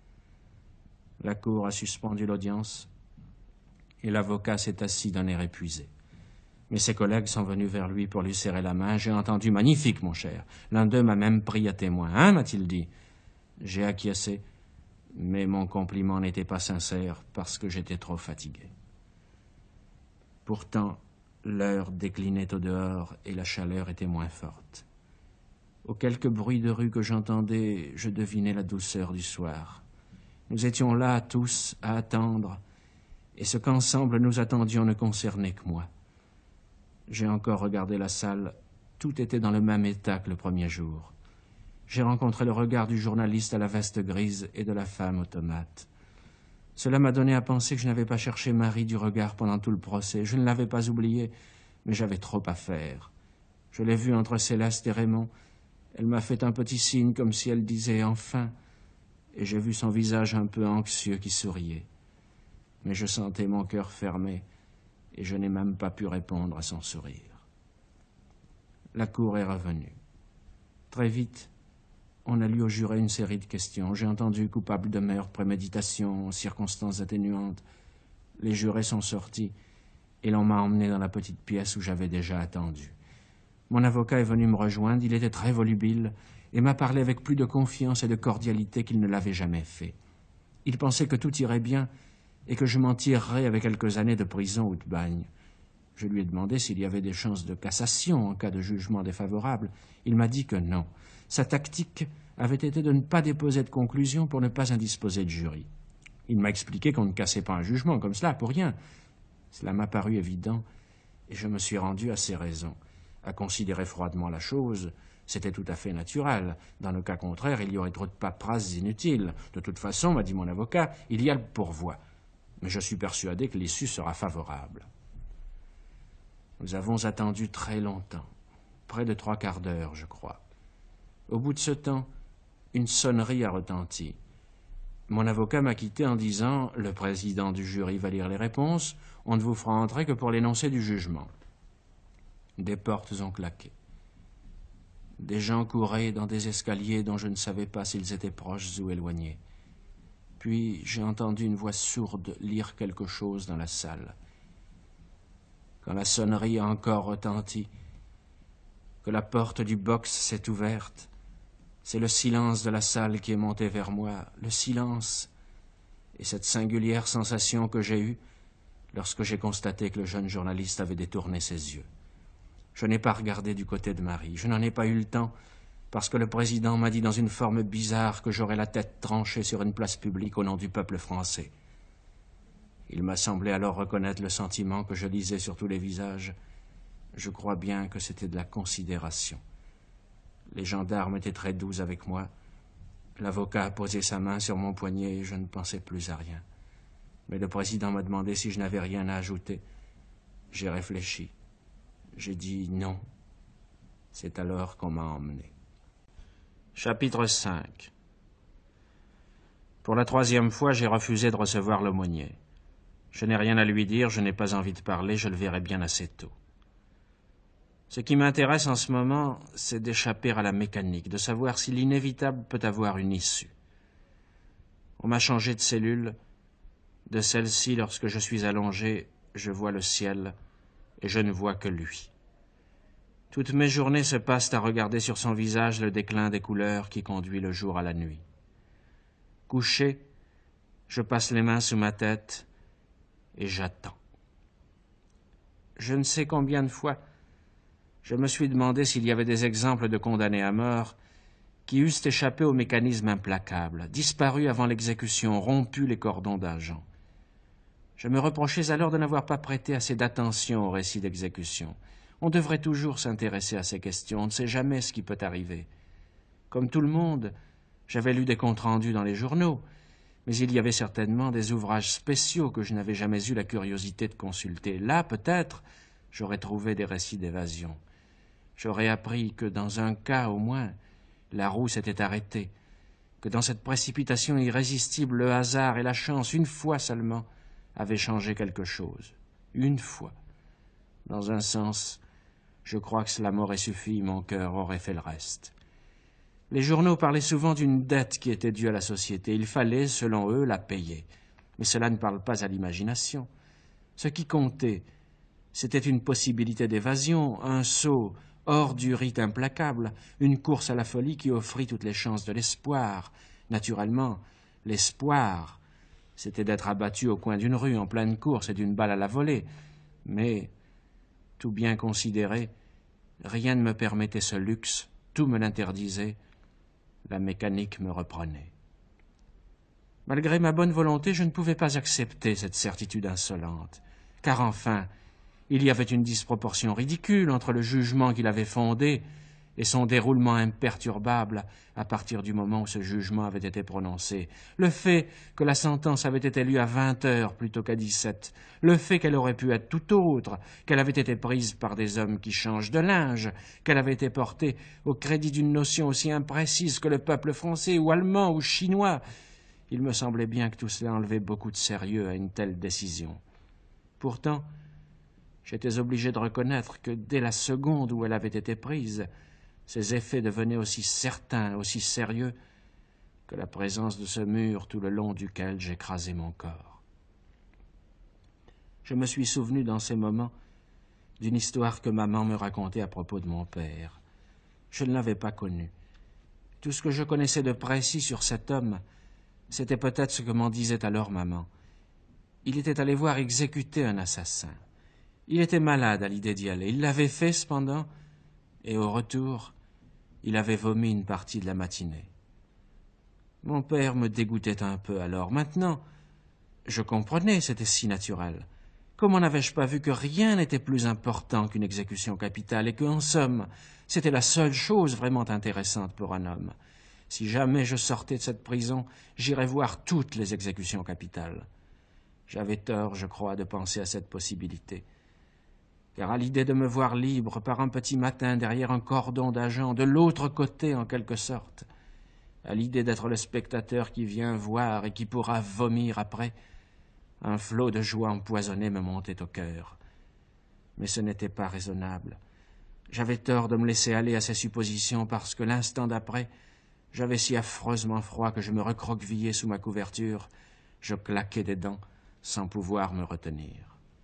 C: La cour a suspendu l'audience et l'avocat s'est assis d'un air épuisé. Mais ses collègues sont venus vers lui pour lui serrer la main. J'ai entendu « Magnifique, mon cher !» L'un d'eux m'a même pris à témoin. « Hein ?» m'a-t-il dit. J'ai acquiescé, mais mon compliment n'était pas sincère parce que j'étais trop fatigué. Pourtant, l'heure déclinait au dehors et la chaleur était moins forte. Aux quelques bruits de rue que j'entendais, je devinais la douceur du soir. Nous étions là tous à attendre, et ce qu'ensemble nous attendions ne concernait que moi. J'ai encore regardé la salle, tout était dans le même état que le premier jour. J'ai rencontré le regard du journaliste à la veste grise et de la femme aux tomates. Cela m'a donné à penser que je n'avais pas cherché Marie du regard pendant tout le procès. Je ne l'avais pas oubliée, mais j'avais trop à faire. Je l'ai vue entre Céleste et Raymond. Elle m'a fait un petit signe comme si elle disait « enfin », et j'ai vu son visage un peu anxieux qui souriait. Mais je sentais mon cœur fermé, et je n'ai même pas pu répondre à son sourire. La cour est revenue. Très vite, on a lu au juré une série de questions. J'ai entendu coupable de meurtre, préméditation, circonstances atténuantes. Les jurés sont sortis et l'on m'a emmené dans la petite pièce où j'avais déjà attendu. Mon avocat est venu me rejoindre, il était très volubile et m'a parlé avec plus de confiance et de cordialité qu'il ne l'avait jamais fait. Il pensait que tout irait bien et que je m'en tirerais avec quelques années de prison ou de bagne. Je lui ai demandé s'il y avait des chances de cassation en cas de jugement défavorable. Il m'a dit que non. Sa tactique avait été de ne pas déposer de conclusion pour ne pas indisposer de jury. Il m'a expliqué qu'on ne cassait pas un jugement comme cela, pour rien. Cela m'a paru évident, et je me suis rendu à ses raisons. À considérer froidement la chose, c'était tout à fait naturel. Dans le cas contraire, il y aurait trop de paperasses inutiles. De toute façon, m'a dit mon avocat, il y a le pourvoi. Mais je suis persuadé que l'issue sera favorable. Nous avons attendu très longtemps, près de 3/4 d'heure, je crois. Au bout de ce temps, une sonnerie a retenti. Mon avocat m'a quitté en disant « Le président du jury va lire les réponses, on ne vous fera entrer que pour l'énoncé du jugement. » Des portes ont claqué. Des gens couraient dans des escaliers dont je ne savais pas s'ils étaient proches ou éloignés. Puis j'ai entendu une voix sourde lire quelque chose dans la salle. Quand la sonnerie a encore retenti, que la porte du box s'est ouverte, c'est le silence de la salle qui est monté vers moi, le silence et cette singulière sensation que j'ai eue lorsque j'ai constaté que le jeune journaliste avait détourné ses yeux. Je n'ai pas regardé du côté de Marie, je n'en ai pas eu le temps, parce que le président m'a dit dans une forme bizarre que j'aurais la tête tranchée sur une place publique au nom du peuple français. Il m'a semblé alors reconnaître le sentiment que je lisais sur tous les visages. Je crois bien que c'était de la considération. Les gendarmes étaient très doux avec moi. L'avocat a posé sa main sur mon poignet et je ne pensais plus à rien. Mais le président m'a demandé si je n'avais rien à ajouter. J'ai réfléchi. J'ai dit non. C'est alors qu'on m'a emmené. Chapitre 5. Pour la 3e fois, j'ai refusé de recevoir l'aumônier. Je n'ai rien à lui dire, je n'ai pas envie de parler, je le verrai bien assez tôt. Ce qui m'intéresse en ce moment, c'est d'échapper à la mécanique, de savoir si l'inévitable peut avoir une issue. On m'a changé de cellule. De celle-ci, lorsque je suis allongé, je vois le ciel et je ne vois que lui. Toutes mes journées se passent à regarder sur son visage le déclin des couleurs qui conduit le jour à la nuit. Couché, je passe les mains sous ma tête et j'attends. Je ne sais combien de fois je me suis demandé s'il y avait des exemples de condamnés à mort qui eussent échappé au mécanisme implacable, disparu avant l'exécution, rompu les cordons d'argent. Je me reprochais alors de n'avoir pas prêté assez d'attention au récit d'exécution. On devrait toujours s'intéresser à ces questions, on ne sait jamais ce qui peut arriver. Comme tout le monde, j'avais lu des comptes rendus dans les journaux, mais il y avait certainement des ouvrages spéciaux que je n'avais jamais eu la curiosité de consulter. Là, peut-être, j'aurais trouvé des récits d'évasion. J'aurais appris que, dans un cas au moins, la roue s'était arrêtée, que dans cette précipitation irrésistible, le hasard et la chance, une fois seulement, avaient changé quelque chose. Une fois. Dans un sens, je crois que cela m'aurait suffi, mon cœur aurait fait le reste. Les journaux parlaient souvent d'une dette qui était due à la société. Il fallait, selon eux, la payer. Mais cela ne parle pas à l'imagination. Ce qui comptait, c'était une possibilité d'évasion, un saut hors du rite implacable, une course à la folie qui offrit toutes les chances de l'espoir. Naturellement, l'espoir, c'était d'être abattu au coin d'une rue en pleine course et d'une balle à la volée. Mais, tout bien considéré, rien ne me permettait ce luxe, tout me l'interdisait. La mécanique me reprenait. Malgré ma bonne volonté, je ne pouvais pas accepter cette certitude insolente, car enfin, il y avait une disproportion ridicule entre le jugement qu'il avait fondé et son déroulement imperturbable à partir du moment où ce jugement avait été prononcé. Le fait que la sentence avait été lue à 20 heures plutôt qu'à 17, le fait qu'elle aurait pu être tout autre, qu'elle avait été prise par des hommes qui changent de linge, qu'elle avait été portée au crédit d'une notion aussi imprécise que le peuple français ou allemand ou chinois, il me semblait bien que tout cela enlevait beaucoup de sérieux à une telle décision. Pourtant, j'étais obligé de reconnaître que dès la seconde où elle avait été prise, ses effets devenaient aussi certains, aussi sérieux, que la présence de ce mur tout le long duquel j'écrasais mon corps. Je me suis souvenu dans ces moments d'une histoire que maman me racontait à propos de mon père. Je ne l'avais pas connu. Tout ce que je connaissais de précis sur cet homme, c'était peut-être ce que m'en disait alors maman. Il était allé voir exécuter un assassin. Il était malade à l'idée d'y aller. Il l'avait fait cependant, et au retour, il avait vomi une partie de la matinée. Mon père me dégoûtait un peu alors. Maintenant, je comprenais, c'était si naturel. Comment n'avais-je pas vu que rien n'était plus important qu'une exécution capitale et qu'en somme, c'était la seule chose vraiment intéressante pour un homme. Si jamais je sortais de cette prison, j'irais voir toutes les exécutions capitales. J'avais tort, je crois, de penser à cette possibilité. Car à l'idée de me voir libre par un petit matin derrière un cordon d'agents, de l'autre côté en quelque sorte, à l'idée d'être le spectateur qui vient voir et qui pourra vomir après, un flot de joie empoisonnée me montait au cœur. Mais ce n'était pas raisonnable. J'avais tort de me laisser aller à ces suppositions parce que l'instant d'après, j'avais si affreusement froid que je me recroquevillais sous ma couverture, je claquais des dents sans pouvoir me retenir.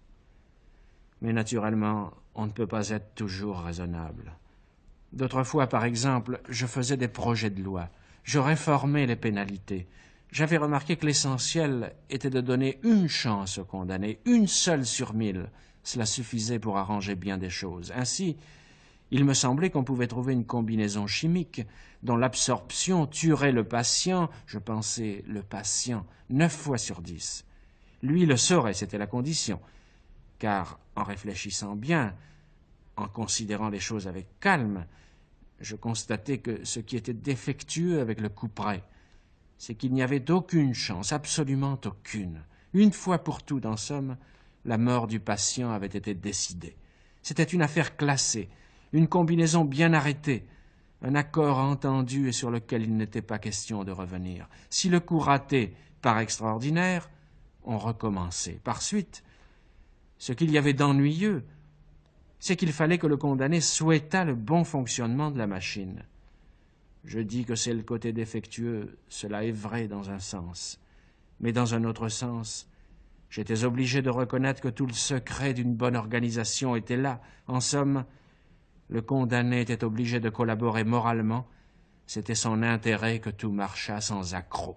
C: Mais naturellement, on ne peut pas être toujours raisonnable. D'autres fois, par exemple, je faisais des projets de loi, je réformais les pénalités. J'avais remarqué que l'essentiel était de donner une chance aux condamnés, une seule sur 1000. Cela suffisait pour arranger bien des choses. Ainsi, il me semblait qu'on pouvait trouver une combinaison chimique dont l'absorption tuerait le patient, je pensais le patient, 9 fois sur 10. Lui le saurait, c'était la condition, car en réfléchissant bien, en considérant les choses avec calme, je constatais que ce qui était défectueux avec le couperet, c'est qu'il n'y avait aucune chance, absolument aucune. Une fois pour toutes, en somme, la mort du patient avait été décidée. C'était une affaire classée, une combinaison bien arrêtée, un accord entendu et sur lequel il n'était pas question de revenir. Si le coup ratait, par extraordinaire, on recommençait. Par suite, ce qu'il y avait d'ennuyeux, c'est qu'il fallait que le condamné souhaitât le bon fonctionnement de la machine. Je dis que c'est le côté défectueux, cela est vrai dans un sens. Mais dans un autre sens, j'étais obligé de reconnaître que tout le secret d'une bonne organisation était là. En somme, le condamné était obligé de collaborer moralement. C'était son intérêt que tout marchât sans accroc.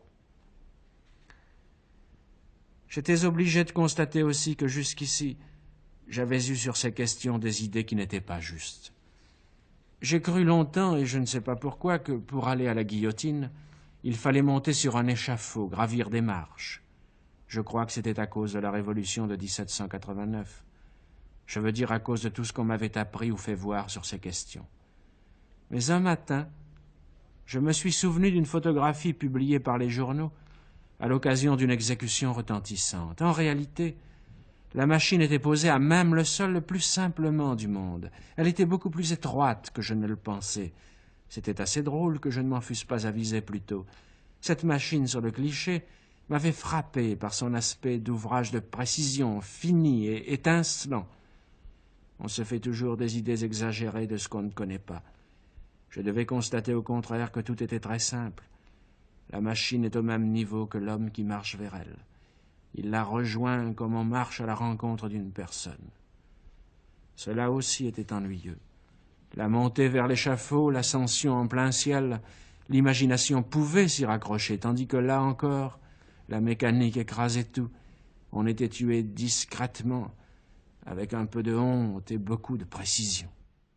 C: J'étais obligé de constater aussi que jusqu'ici, j'avais eu sur ces questions des idées qui n'étaient pas justes. J'ai cru longtemps, et je ne sais pas pourquoi, que pour aller à la guillotine, il fallait monter sur un échafaud, gravir des marches. Je crois que c'était à cause de la Révolution de 1789. Je veux dire à cause de tout ce qu'on m'avait appris ou fait voir sur ces questions. Mais un matin, je me suis souvenu d'une photographie publiée par les journaux à l'occasion d'une exécution retentissante. En réalité, la machine était posée à même le sol le plus simplement du monde. Elle était beaucoup plus étroite que je ne le pensais. C'était assez drôle que je ne m'en fusse pas avisé plus tôt. Cette machine sur le cliché m'avait frappé par son aspect d'ouvrage de précision, fini et étincelant. On se fait toujours des idées exagérées de ce qu'on ne connaît pas. Je devais constater au contraire que tout était très simple. La machine est au même niveau que l'homme qui marche vers elle. Il la rejoint comme on marche à la rencontre d'une personne. Cela aussi était ennuyeux. La montée vers l'échafaud, l'ascension en plein ciel, l'imagination pouvait s'y raccrocher, tandis que là encore, la mécanique écrasait tout. On était tué discrètement, avec un peu de honte et beaucoup de précision.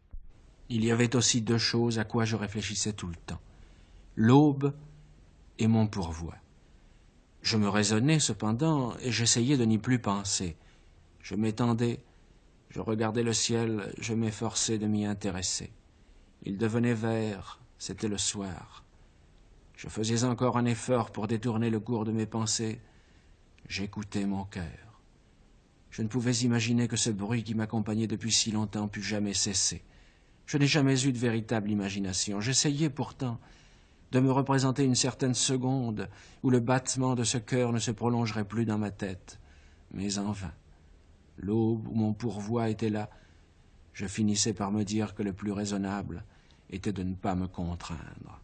C: Il y avait aussi deux choses à quoi je réfléchissais tout le temps. L'aube et mon pourvoi. Je me raisonnais cependant, et j'essayais de n'y plus penser. Je m'étendais, je regardais le ciel, je m'efforçais de m'y intéresser. Il devenait vert, c'était le soir. Je faisais encore un effort pour détourner le cours de mes pensées. J'écoutais mon cœur. Je ne pouvais imaginer que ce bruit qui m'accompagnait depuis si longtemps pût jamais cesser. Je n'ai jamais eu de véritable imagination. J'essayais pourtant de me représenter une certaine seconde où le battement de ce cœur ne se prolongerait plus dans ma tête. Mais en vain. L'aube où mon pourvoi était là, je finissais par me dire que le plus raisonnable était de ne pas me contraindre.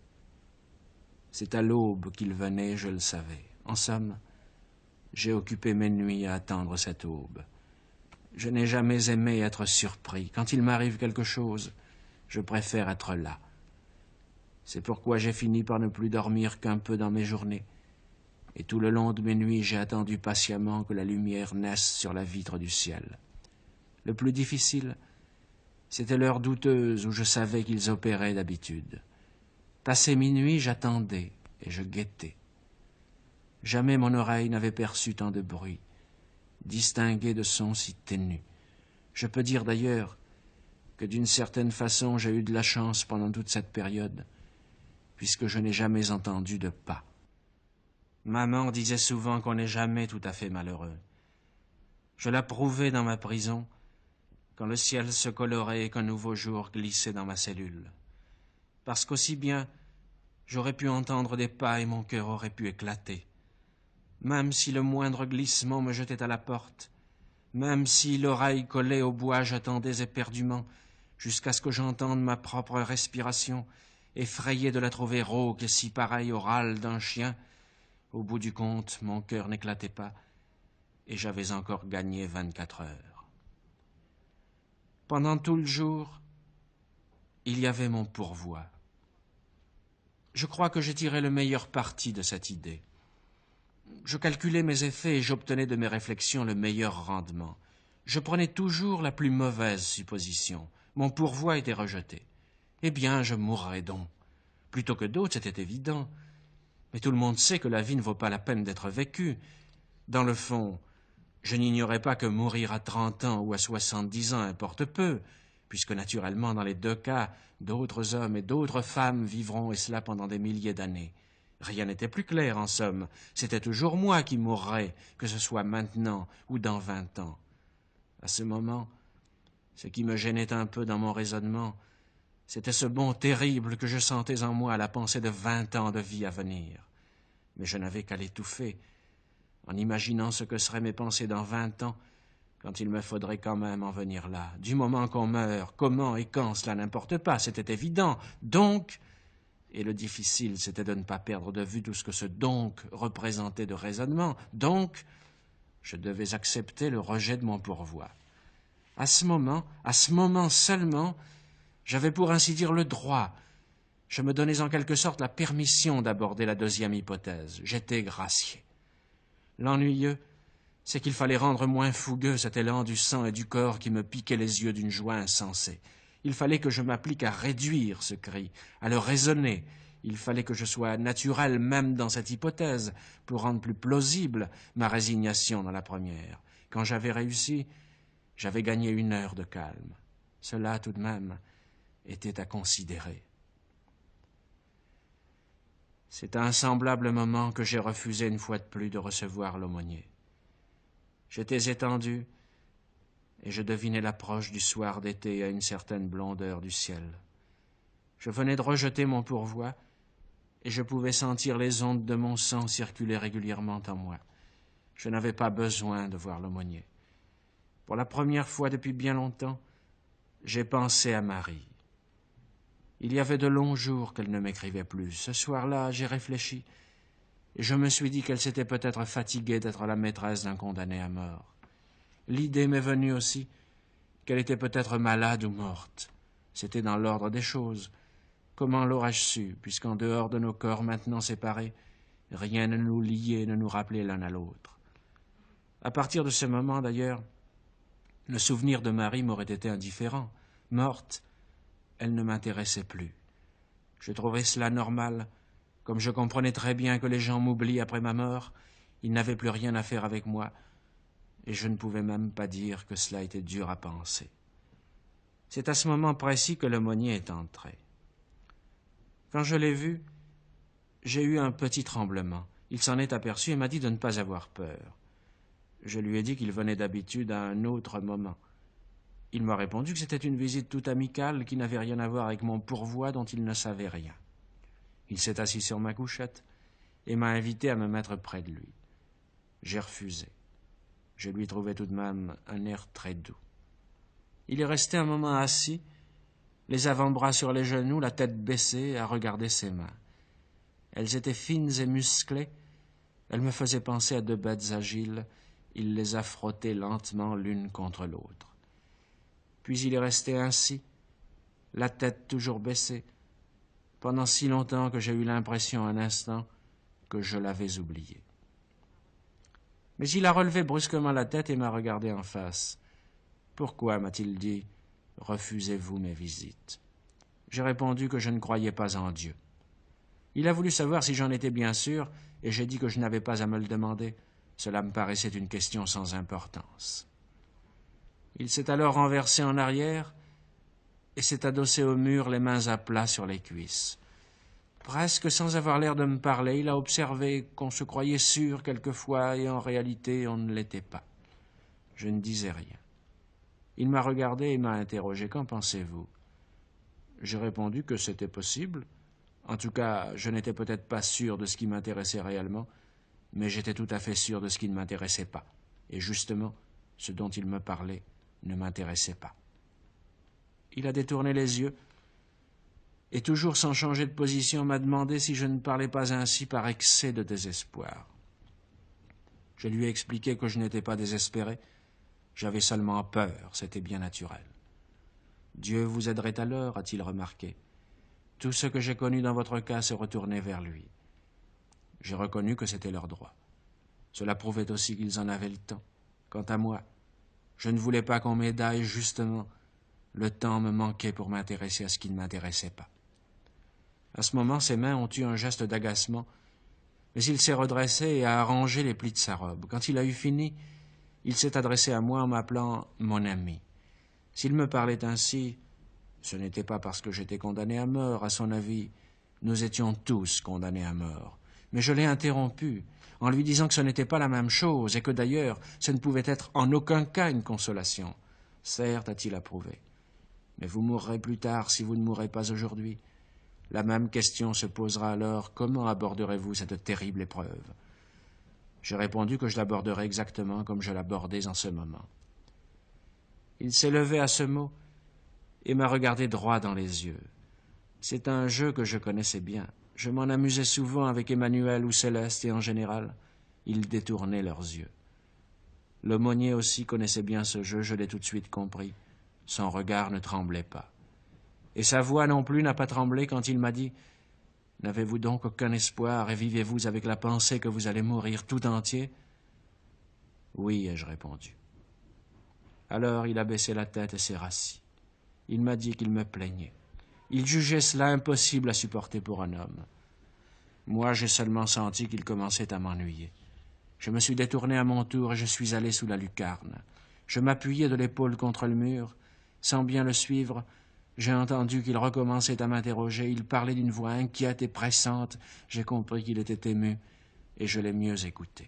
C: C'est à l'aube qu'il venait, je le savais. En somme, j'ai occupé mes nuits à attendre cette aube. Je n'ai jamais aimé être surpris. Quand il m'arrive quelque chose, je préfère être là. C'est pourquoi j'ai fini par ne plus dormir qu'un peu dans mes journées. Et tout le long de mes nuits, j'ai attendu patiemment que la lumière naisse sur la vitre du ciel. Le plus difficile, c'était l'heure douteuse où je savais qu'ils opéraient d'habitude. Passé minuit, j'attendais, et je guettais. Jamais mon oreille n'avait perçu tant de bruit, distingué de sons si ténus. Je peux dire d'ailleurs que d'une certaine façon j'ai eu de la chance pendant toute cette période, puisque je n'ai jamais entendu de pas. Maman disait souvent qu'on n'est jamais tout à fait malheureux. Je l'approuvais dans ma prison, quand le ciel se colorait et qu'un nouveau jour glissait dans ma cellule. Parce qu'aussi bien, j'aurais pu entendre des pas et mon cœur aurait pu éclater. Même si le moindre glissement me jetait à la porte, même si l'oreille collée au bois j'attendais éperdument, jusqu'à ce que j'entende ma propre respiration, effrayé de la trouver rauque et si pareille au râle d'un chien, au bout du compte, mon cœur n'éclatait pas, et j'avais encore gagné 24 heures. Pendant tout le jour, il y avait mon pourvoi. Je crois que j'ai tiré le meilleur parti de cette idée. Je calculais mes effets et j'obtenais de mes réflexions le meilleur rendement. Je prenais toujours la plus mauvaise supposition. Mon pourvoi était rejeté. Eh bien, je mourrais donc. Plutôt que d'autres, c'était évident. Mais tout le monde sait que la vie ne vaut pas la peine d'être vécue. Dans le fond, je n'ignorais pas que mourir à 30 ans ou à 70 ans importe peu, puisque naturellement, dans les deux cas, d'autres hommes et d'autres femmes vivront, et cela pendant des milliers d'années. Rien n'était plus clair, en somme. C'était toujours moi qui mourrais, que ce soit maintenant ou dans 20 ans. À ce moment, ce qui me gênait un peu dans mon raisonnement, c'était ce bond terrible que je sentais en moi à la pensée de 20 ans de vie à venir. Mais je n'avais qu'à l'étouffer, en imaginant ce que seraient mes pensées dans 20 ans, quand il me faudrait quand même en venir là. Du moment qu'on meurt, comment et quand, cela n'importe pas, c'était évident. Donc, et le difficile, c'était de ne pas perdre de vue tout ce que ce « donc » représentait de raisonnement. Donc, je devais accepter le rejet de mon pourvoi. À ce moment seulement, j'avais pour ainsi dire le droit. Je me donnais en quelque sorte la permission d'aborder la deuxième hypothèse. J'étais gracié. L'ennuyeux, c'est qu'il fallait rendre moins fougueux cet élan du sang et du corps qui me piquait les yeux d'une joie insensée. Il fallait que je m'applique à réduire ce cri, à le raisonner. Il fallait que je sois naturel même dans cette hypothèse pour rendre plus plausible ma résignation dans la première. Quand j'avais réussi, j'avais gagné 1 heure de calme. Cela, tout de même, était à considérer. C'est à un semblable moment que j'ai refusé une fois de plus de recevoir l'aumônier. J'étais étendu, et je devinais l'approche du soir d'été à une certaine blondeur du ciel. Je venais de rejeter mon pourvoi, et je pouvais sentir les ondes de mon sang circuler régulièrement en moi. Je n'avais pas besoin de voir l'aumônier. Pour la première fois depuis bien longtemps, j'ai pensé à Marie. Il y avait de longs jours qu'elle ne m'écrivait plus. Ce soir-là, j'ai réfléchi, et je me suis dit qu'elle s'était peut-être fatiguée d'être la maîtresse d'un condamné à mort. L'idée m'est venue aussi qu'elle était peut-être malade ou morte. C'était dans l'ordre des choses. Comment l'aurais-je su, puisqu'en dehors de nos corps maintenant séparés, rien ne nous liait, ne nous rappelait l'un à l'autre. À partir de ce moment, d'ailleurs, le souvenir de Marie m'aurait été indifférent. Morte, elle ne m'intéressait plus. Je trouvais cela normal. Comme je comprenais très bien que les gens m'oublient après ma mort, ils n'avaient plus rien à faire avec moi, et je ne pouvais même pas dire que cela était dur à penser. C'est à ce moment précis que l'aumônier est entré. Quand je l'ai vu, j'ai eu un petit tremblement. Il s'en est aperçu et m'a dit de ne pas avoir peur. Je lui ai dit qu'il venait d'habitude à un autre moment. Il m'a répondu que c'était une visite toute amicale qui n'avait rien à voir avec mon pourvoi dont il ne savait rien. Il s'est assis sur ma couchette et m'a invité à me mettre près de lui. J'ai refusé. Je lui trouvais tout de même un air très doux. Il est resté un moment assis, les avant-bras sur les genoux, la tête baissée, à regarder ses mains. Elles étaient fines et musclées, elles me faisaient penser à 2 bêtes agiles. Il les a frottées lentement l'une contre l'autre. Puis il est resté ainsi, la tête toujours baissée, pendant si longtemps que j'ai eu l'impression un instant que je l'avais oublié. Mais il a relevé brusquement la tête et m'a regardé en face. « Pourquoi, m'a-t-il dit, refusez-vous mes visites ?» J'ai répondu que je ne croyais pas en Dieu. Il a voulu savoir si j'en étais bien sûr, et j'ai dit que je n'avais pas à me le demander. Cela me paraissait une question sans importance. Il s'est alors renversé en arrière et s'est adossé au mur, les mains à plat sur les cuisses. Presque sans avoir l'air de me parler, il a observé qu'on se croyait sûr quelquefois, et en réalité on ne l'était pas. Je ne disais rien. Il m'a regardé et m'a interrogé. « Qu'en pensez-vous » J'ai répondu que c'était possible. En tout cas, je n'étais peut-être pas sûr de ce qui m'intéressait réellement, mais j'étais tout à fait sûr de ce qui ne m'intéressait pas. Et justement, ce dont il me parlait ne m'intéressait pas. Il a détourné les yeux et, toujours sans changer de position, m'a demandé si je ne parlais pas ainsi par excès de désespoir. Je lui ai expliqué que je n'étais pas désespéré, j'avais seulement peur, c'était bien naturel. « Dieu vous aiderait alors », a-t-il remarqué. Tout ce que j'ai connu dans votre cas se retournait vers lui. J'ai reconnu que c'était leur droit. Cela prouvait aussi qu'ils en avaient le temps. Quant à moi, je ne voulais pas qu'on m'aidât et justement, le temps me manquait pour m'intéresser à ce qui ne m'intéressait pas. À ce moment, ses mains ont eu un geste d'agacement, mais il s'est redressé et a arrangé les plis de sa robe. Quand il a eu fini, il s'est adressé à moi en m'appelant « mon ami ». S'il me parlait ainsi, ce n'était pas parce que j'étais condamné à mort. À son avis, nous étions tous condamnés à mort. Mais je l'ai interrompu en lui disant que ce n'était pas la même chose et que d'ailleurs, ce ne pouvait être en aucun cas une consolation. Certes, a-t-il approuvé, mais vous mourrez plus tard si vous ne mourrez pas aujourd'hui. La même question se posera alors, comment aborderez-vous cette terrible épreuve? J'ai répondu que je l'aborderais exactement comme je l'abordais en ce moment. Il s'est levé à ce mot et m'a regardé droit dans les yeux. C'est un jeu que je connaissais bien. Je m'en amusais souvent avec Emmanuel ou Céleste et en général, ils détournaient leurs yeux. L'aumônier aussi connaissait bien ce jeu, je l'ai tout de suite compris. Son regard ne tremblait pas. Et sa voix non plus n'a pas tremblé quand il m'a dit « N'avez-vous donc aucun espoir et vivez-vous avec la pensée que vous allez mourir tout entier ?» « Oui, ai-je répondu. » Alors il a baissé la tête et s'est rassis. Il m'a dit qu'il me plaignait. Il jugeait cela impossible à supporter pour un homme. Moi, j'ai seulement senti qu'il commençait à m'ennuyer. Je me suis détourné à mon tour et je suis allé sous la lucarne. Je m'appuyais de l'épaule contre le mur. Sans bien le suivre, j'ai entendu qu'il recommençait à m'interroger. Il parlait d'une voix inquiète et pressante. J'ai compris qu'il était ému et je l'ai mieux écouté.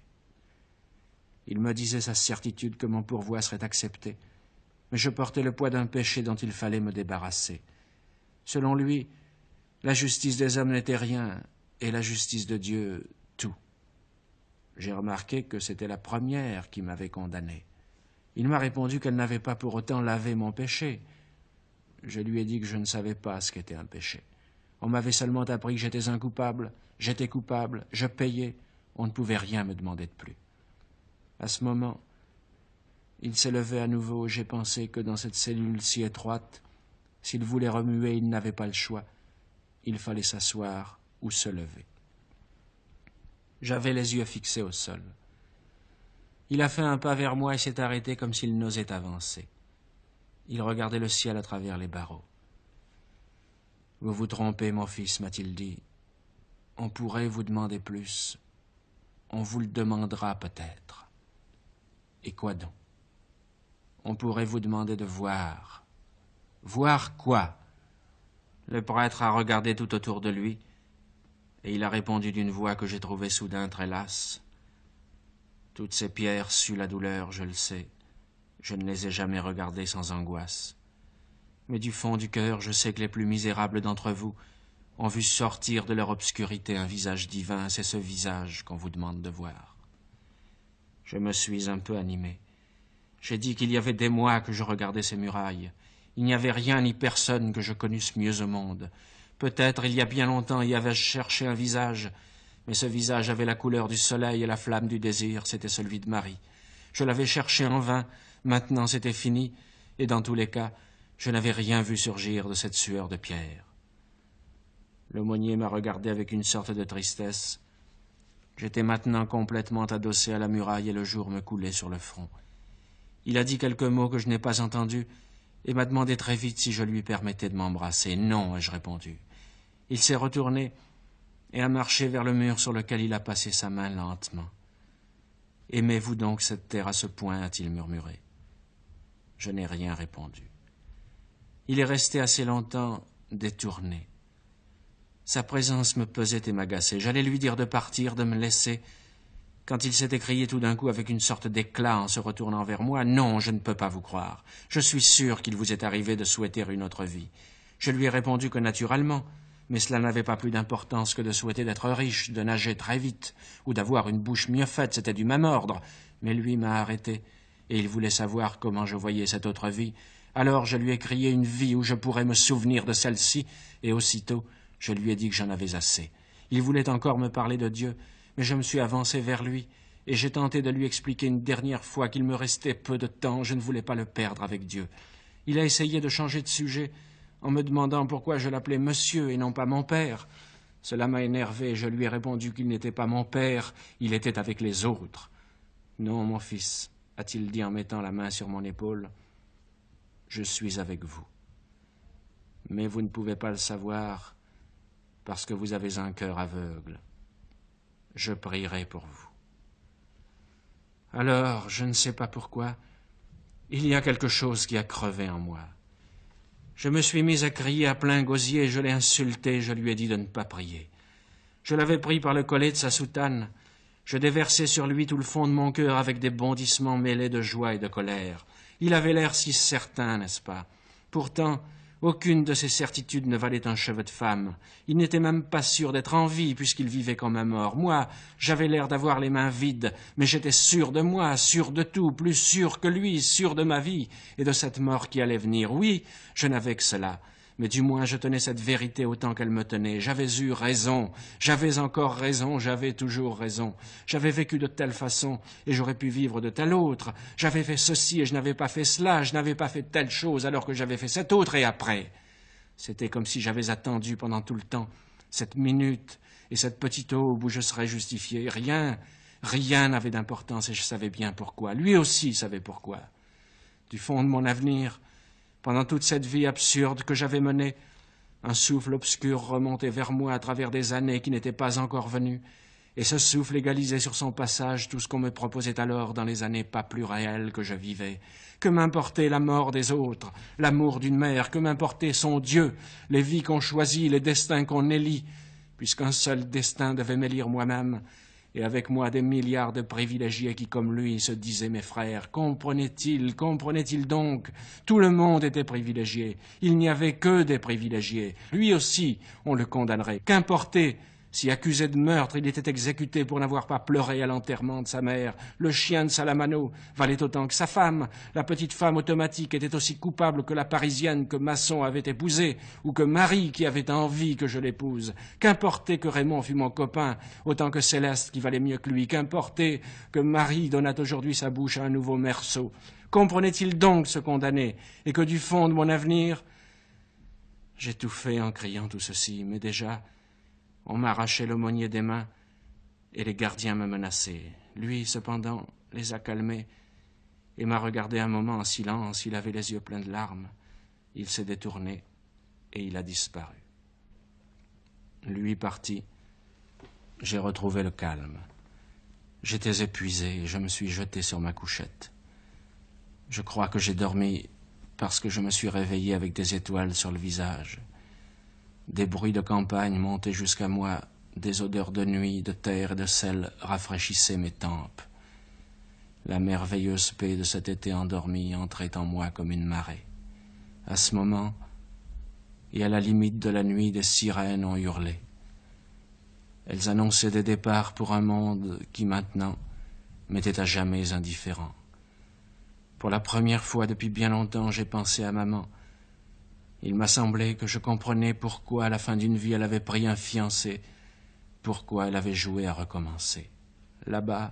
C: Il me disait sa certitude que mon pourvoi serait accepté, mais je portais le poids d'un péché dont il fallait me débarrasser. Selon lui, la justice des hommes n'était rien, et la justice de Dieu, tout. J'ai remarqué que c'était la première qui m'avait condamné. Il m'a répondu qu'elle n'avait pas pour autant lavé mon péché. Je lui ai dit que je ne savais pas ce qu'était un péché. On m'avait seulement appris que j'étais un coupable, j'étais coupable, je payais, on ne pouvait rien me demander de plus. À ce moment, il s'est levé à nouveau et j'ai pensé que dans cette cellule si étroite, s'il voulait remuer, il n'avait pas le choix. Il fallait s'asseoir ou se lever. J'avais les yeux fixés au sol. Il a fait un pas vers moi et s'est arrêté comme s'il n'osait avancer. Il regardait le ciel à travers les barreaux. « Vous vous trompez, mon fils, m'a-t-il dit. On pourrait vous demander plus. On vous le demandera peut-être. Et quoi donc? On pourrait vous demander de voir. Voir quoi? » Le prêtre a regardé tout autour de lui, et il a répondu d'une voix que j'ai trouvée soudain très lasse. « Toutes ces pierres suent la douleur, je le sais. Je ne les ai jamais regardées sans angoisse. Mais du fond du cœur, je sais que les plus misérables d'entre vous ont vu sortir de leur obscurité un visage divin, c'est ce visage qu'on vous demande de voir. » Je me suis un peu animé. J'ai dit qu'il y avait des mois que je regardais ces murailles. Il n'y avait rien ni personne que je connusse mieux au monde. Peut-être, il y a bien longtemps, y avais-je cherché un visage, mais ce visage avait la couleur du soleil et la flamme du désir, c'était celui de Marie. Je l'avais cherché en vain, maintenant c'était fini, et dans tous les cas, je n'avais rien vu surgir de cette sueur de pierre. L'aumônier m'a regardé avec une sorte de tristesse. J'étais maintenant complètement adossé à la muraille et le jour me coulait sur le front. Il a dit quelques mots que je n'ai pas entendus et m'a demandé très vite si je lui permettais de m'embrasser. « Non », ai-je répondu. Il s'est retourné et a marché vers le mur sur lequel il a passé sa main lentement. « Aimez-vous donc cette terre à ce point » a-t-il murmuré. Je n'ai rien répondu. Il est resté assez longtemps détourné. Sa présence me pesait et m'agaçait. J'allais lui dire de partir, de me laisser, quand il s'est écrié tout d'un coup avec une sorte d'éclat en se retournant vers moi. « Non, je ne peux pas vous croire. Je suis sûr qu'il vous est arrivé de souhaiter une autre vie. » Je lui ai répondu que naturellement, mais cela n'avait pas plus d'importance que de souhaiter d'être riche, de nager très vite, ou d'avoir une bouche mieux faite, c'était du même ordre. Mais lui m'a arrêté, et il voulait savoir comment je voyais cette autre vie. Alors je lui ai crié une vie où je pourrais me souvenir de celle-ci, et aussitôt je lui ai dit que j'en avais assez. Il voulait encore me parler de Dieu, mais je me suis avancé vers lui, et j'ai tenté de lui expliquer une dernière fois qu'il me restait peu de temps, je ne voulais pas le perdre avec Dieu. Il a essayé de changer de sujet, en me demandant pourquoi je l'appelais monsieur et non pas mon père. Cela m'a énervé, et je lui ai répondu qu'il n'était pas mon père, il était avec les autres. « Non, mon fils, » a-t-il dit en mettant la main sur mon épaule, « je suis avec vous. Mais vous ne pouvez pas le savoir parce que vous avez un cœur aveugle. Je prierai pour vous. » Alors, je ne sais pas pourquoi, il y a quelque chose qui a crevé en moi. Je me suis mis à crier à plein gosier, je l'ai insulté, je lui ai dit de ne pas prier. Je l'avais pris par le collet de sa soutane, je déversai sur lui tout le fond de mon cœur avec des bondissements mêlés de joie et de colère. Il avait l'air si certain, n'est-ce pas? Pourtant, aucune de ces certitudes ne valait un cheveu de femme. Il n'était même pas sûr d'être en vie, puisqu'il vivait comme un mort. Moi, j'avais l'air d'avoir les mains vides, mais j'étais sûr de moi, sûr de tout, plus sûr que lui, sûr de ma vie et de cette mort qui allait venir. Oui, je n'avais que cela, mais du moins je tenais cette vérité autant qu'elle me tenait. J'avais eu raison, j'avais encore raison, j'avais toujours raison. J'avais vécu de telle façon et j'aurais pu vivre de telle autre. J'avais fait ceci et je n'avais pas fait cela, je n'avais pas fait telle chose alors que j'avais fait cette autre et après. C'était comme si j'avais attendu pendant tout le temps cette minute et cette petite aube où je serais justifié. Rien n'avait d'importance et je savais bien pourquoi. Lui aussi savait pourquoi. Du fond de mon avenir, pendant toute cette vie absurde que j'avais menée, un souffle obscur remontait vers moi à travers des années qui n'étaient pas encore venues, et ce souffle égalisait sur son passage tout ce qu'on me proposait alors dans les années pas plus réelles que je vivais. Que m'importait la mort des autres, l'amour d'une mère, que m'importait son Dieu, les vies qu'on choisit, les destins qu'on élit, puisqu'un seul destin devait m'élire moi-même, et avec moi des milliards de privilégiés qui, comme lui, se disaient mes frères. Comprenait-il donc? Tout le monde était privilégié. Il n'y avait que des privilégiés. Lui aussi, on le condamnerait. Qu'importait? Si accusé de meurtre, il était exécuté pour n'avoir pas pleuré à l'enterrement de sa mère. Le chien de Salamano valait autant que sa femme. La petite femme automatique était aussi coupable que la Parisienne que Masson avait épousée, ou que Marie qui avait envie que je l'épouse. Qu'importait que Raymond fût mon copain, autant que Céleste qui valait mieux que lui. Qu'importait que Marie donnât aujourd'hui sa bouche à un nouveau Meursault. Comprenait-il donc ce condamné, et que du fond de mon avenir... J'étouffais en criant tout ceci, mais déjà... on m'arrachait l'aumônier des mains et les gardiens me menaçaient. Lui, cependant, les a calmés et m'a regardé un moment en silence. Il avait les yeux pleins de larmes. Il s'est détourné et il a disparu. Lui parti, j'ai retrouvé le calme. J'étais épuisé et je me suis jeté sur ma couchette. Je crois que j'ai dormi parce que je me suis réveillé avec des étoiles sur le visage. Des bruits de campagne montaient jusqu'à moi, des odeurs de nuit, de terre et de sel rafraîchissaient mes tempes. La merveilleuse paix de cet été endormi entrait en moi comme une marée. À ce moment, et à la limite de la nuit, des sirènes ont hurlé. Elles annonçaient des départs pour un monde qui, maintenant, m'était à jamais indifférent. Pour la première fois depuis bien longtemps, j'ai pensé à maman. Il m'a semblé que je comprenais pourquoi, à la fin d'une vie, elle avait pris un fiancé, pourquoi elle avait joué à recommencer. Là-bas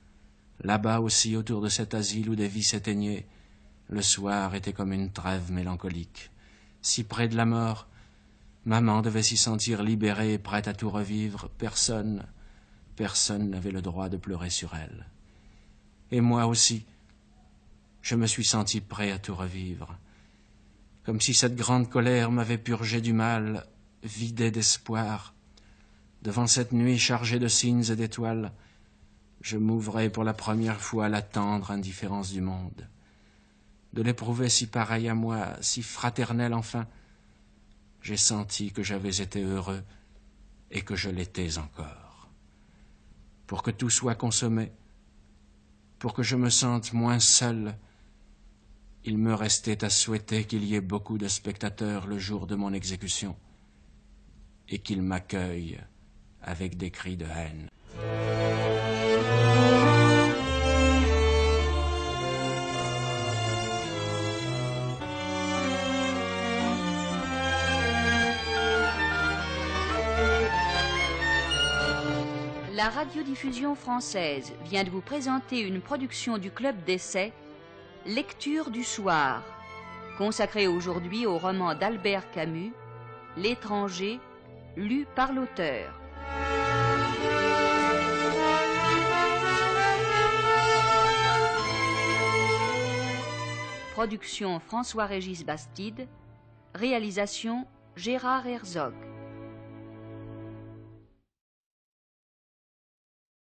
C: aussi, autour de cet asile où des vies s'éteignaient, le soir était comme une trêve mélancolique. Si près de la mort, maman devait s'y sentir libérée et prête à tout revivre. Personne n'avait le droit de pleurer sur elle. Et moi aussi, je me suis senti prêt à tout revivre. Comme si cette grande colère m'avait purgé du mal, vidé d'espoir. Devant cette nuit chargée de signes et d'étoiles, je m'ouvrais pour la première fois à la tendre indifférence du monde. De l'éprouver si pareil à moi, si fraternel enfin, j'ai senti que j'avais été heureux et que je l'étais encore. Pour que tout soit consommé, pour que je me sente moins seul, il me restait à souhaiter qu'il y ait beaucoup de spectateurs le jour de mon exécution et qu'ils m'accueillent avec des cris de haine.
A: La radiodiffusion française vient de vous présenter une production du Club d'essai, Lecture du soir, consacrée aujourd'hui au roman d'Albert Camus, L'étranger, lu par l'auteur. Production François-Régis Bastide, réalisation Gérard Herzog.